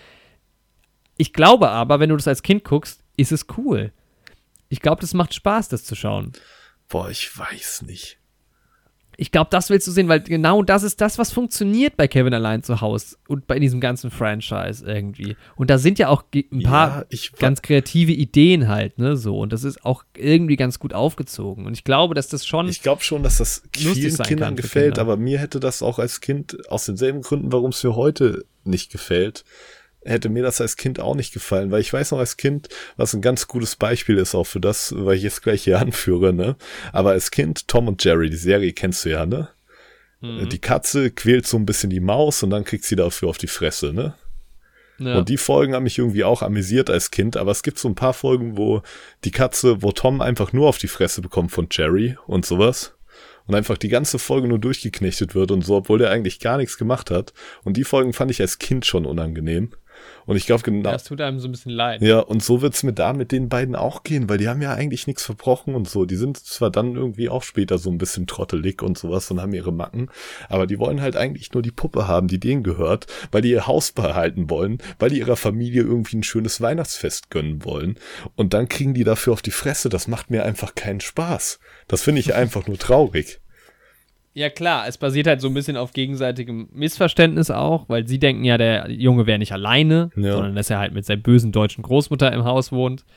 Ich glaube aber, wenn du das als Kind guckst, ist es cool. Ich glaube, das macht Spaß, das zu schauen. Boah, ich weiß nicht. Ich glaube, das willst du sehen, weil genau das ist das, was funktioniert bei Kevin allein zu Hause und bei diesem ganzen Franchise irgendwie. Und da sind ja auch ein paar ganz kreative Ideen halt, ne, so. Und das ist auch irgendwie ganz gut aufgezogen. Und ich glaube, dass das schon. Ich glaube schon, dass das vielen Kindern gefällt, aber mir hätte das auch als Kind aus denselben Gründen, warum es mir heute nicht gefällt, hätte mir das als Kind auch nicht gefallen, weil ich weiß noch als Kind, was ein ganz gutes Beispiel ist auch für das, weil ich jetzt gleich hier anführe, ne? Aber als Kind Tom und Jerry, die Serie kennst du ja, ne? Mhm. Die Katze quält so ein bisschen die Maus und dann kriegt sie dafür auf die Fresse, ne? Ja. Und die Folgen haben mich irgendwie auch amüsiert als Kind, aber es gibt so ein paar Folgen, wo Tom einfach nur auf die Fresse bekommt von Jerry und sowas. Und einfach die ganze Folge nur durchgeknechtet wird und so, obwohl der eigentlich gar nichts gemacht hat. Und die Folgen fand ich als Kind schon unangenehm. Und ich glaube genau. Das tut einem so ein bisschen leid. Ja, und so wird's mir da mit den beiden auch gehen, weil die haben ja eigentlich nichts verbrochen und so. Die sind zwar dann irgendwie auch später so ein bisschen trottelig und sowas und haben ihre Macken, aber die wollen halt eigentlich nur die Puppe haben, die denen gehört, weil die ihr Haus behalten wollen, weil die ihrer Familie irgendwie ein schönes Weihnachtsfest gönnen wollen. Und dann kriegen die dafür auf die Fresse. Das macht mir einfach keinen Spaß. Das finde ich einfach nur traurig. Ja klar, es basiert halt so ein bisschen auf gegenseitigem Missverständnis auch, weil sie denken ja, der Junge wäre nicht alleine, sondern dass er halt mit seiner bösen deutschen Großmutter im Haus wohnt.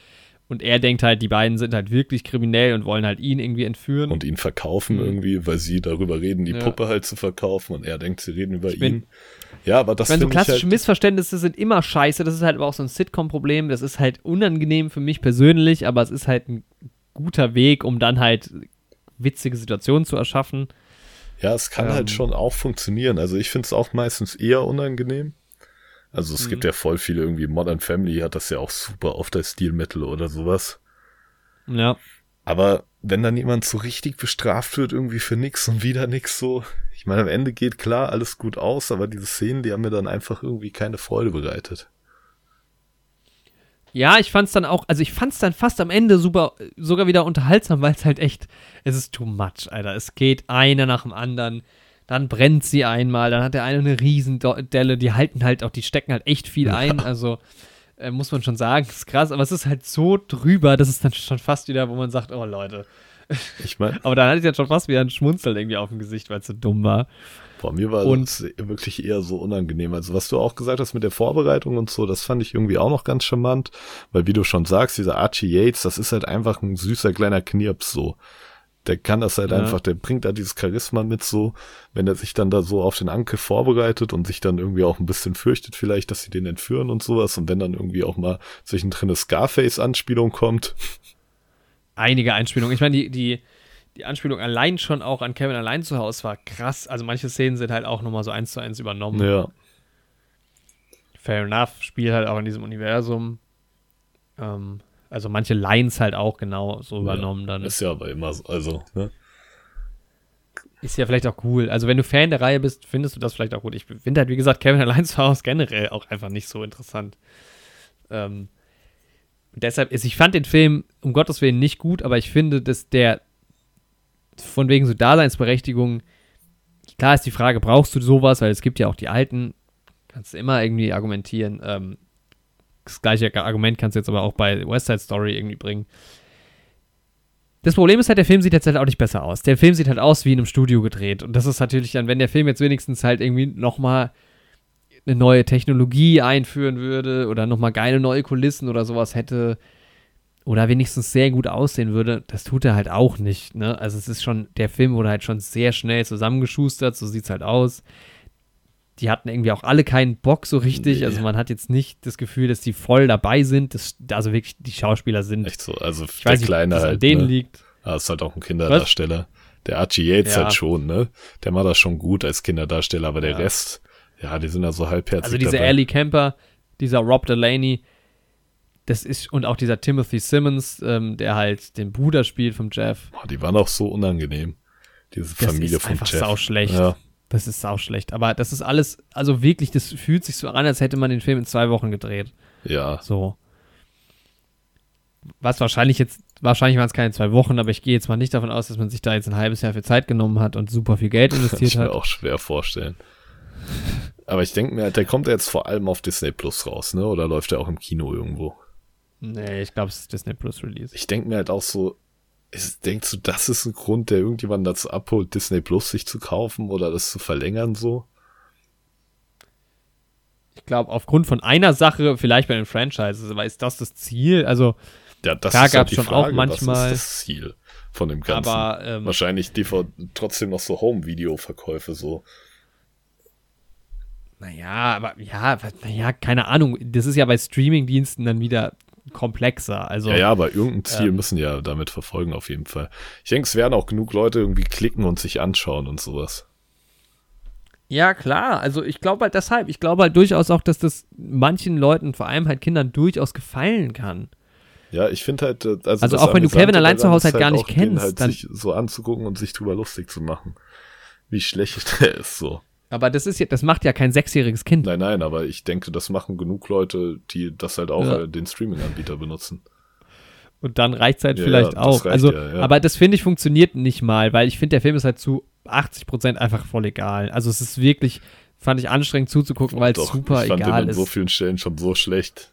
Und er denkt halt, die beiden sind halt wirklich kriminell und wollen halt ihn irgendwie entführen. Und ihn verkaufen irgendwie, weil sie darüber reden, die Puppe halt zu verkaufen und er denkt, sie reden über ihn. Ja, aber das finde ich so klassische halt Missverständnisse sind immer scheiße. Das ist halt aber auch so ein Sitcom-Problem. Das ist halt unangenehm für mich persönlich, aber es ist halt ein guter Weg, um dann halt witzige Situationen zu erschaffen. Ja, es kann halt schon auch funktionieren. Also ich finde es auch meistens eher unangenehm. Also es gibt ja voll viele irgendwie, Modern Family hat das ja auch super oft als Stilmittel oder sowas. Ja. Aber wenn dann jemand so richtig bestraft wird irgendwie für nix und wieder nix so, ich meine, am Ende geht klar alles gut aus, aber diese Szenen, die haben mir dann einfach irgendwie keine Freude bereitet. Ja, ich fand's dann fast am Ende sogar wieder unterhaltsam, weil es halt echt, es ist too much, Alter. Es geht einer nach dem anderen, dann brennt sie einmal, dann hat der eine eine Riesendelle, die stecken halt echt viel ein, also muss man schon sagen, ist krass, aber es ist halt so drüber, dass es dann schon fast wieder, wo man sagt, oh Leute. Ich meine, aber dann hatte ich jetzt schon fast wieder ein Schmunzeln irgendwie auf dem Gesicht, weil es so dumm war. Boah, mir war das wirklich eher so unangenehm. Also was du auch gesagt hast mit der Vorbereitung und so, das fand ich irgendwie auch noch ganz charmant, weil wie du schon sagst, dieser Archie Yates, das ist halt einfach ein süßer kleiner Knirps so. Der kann das halt einfach, der bringt da dieses Charisma mit so, wenn er sich dann da so auf den Angriff vorbereitet und sich dann irgendwie auch ein bisschen fürchtet vielleicht, dass sie den entführen und sowas und wenn dann irgendwie auch mal zwischendrin eine Scarface-Anspielung kommt. Einige Einspielungen. Ich meine, die Anspielung allein schon auch an Kevin allein zu Hause war krass. Also manche Szenen sind halt auch nochmal so 1:1 übernommen. Ja. Fair enough, spielt halt auch in diesem Universum. Also manche Lines halt auch genau so übernommen dann. Ist ja aber immer so, also, ne? Ist ja vielleicht auch cool. Also wenn du Fan der Reihe bist, findest du das vielleicht auch gut. Ich finde halt, wie gesagt, Kevin allein zu Hause generell auch einfach nicht so interessant. Deshalb ich fand den Film um Gottes Willen nicht gut, aber ich finde, dass der von wegen so Daseinsberechtigung, klar ist die Frage, brauchst du sowas, weil es gibt ja auch die alten, kannst du immer irgendwie argumentieren, das gleiche Argument kannst du jetzt aber auch bei West Side Story irgendwie bringen. Das Problem ist halt, der Film sieht jetzt halt auch nicht besser aus. Der Film sieht halt aus wie in einem Studio gedreht und das ist natürlich dann, wenn der Film jetzt wenigstens halt irgendwie nochmal eine neue Technologie einführen würde oder nochmal geile neue Kulissen oder sowas hätte oder wenigstens sehr gut aussehen würde, das tut er halt auch nicht, ne? Also es ist schon, der Film wurde halt schon sehr schnell zusammengeschustert, so sieht's halt aus. Die hatten irgendwie auch alle keinen Bock so richtig, also man hat jetzt nicht das Gefühl, dass die voll dabei sind, also wirklich die Schauspieler sind. Echt so, also ich weiß nicht, Kleine was halt, an denen ne? liegt. Ah, ist halt auch ein Kinderdarsteller. Was? Der Archie Yates halt schon, ne? Der macht das schon gut als Kinderdarsteller, aber der Rest, ja, die sind ja so halbherzig also diese dabei. Ellie Kemper, dieser Rob Delaney, das ist, und auch dieser Timothy Simmons, der halt den Bruder spielt vom Jeff. Boah, die waren auch so unangenehm, diese Familie vom Jeff. Das ist einfach sauschlecht. Ja. Das ist sauschlecht. Aber das ist alles, also wirklich, das fühlt sich so an, als hätte man den Film in 2 Wochen gedreht. Ja. So. Wahrscheinlich waren es keine 2 Wochen, aber ich gehe jetzt mal nicht davon aus, dass man sich da jetzt ein halbes Jahr für Zeit genommen hat und super viel Geld investiert hat. Das kann ich mir auch schwer vorstellen. Aber ich denke mir halt, der kommt ja jetzt vor allem auf Disney Plus raus, ne? Oder läuft der auch im Kino irgendwo? Nee, ich glaube, es ist Disney Plus Release. Ich denke mir halt auch so, denkst du, das ist ein Grund, der irgendjemand dazu abholt, Disney Plus sich zu kaufen oder das zu verlängern so? Ich glaube, aufgrund von einer Sache, vielleicht bei den Franchises, aber ist das Ziel? Also, ja, das da ist gab es halt schon auch manchmal. Das ist das Ziel von dem Ganzen. Aber, wahrscheinlich trotzdem noch so Home-Video-Verkäufe so. Naja, keine Ahnung. Das ist ja bei Streaming-Diensten dann wieder komplexer. Also, ja, aber irgendein Ziel müssen ja damit verfolgen auf jeden Fall. Ich denke, es werden auch genug Leute irgendwie klicken und sich anschauen und sowas. Ja, klar. Also ich glaube halt deshalb. Ich glaube halt durchaus auch, dass das manchen Leuten, vor allem halt Kindern, durchaus gefallen kann. Ja, ich finde halt, also auch wenn du Kevin allein zu Hause halt gar nicht kennst, halt dann sich so anzugucken und sich drüber lustig zu machen, wie schlecht der ist so. Aber das macht ja kein 6-jähriges Kind. Nein, aber ich denke, das machen genug Leute, die das halt auch den Streaming-Anbieter benutzen. Und dann reicht es halt vielleicht auch. Also, aber das finde ich funktioniert nicht mal, weil ich finde, der Film ist halt zu 80% einfach voll egal. Also es ist wirklich, fand ich anstrengend zuzugucken, weil es super egal ist. Ich fand den an so vielen Stellen schon so schlecht,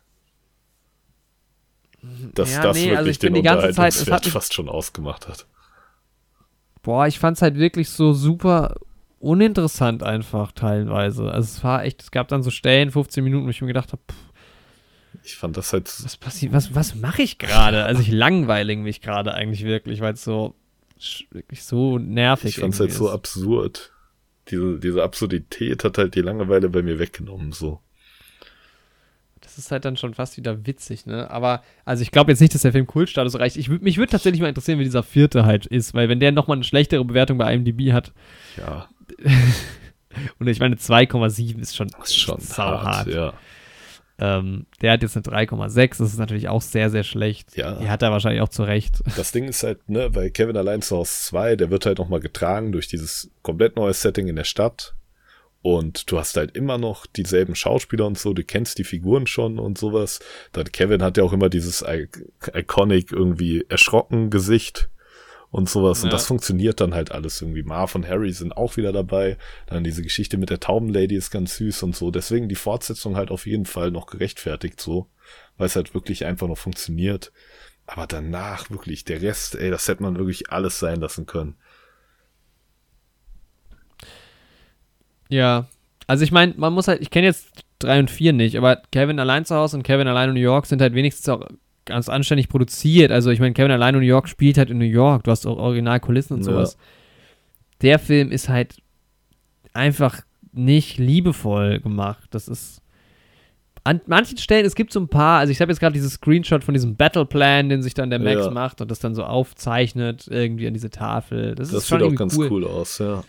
dass das wirklich also den Unterhaltungswert fast schon ausgemacht hat. Boah, ich fand es halt wirklich so super uninteressant einfach teilweise. Also es war echt, es gab dann so Stellen, 15 Minuten, wo ich mir gedacht habe, ich fand das halt. Was passiert? Was mache ich gerade? Also ich langweile mich gerade eigentlich wirklich, weil es so wirklich so nervig ist. Ich fand es halt so absurd. Diese Absurdität hat halt die Langeweile bei mir weggenommen, so. Das ist halt dann schon fast wieder witzig, ne? Aber, also ich glaube jetzt nicht, dass der Film Kultstatus erreicht. Mich würde tatsächlich mal interessieren, wie dieser 4. halt ist, weil wenn der nochmal eine schlechtere Bewertung bei IMDb hat. Ja. Und ich meine, 2,7 ist schon hart, ja. Der hat jetzt eine 3,6, das ist natürlich auch sehr, sehr schlecht. Ja. Die hat er wahrscheinlich auch zu Recht. Das Ding ist halt, ne, bei Kevin allein zu Hause 2, der wird halt nochmal getragen durch dieses komplett neue Setting in der Stadt. Und du hast halt immer noch dieselben Schauspieler und so, du kennst die Figuren schon und sowas. Dann Kevin hat ja auch immer dieses iconic irgendwie erschrocken Gesicht und sowas. Ja. Und das funktioniert dann halt alles irgendwie. Marv und Harry sind auch wieder dabei. Dann diese Geschichte mit der Taubenlady ist ganz süß und so. Deswegen die Fortsetzung halt auf jeden Fall noch gerechtfertigt so, weil es halt wirklich einfach noch funktioniert. Aber danach wirklich, der Rest, das hätte man wirklich alles sein lassen können. Ja, also ich meine, man muss halt, ich kenne jetzt 3 und 4 nicht, aber Kevin allein zu Hause und Kevin allein in New York sind halt wenigstens auch ganz anständig produziert. Also ich meine, Kevin allein in New York spielt halt in New York, du hast auch Originalkulissen und sowas. Der Film ist halt einfach nicht liebevoll gemacht. Das ist an manchen Stellen, es gibt so ein paar, also ich habe jetzt gerade dieses Screenshot von diesem Battleplan, den sich dann der Max macht und das dann so aufzeichnet irgendwie an diese Tafel. Das ist schon sieht auch ganz cool aus, ja.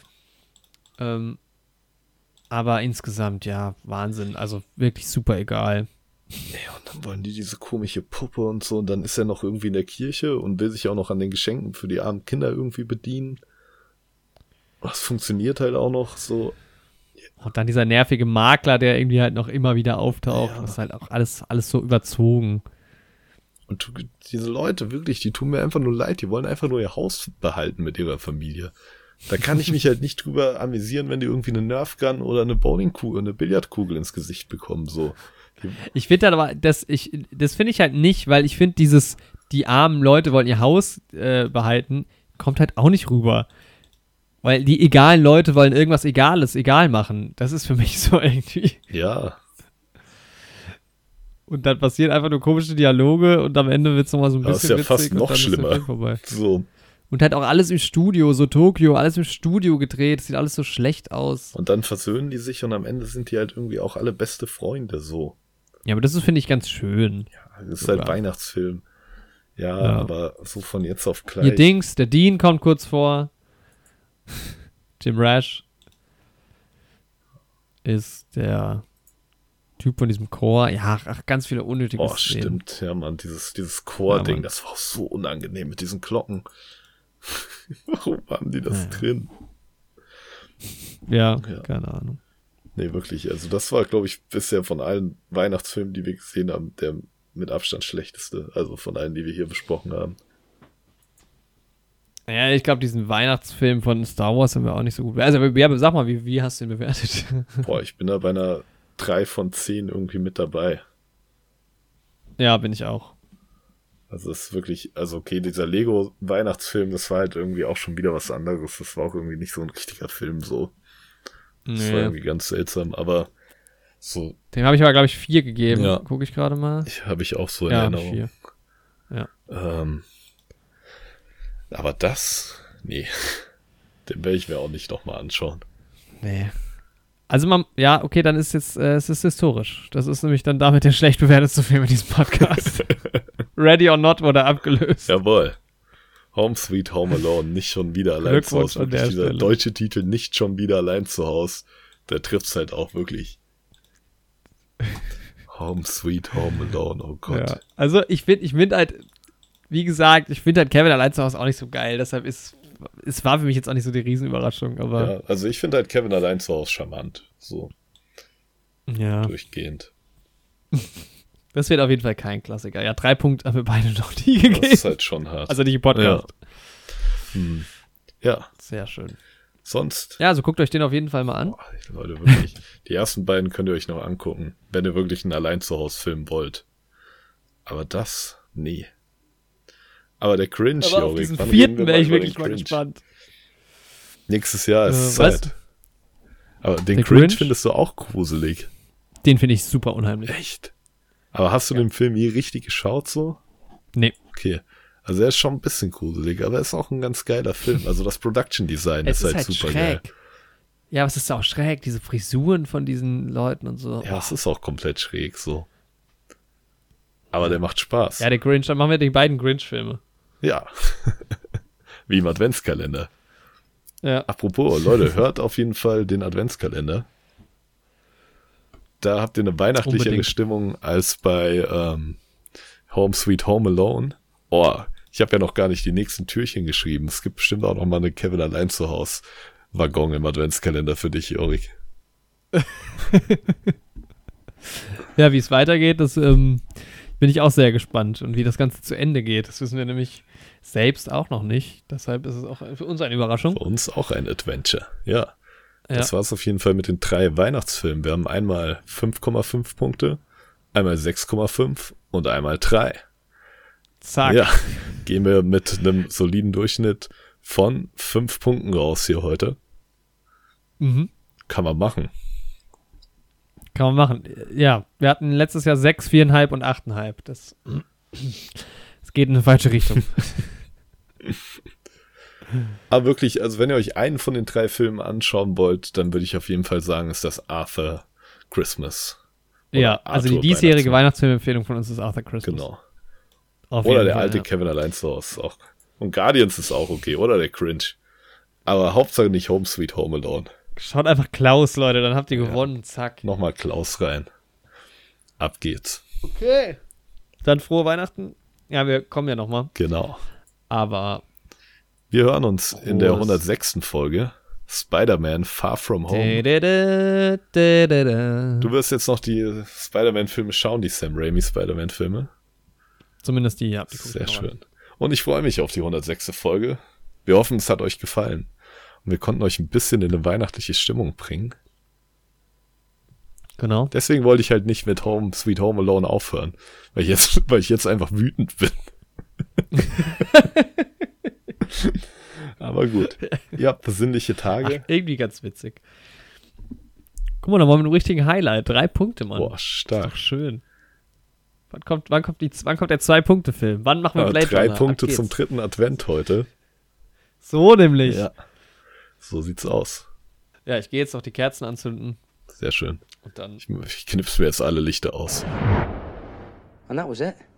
Aber insgesamt, ja, Wahnsinn. Also wirklich super egal. Ja, und dann wollen die diese komische Puppe und so. Und dann ist er noch irgendwie in der Kirche und will sich auch noch an den Geschenken für die armen Kinder irgendwie bedienen. Das funktioniert halt auch noch so. Und dann dieser nervige Makler, der irgendwie halt noch immer wieder auftaucht. Ja. Das ist halt auch alles so überzogen. Und diese Leute, wirklich, die tun mir einfach nur leid. Die wollen einfach nur ihr Haus behalten mit ihrer Familie. Da kann ich mich halt nicht drüber amüsieren, wenn die irgendwie eine Nerfgun oder eine Bowlingkugel, eine Billardkugel ins Gesicht bekommen, so. Ich finde aber, das finde ich halt nicht, weil ich finde die armen Leute wollen ihr Haus behalten, kommt halt auch nicht rüber. Weil die egalen Leute wollen irgendwas Egales egal machen. Das ist für mich so irgendwie. Ja. Und dann passieren einfach nur komische Dialoge und am Ende wird es nochmal so ein bisschen witzig. Das ist ja fast noch schlimmer. So. Und halt auch alles im Studio, so Tokio, alles im Studio gedreht, sieht alles so schlecht aus. Und dann versöhnen die sich und am Ende sind die halt irgendwie auch alle beste Freunde, so. Ja, aber das finde ich, ganz schön. Ja, das ist halt Weihnachtsfilm. Ja, aber so von jetzt auf gleich. Hier der Dean kommt kurz vor. Jim Rash ist der Typ von diesem Chor. Ja, ganz viele unnötige Szenen. Stimmt, ja, Mann, dieses Chor-Ding, das war auch so unangenehm mit diesen Glocken. Warum haben die das drin? Ja, keine Ahnung. Nee, wirklich, also das war, glaube ich, bisher von allen Weihnachtsfilmen, die wir gesehen haben, der mit Abstand schlechteste. Also von allen, die wir hier besprochen haben. Ja, ich glaube, diesen Weihnachtsfilm von Star Wars haben wir auch nicht so gut. Also, sag mal, wie hast du ihn bewertet? Boah, ich bin da bei einer 3 von 10 irgendwie mit dabei. Ja, bin ich auch. Also es ist wirklich, also okay, dieser Lego-Weihnachtsfilm, das war halt irgendwie auch schon wieder was anderes. Das war auch irgendwie nicht so ein richtiger Film so. Das war irgendwie ganz seltsam, aber so. Dem habe ich aber, glaube ich, 4 gegeben. Ja. Gucke ich gerade mal. Habe ich auch so in Erinnerung. 4. Ja. Aber das, nee, den werde ich mir auch nicht nochmal anschauen. Nee. Also okay, dann ist jetzt, es ist historisch. Das ist nämlich dann damit der schlecht bewertetste Film in diesem Podcast. Ready or Not wurde abgelöst. Jawohl. Home Sweet Home Alone, nicht schon wieder allein zu Hause. Wirklich dieser deutsche Titel, nicht schon wieder allein zu Hause, der trifft's halt auch wirklich. Home Sweet Home Alone, oh Gott. Ja. Also ich finde halt, wie gesagt, ich finde halt Kevin allein zu Hause auch nicht so geil, deshalb es war für mich jetzt auch nicht so die Riesenüberraschung, aber. Ja, also ich finde halt Kevin allein zu Hause charmant, so. Ja. Durchgehend. Das wird auf jeden Fall kein Klassiker. Ja, 3 Punkte haben wir beide noch nie gegeben. Das ist halt schon hart. Also nicht im Podcast. Ja. Ja. Sehr schön. Sonst. Ja, also guckt euch den auf jeden Fall mal an. Boah, Leute, wirklich. Die ersten beiden könnt ihr euch noch angucken, wenn ihr wirklich einen Allein-zu-Hause-Film wollt. Aber das, nee. Aber der Cringe, aber auf diesen 4. wäre ich wirklich mal gespannt. Nächstes Jahr ist es Zeit. Aber den Cringe findest du auch gruselig. Den finde ich super unheimlich. Echt? Aber hast du den Film je richtig geschaut so? Nee. Okay. Also er ist schon ein bisschen gruselig, aber er ist auch ein ganz geiler Film. Also das Production Design ist halt super geil. Ja, aber es ist auch schräg, diese Frisuren von diesen Leuten und so. Ja, es ist auch komplett schräg so. Aber der macht Spaß. Ja, der Grinch, dann machen wir die beiden Grinch-Filme. Ja. Wie im Adventskalender. Ja. Apropos, Leute, hört auf jeden Fall den Adventskalender. Da habt ihr eine weihnachtlichere Stimmung als bei Home Sweet Home Alone. Oh, ich habe ja noch gar nicht die nächsten Türchen geschrieben. Es gibt bestimmt auch noch mal eine Kevin allein zu Haus Waggon im Adventskalender für dich, Jorik. Ja, wie es weitergeht, das bin ich auch sehr gespannt. Und wie das Ganze zu Ende geht, das wissen wir nämlich selbst auch noch nicht. Deshalb ist es auch für uns eine Überraschung. Für uns auch ein Adventure, ja. Das war es auf jeden Fall mit den 3 Weihnachtsfilmen. Wir haben einmal 5,5 Punkte, einmal 6,5 und einmal 3. Zack. Ja, gehen wir mit einem soliden Durchschnitt von 5 Punkten raus hier heute. Mhm. Kann man machen. Kann man machen. Ja, wir hatten letztes Jahr 6, 4,5 und 8,5. Das geht in eine falsche Richtung. Aber wirklich, also wenn ihr euch einen von den 3 Filmen anschauen wollt, dann würde ich auf jeden Fall sagen, ist das Arthur Christmas. Ja, also die diesjährige Weihnachtsfilmempfehlung von uns ist Arthur Christmas. Genau. Oder der alte Kevin allein zu Hause auch. Und Guardians ist auch okay. Oder der Cringe. Aber Hauptsache nicht Home Sweet Home Alone. Schaut einfach Klaus, Leute, dann habt ihr gewonnen. Zack. Nochmal Klaus rein. Ab geht's. Okay. Dann frohe Weihnachten. Ja, wir kommen ja nochmal. Genau. Aber wir hören uns in der 106. Folge. Spider-Man Far From Home. Du wirst jetzt noch die Spider-Man-Filme schauen, die Sam Raimi Spider-Man-Filme. Zumindest die, ja. Sehr schön. Und ich freue mich auf die 106. Folge. Wir hoffen, es hat euch gefallen. Und wir konnten euch ein bisschen in eine weihnachtliche Stimmung bringen. Genau. Deswegen wollte ich halt nicht mit Home Sweet Home Alone aufhören. Weil ich jetzt einfach wütend bin. Aber gut. Ihr habt besinnliche Tage. Ach, irgendwie ganz witzig. Guck mal, da wollen wir einen richtigen Highlight. 3 Punkte, Mann. Boah, stark. Ist doch schön. Wann kommt der 2-Punkte-Film? Wann machen wir Blade Runner? 3 Punkte zum 3. Advent heute. So nämlich. Ja. So sieht's aus. Ja, ich gehe jetzt noch die Kerzen anzünden. Sehr schön. Und dann. Ich knipse mir jetzt alle Lichter aus. And that was it.